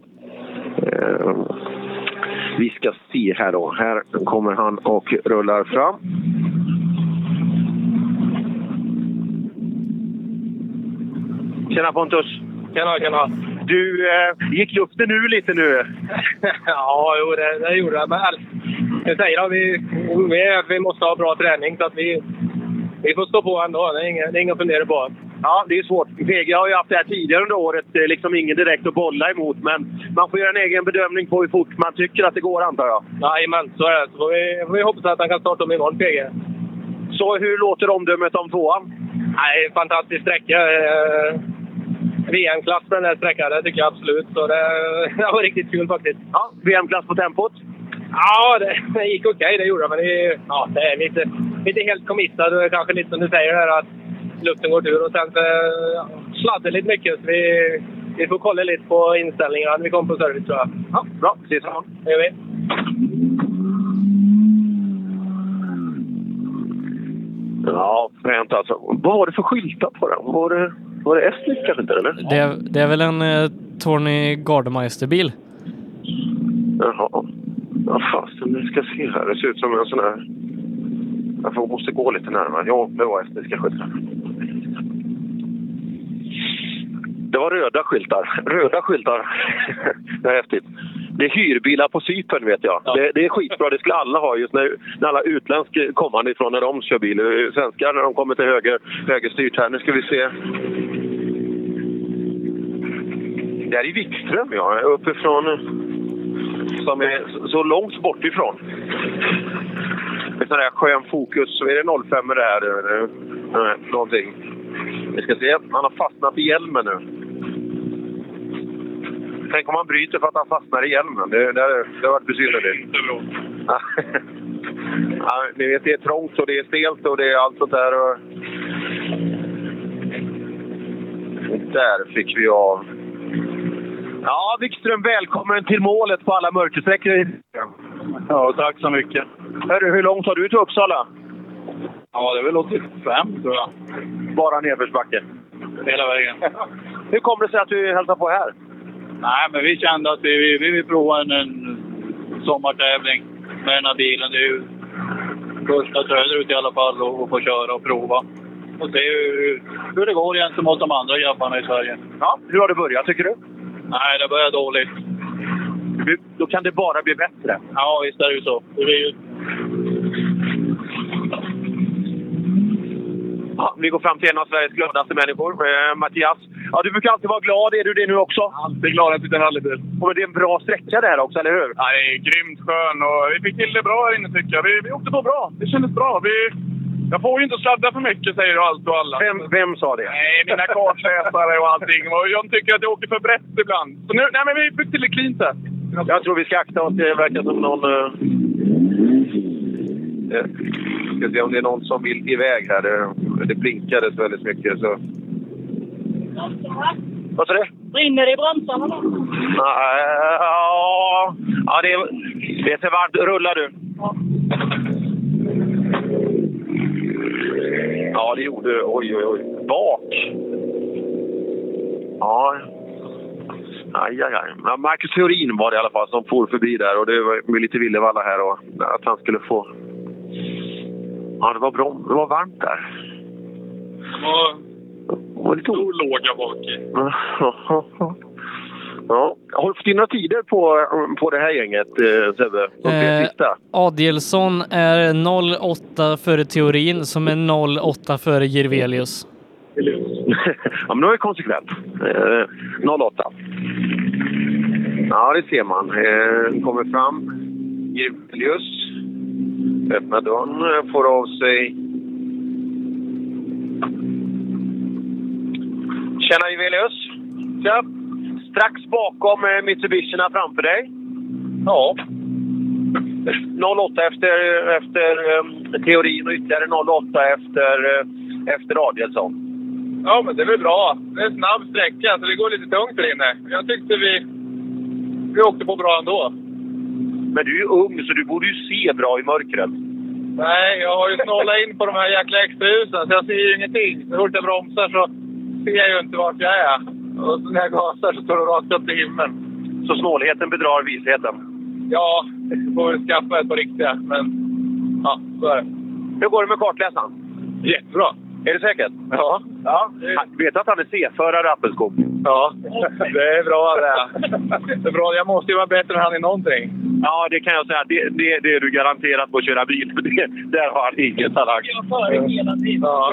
Vi ska se här då. Här kommer han och rullar fram. Tjena Pontus! Tjena. Du, gick luften ur lite nu? Ja, jo, det gjorde jag. Men jag säger att vi måste ha bra träning så att vi får stå på ändå. Det är inget att fundera på. Ja, det är svårt. PG har ju haft det här tidigare under året. Liksom ingen direkt att bolla emot. Men man får göra en egen bedömning på hur fort man tycker att det går, antar jag. Nej, men så är det. Så får vi hoppas att han kan starta om imorgon, PG. Så hur låter omdömet om tvåan? Nej, fantastisk sträcka. VM-klass på den här sträckan, det tycker jag absolut. Så det var riktigt kul faktiskt. Ja, VM-klass på tempot? Ja, det gick okej, det gjorde det. Men det är lite helt committad. Kanske lite som du säger där att luften går ur. Och sen sladdade lite mycket. Så vi får kolla lite på inställningarna när vi kommer på service, tror jag. Ja, bra. Ses så. Det gör vi. Ja, fränt alltså. Vad var det för skyltar på den? Var det Estnisk kanske inte, eller? Det är väl en Tony Gardemeister-bil. Jaha. Ja, fast nu ska se här. Det ser ut som en sån här... Jag måste gå lite närmare. Ja, det var estniska skyltar. Det var röda skyltar. Det är häftigt. Det är hyrbilar på Cypern, vet jag. Ja. Det är skitbra. Det skulle alla ha just när alla utländska kommande ifrån när de kör bil. Svenskar när de kommer till högerstyrt här. Nu ska vi se. Det är i Wikström, ja. Uppifrån... Som är så långt bort ifrån. Med sån där skön fokus. Så är det 05 det här. Eller någonting. Vi ska se. Han har fastnat i hjälmen nu. Tänk om man bryter för att han fastnar i hjälmen. Det har varit besynnerligt. Ja, ni vet, det är trångt och det är stelt och det är allt sånt där. Och där fick vi av. Ja, Wikström, välkommen till målet på alla mörkersträckor. Ja, tack så mycket. Hörru, hur långt har du till Uppsala? Ja, det är väl 85, tror jag. Bara nedförsbacke? Hela vägen. Hur kommer det sig att du hälsar på här? Nej, men vi kände att vi vill prova en sommartävling med den här bilen. Det är ju första söderut i alla fall och få köra och prova. Och se hur det går egentligen mot de andra grabbarna i Sverige. Ja, hur har det börjat, tycker du? Nej, det börjar dåligt. Då kan det bara bli bättre. Ja, visst är det ju så. Det blir ju... Ja, vi går fram till en av Sveriges gladaste människor, Mattias. Ja, du brukar alltid vara glad. Är du det nu också? Alltid glad att det är en rallybil. Och det är en bra sträcka det här också, eller hur? Ja, det är grymt skön och vi fick till det bra här inne, tycker jag. Vi åkte på bra. Det kändes bra. Jag får ju inte sladda för mycket, säger du allt och alla. Vem sa det? Nej, mina kartläsare och allting. Och jag tycker att jag åker för brett ibland. Så nu, men vi fick till det cleant där. Jag tror vi ska akta oss. Det verkar som någon... Ska se om det är någon som vill iväg här. Det blinkades väldigt mycket, så... Vad sa du? Brinner det i bromsarna då? Ja, det är varmt. Rullar du? Ja. Ja, det gjorde... Oj. Bak. Ja. Aj. Ja, Marcus Theorin var det i alla fall som for förbi där. Och det var lite Villevalla här. Och att han skulle få... Ja, det var bra. Det var varmt där. Det var lite låga bak i. Ja. Har du fått in några tider på det här gänget, Sebbe? Adielsson är 0,8 före Theorin, som är 0,8 före Jirvelius. Ja, men då är det konsekvent. 0,8. Ja, det ser man. Kommer fram. Jirvelius. Öppnar dörren. Får av sig. Tjena, Jirvelius. Ja. Strax bakom Mitsubishierna framför dig. Ja. 0,8 efter Theorin och ytterligare 0,8 efter Adielsson. Ja, men det är väl bra. Det är en snabb sträcka så det går lite tungt där inne. Jag tyckte vi åkte på bra ändå. Men du är ju ung så du borde ju se bra i mörkret. Nej, jag har ju snålat in på de här jäkla extrahusen så jag ser ju ingenting. Så fort jag bromsar så ser jag ju inte vart jag är. Och när jag gasar så står det rakt upp i himlen. Så snålheten bedrar visheten? Ja, jag får väl skaffa ett på riktiga. Men ja, så är det. Hur går det med kartläsaren? Jättebra. Är det säkert? Ja. Vet att han är C-förare, Appelskog? Ja, det är bra det. Det är bra. Jag måste ju vara bättre än han i någonting. Ja, det kan jag säga. Det är du garanterat på att köra bil. Där har han ingen talang. Jag före hela tiden. Ja.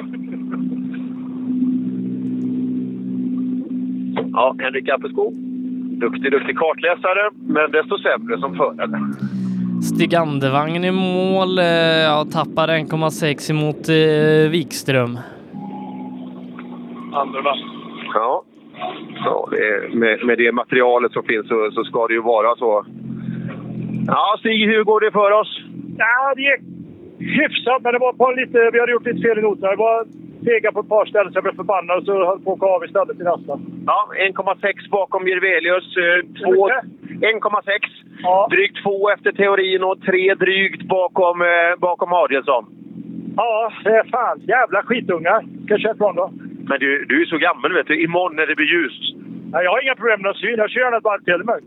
Ja, Henrik Appelskog. Duktig kartläsare, men desto sämre som förare. Stig Andevagn i mål. Tappar 1,6 emot Wikström. Andevagn. Ja. Så med det materialet som finns så ska det ju vara så. Ja, Stig, hur går det för oss? Ja, det gick hyfsat, men det var vi hade gjort lite fel i noterna. Det var fega på ett par ställen så jag blev förbannad och så höll på att åka av istället till nästa. Ja, 1,6 bakom Jirvelius. 1,6. Ja. Drygt 2 efter Theorin och 3 drygt bakom Adielsson. Ja, det är fan. Jävla skitungar. Ska köra ifrån då. Men du är så gammal, vet du. Imorgon när det blir ljust. Nej, jag har inga problem med syn. Jag kör gärna ett varv till mig.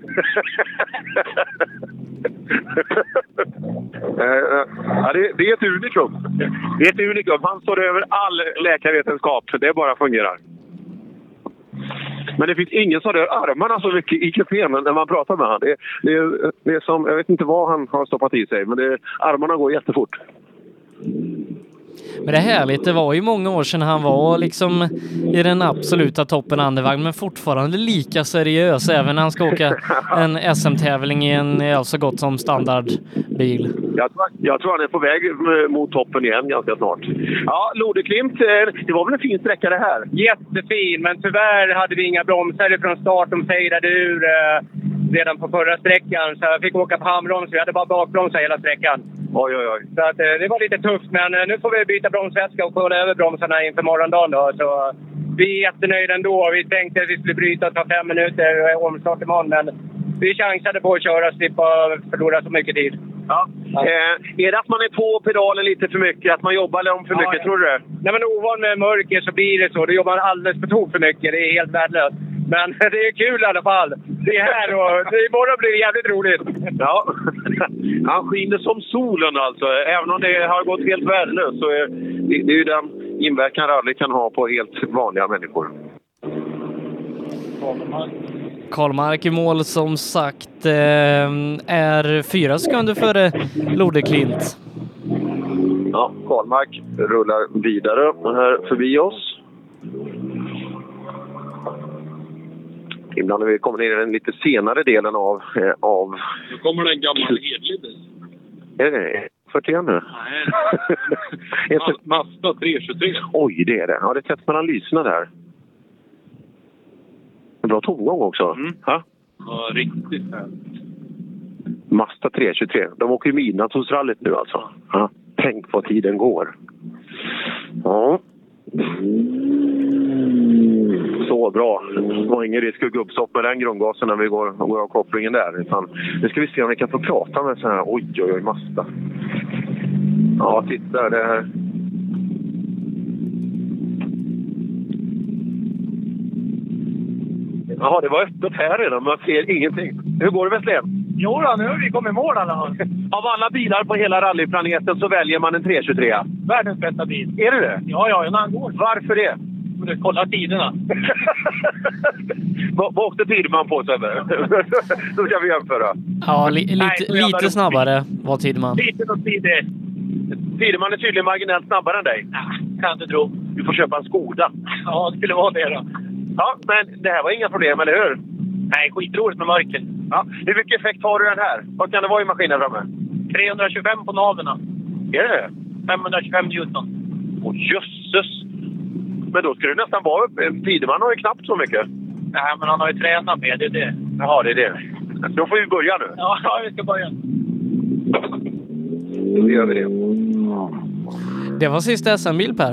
Ja, det är ett unikum. Det är ett unikum. Han står över all läkarvetenskap. Det bara fungerar. Men det finns ingen som rör armarna så mycket i kupén när man pratar med honom. Det är som, jag vet inte vad han har stoppat i sig, men armarna går jättefort. Men det är härligt, det var ju många år sedan han var liksom i den absoluta toppen Andevagn, men fortfarande lika seriös även när han ska åka en SM-tävling i en så gott som standardbil. Jag tror han är på väg mot toppen igen ganska snart. Ja, Lodeklint, det var väl en fin sträcka det här? Jättefin, men tyvärr hade vi inga bromsar från start. De fejdade ur redan på förra sträckan, så jag fick åka på handbroms. Vi hade bara bakbromsar hela sträckan. Oj. Så att, det var lite tufft, men nu får vi byta bromsvätska och kolla över bromsarna inför morgondagen då. Så vi är jättenöjda ändå. Vi tänkte att vi skulle bryta och ta 5 minuter omstart imorgon, men vi chansade på att köra och slippa förlora så mycket tid. Ja. Är det att man är på pedalen lite för mycket? Att man jobbar om för mycket, tror du det? När man är ovan med mörker så blir det så. Då jobbar man alldeles på tok för mycket. Det är helt värdelöst. Men det är kul i alla fall. Det är här och imorgon blir det jävligt roligt. Ja, han skiner som solen alltså. Även om det har gått helt värdelöst så är det är ju den inverkan rally kan ha på helt vanliga människor. Karlmark i mål som sagt är 4 sekunder före Lodeklint. Ja, Karlmark rullar vidare här förbi oss. Ibland när vi kommer in i den lite senare delen av... Nu kommer det en gammal hedlig bil. Är det 41 nu? Nej. Mazda 323. Oj, det är det. Ja, det är tätt mellan lyserna där. En bra tomgång också. Ja, riktigt härligt. Mazda 323. De åker ju midnattsrallyt nu alltså. Ja, tänk på tiden går. Ja. Så bra. Det var ingen risk att gubbsopp med den grundgasen när vi går av kopplingen där. Utan nu ska vi se om vi kan få prata med så här. Oj, Mazda. Ja, titta det här. Jaha, det var öppet här redan. Man ser ingenting. Hur går det, Westlén? Jo då, nu har vi kommit i mål alla. Av alla bilar på hela rallyplaneten så väljer man en 323. Världens bästa bil. Är det det? Ja, en annan går. Varför det? Kolla tiderna. Vad åkte Tidman på sig? Då ska vi jämföra. Ja, lite snabbare var Tidman. Lite något tidigt. Tidman är tydligen marginellt snabbare än dig. Kan du tro. Du får köpa en Skoda. Ja, det skulle vara det då. Ja, men det här var inga problem, eller hur? Nej, skitroligt med mörker. Ja. Hur mycket effekt har du den här? Vad kan det vara i maskinen framme? 325 på navelna. Är det? 525 Newton. Åh, jösses! Men då ska det nästan vara uppe. Tideman har ju knappt så mycket. Nej, men han har ju tränat med det. Jaha, det är det. Då får vi börja nu. Ja, vi ska börja. Då gör vi det. Det var sista SM-bil, Per.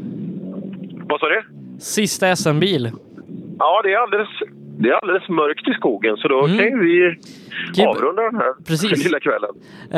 Vad sa du? Sista SM-bil. Ja, det är alldeles mörkt i skogen, så då kan vi avrunda den här lilla kvällen.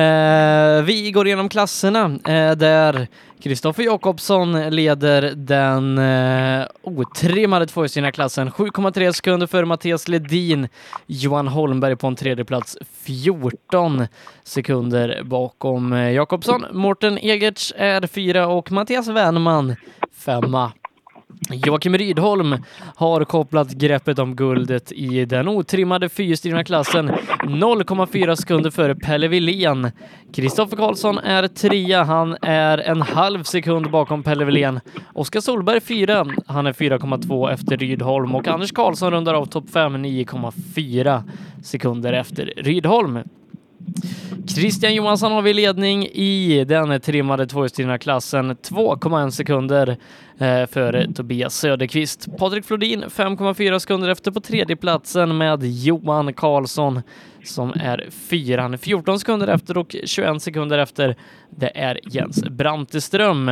Vi går igenom klasserna där Kristoffer Jakobsson leder den otrimmade tvåhjulsdrivna klassen. 7,3 sekunder för Mattias Ledin. Johan Holmberg på en tredje plats, 14 sekunder bakom Jakobsson. Mårten Egerts är 4 och Mattias Wernman 5. Joakim Rydholm har kopplat greppet om guldet i den otrimmade fyrhjulsdrivna klassen, 0,4 sekunder före Pelle Wilén. Kristoffer Karlsson är 3, han är en halv sekund bakom Pelle Wilén. Oskar Solberg 4, han är 4,2 efter Rydholm och Anders Karlsson rundar av topp 5, 9,4 sekunder efter Rydholm. Christian Johansson har vi ledning i den trimmade tvåhjulsdrivna klassen, 2,1 sekunder före Tobias Söderqvist. Patrik Flodin 5,4 sekunder efter på tredje platsen med Johan Karlsson som är 4. Han är 14 sekunder efter och 21 sekunder efter det är Jens Branteström.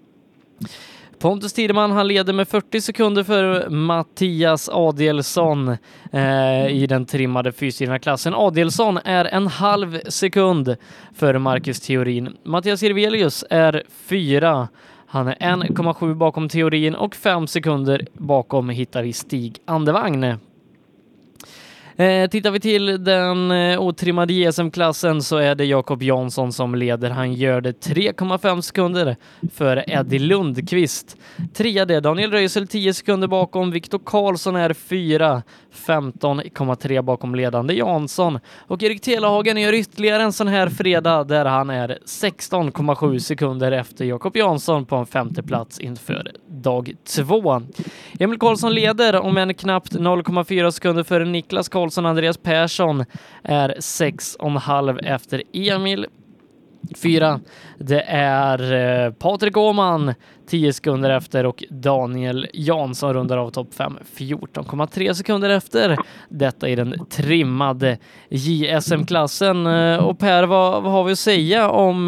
Pontus Tideman, han leder med 40 sekunder för Mattias Adelsson i den trimmade fyrhjulsdrivna klassen. Adelsson är en halv sekund för Marcus Theorin. Mattias Irvelius är 4. Han är 1,7 bakom Theorin och 5 sekunder bakom hittar vi Stig Andevagn. Tittar vi till den otrimmade JSM-klassen så är det Jakob Jansson som leder. Han gör det 3,5 sekunder för Eddie Lundqvist. 3 det Daniel Röisel 10 sekunder bakom. Viktor Karlsson är 4, 15,3 bakom ledande Jansson. Och Erik Telehagen gör ytterligare en sån här fredag där han är 16,7 sekunder efter Jakob Jansson på en femte plats inför dag 2. Emil Karlsson leder om en knappt 0,4 sekunder före Niklas Karlsson. Andreas Persson är 6,5 efter Emil. 4. Det är Patrik Åhman 10 sekunder efter och Daniel Jansson rundar av topp 5 14,3 sekunder efter. Detta är den trimmade JSM-klassen. Och Per, vad har vi att säga om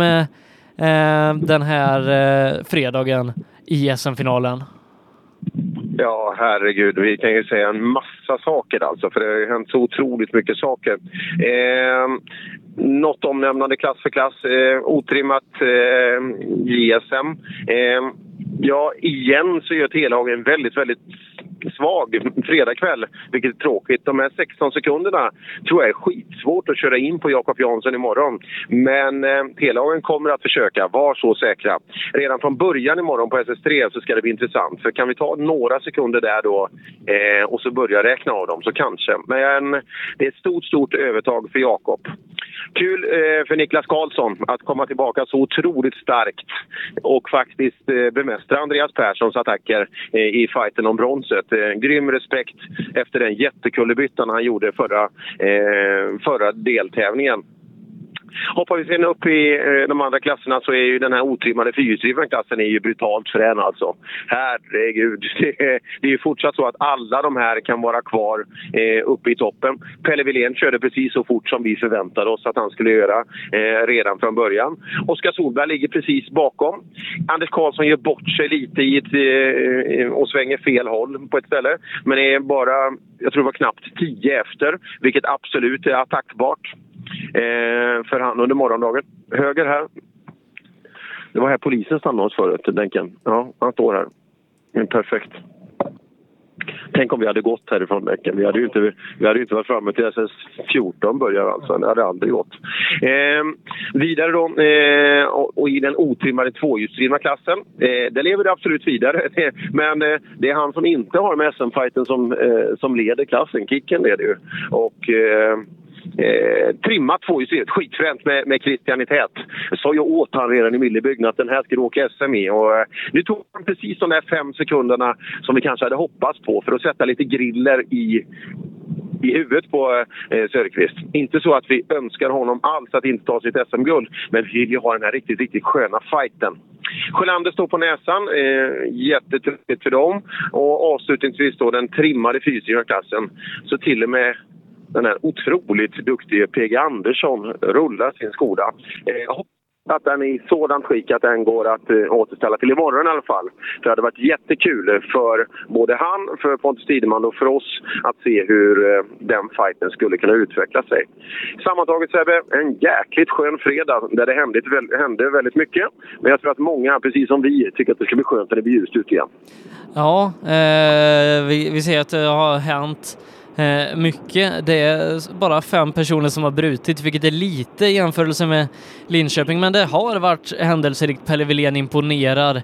den här fredagen i SM-finalen? Ja, herregud. Vi kan ju säga en massa saker alltså, för det har ju hänt så otroligt mycket saker. Något omnämnande klass för klass, otrimmat JSM. Ja, igen så gör Telehagen väldigt, väldigt svag fredagkväll, vilket är tråkigt. De här 16 sekunderna tror jag är skitsvårt att köra in på Jakob Jansson imorgon. Men Telehagen kommer att försöka, var så säkra. Redan från början imorgon på SS3 så ska det bli intressant. För kan vi ta några sekunder där då och så börja räkna av dem så kanske. Men det är ett stort övertag för Jakob. Kul för Niklas Karlsson att komma tillbaka så otroligt starkt och faktiskt bemästra Andreas Perssons attacker i fighten om bronset. Grym respekt efter den jättekullerbyttan han gjorde förra deltävlingen. Hoppar vi sen upp i de andra klasserna så är ju den här otrimmade fyrhjulsdrivna klassen är ju brutalt frän alltså. Herregud, det är ju fortsatt så att alla de här kan vara kvar uppe i toppen. Pelle Wilén körde precis så fort som vi förväntade oss att han skulle göra redan från början. Oskar Solberg ligger precis bakom. Anders Karlsson gör bort sig lite och svänger fel håll på ett ställe. Men är bara, jag tror det var knappt 10 efter, vilket absolut är attackbart. För han under morgondagen. Höger här. Det var här polisen stannade oss förut, Denken. Ja, han står här. Perfekt. Tänk om vi hade gått härifrån Denken. Vi hade ju inte varit framme till SS14 börjar alltså. Det hade aldrig gått. Vidare då, och i den otrimmade tvåhjulsdrivna klassen, där lever det absolut vidare. Men det är han som inte har med SM-fighten som leder klassen. Kicken leder ju. Och trimmat tvåhjulsdrivet, skitfränt med Christianitet. Så jag åt han redan i Millebygden att den här ska åka SM i. Och nu tog han precis de där 5 sekunderna som vi kanske hade hoppats på för att sätta lite griller i huvudet på Söderqvist. Inte så att vi önskar honom alls att inte ta sitt SM-guld, men vi vill ju ha den här riktigt, riktigt sköna fighten. Sjölander står på näsan, jättetryckigt för dem. Och avslutningsvis då den trimmade fysiska klassen, så till och med den här otroligt duktiga PG Andersson rullar sin Skoda. Jag hoppas att den är i sådant skick att den går att återställa till imorgon i alla fall. Det hade varit jättekul för både han, för Pontus Tideman och för oss att se hur den fighten skulle kunna utveckla sig. Sammantaget så är det en jäkligt skön fredag där det hände väldigt mycket. Men jag tror att många, precis som vi, tycker att det ska bli skönt när det blir ljust ut igen. Ja, vi ser att det har hänt mycket. Det är bara 5 personer som har brutit, vilket är lite i jämförelse med Linköping, men det har varit händelserikt. Pelle Wilén imponerar.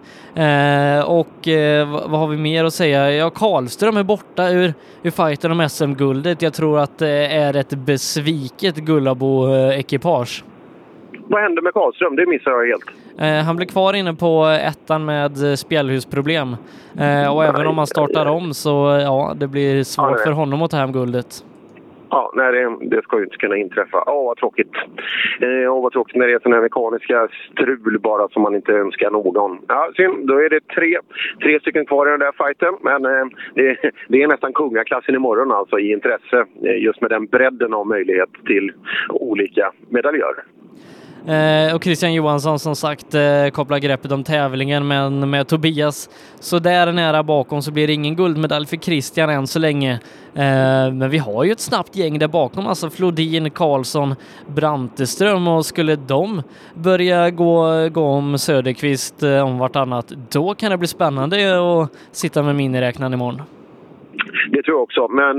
Vad har vi mer att säga? Ja, Karlström är borta ur fighten om SM-guldet. Jag tror att det är ett besviket Gullabo-ekipage. Vad hände med Karlström? Det missar jag helt. Han blir kvar inne på ettan med spjällhusproblem. Och även om han startar om så det blir svårt för honom att ta hem guldet. Ja, nej, det ska ju inte kunna inträffa. Vad tråkigt. Vad tråkigt när det är sådana här mekaniska strul bara som man inte önskar någon. Ja, sen, då är det tre stycken kvar i den där fighten. Men det är nästan kungaklassen imorgon alltså i intresse. Just med den bredden av möjlighet till olika medaljörer. Och Christian Johansson som sagt kopplar greppet om tävlingen, men med Tobias så där nära bakom så blir det ingen guldmedalj för Christian än så länge. Men vi har ju ett snabbt gäng där bakom, alltså Flodin, Karlsson, Branteström, och skulle de börja gå om Söderqvist om vartannat, då kan det bli spännande att sitta med miniräknaren imorgon. Det tror jag också, men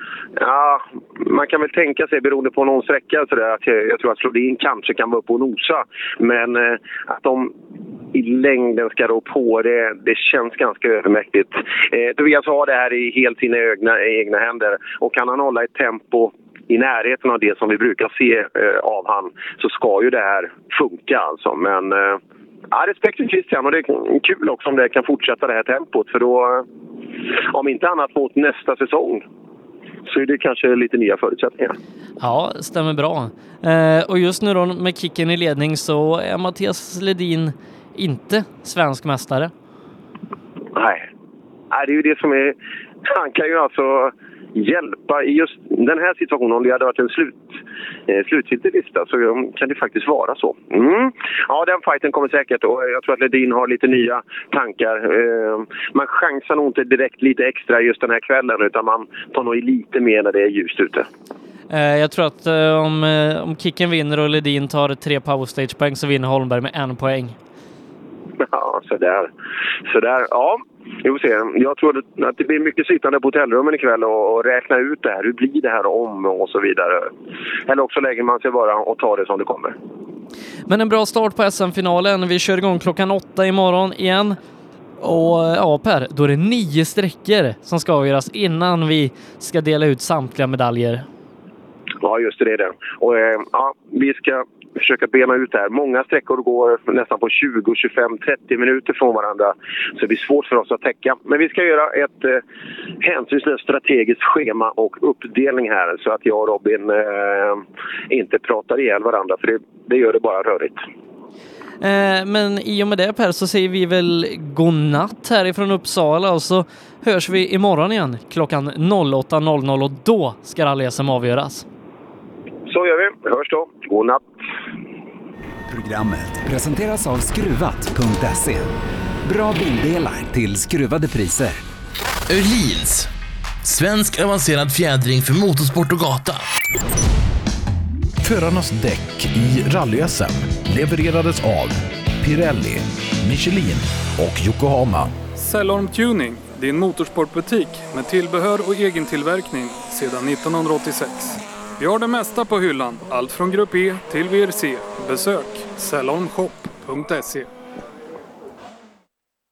man kan väl tänka sig beroende på någon sträcka så där, att jag tror att Flodin kanske kan vara uppe och nosa, men att de i längden ska rå på det känns ganska övermäktigt. Tobias har det här i helt sina egna händer, och kan han hålla ett tempo i närheten av det som vi brukar se av han, så ska ju det här funka alltså, men respekt för Christian, och det är kul också om det kan fortsätta det här tempot, för då, om inte annat mot nästa säsong, så är det kanske lite nya förutsättningar. Ja, stämmer bra. Och just nu då med Kicken i ledning så är Mattias Ledin inte svensk mästare. Nej, det är ju det som är... Han kan ju alltså hjälpa i just den här situationen. Om det hade varit en slutgiltig lista så kan det faktiskt vara så. Ja, den fighten kommer säkert, och jag tror att Ledin har lite nya tankar. Man chansar nog inte direkt lite extra just den här kvällen, utan man tar nog lite mer när det är ljust ute. Jag tror att om Kicken vinner och Ledin tar 3 powerstage-poäng så vinner Holmberg med 1 poäng. Ja, sådär. Ja, vi får se. Jag tror att det blir mycket sittande på hotellrummen ikväll och räkna ut det här. Hur blir det här om och så vidare. Eller också lägger man sig bara och tar det som det kommer. Men en bra start på SM-finalen. Vi kör igång 8:00 imorgon igen. Och Per, då är det 9 sträckor som ska avgöras innan vi ska dela ut samtliga medaljer. Ja, just det är det. Och vi ska försöka bena ut det här. Många sträckor går nästan på 20, 25, 30 minuter från varandra. Så det blir svårt för oss att täcka. Men vi ska göra ett hänsynslöst strategiskt schema och uppdelning här. Så att jag och Robin inte pratar ihjäl varandra. För det gör det bara rörigt. Men i och med det, Per, så säger vi väl godnatt härifrån Uppsala, och så hörs vi imorgon igen klockan 08:00, och då ska rally-SM avgöras. Så gör vi. Hörs då. Godnatt. Programmet presenteras av Skruvat.se. Bra bildelar till skruvade priser. Öhlins. Svensk avancerad fjädring för motorsport och gata. Förarnas däck i rally-SM levererades av Pirelli, Michelin och Yokohama. Cellorm Tuning, din motorsportbutik med tillbehör och egen tillverkning sedan 1986. Vi har det mesta på hyllan, allt från Grupp E till VRC. Besök salonshop.se.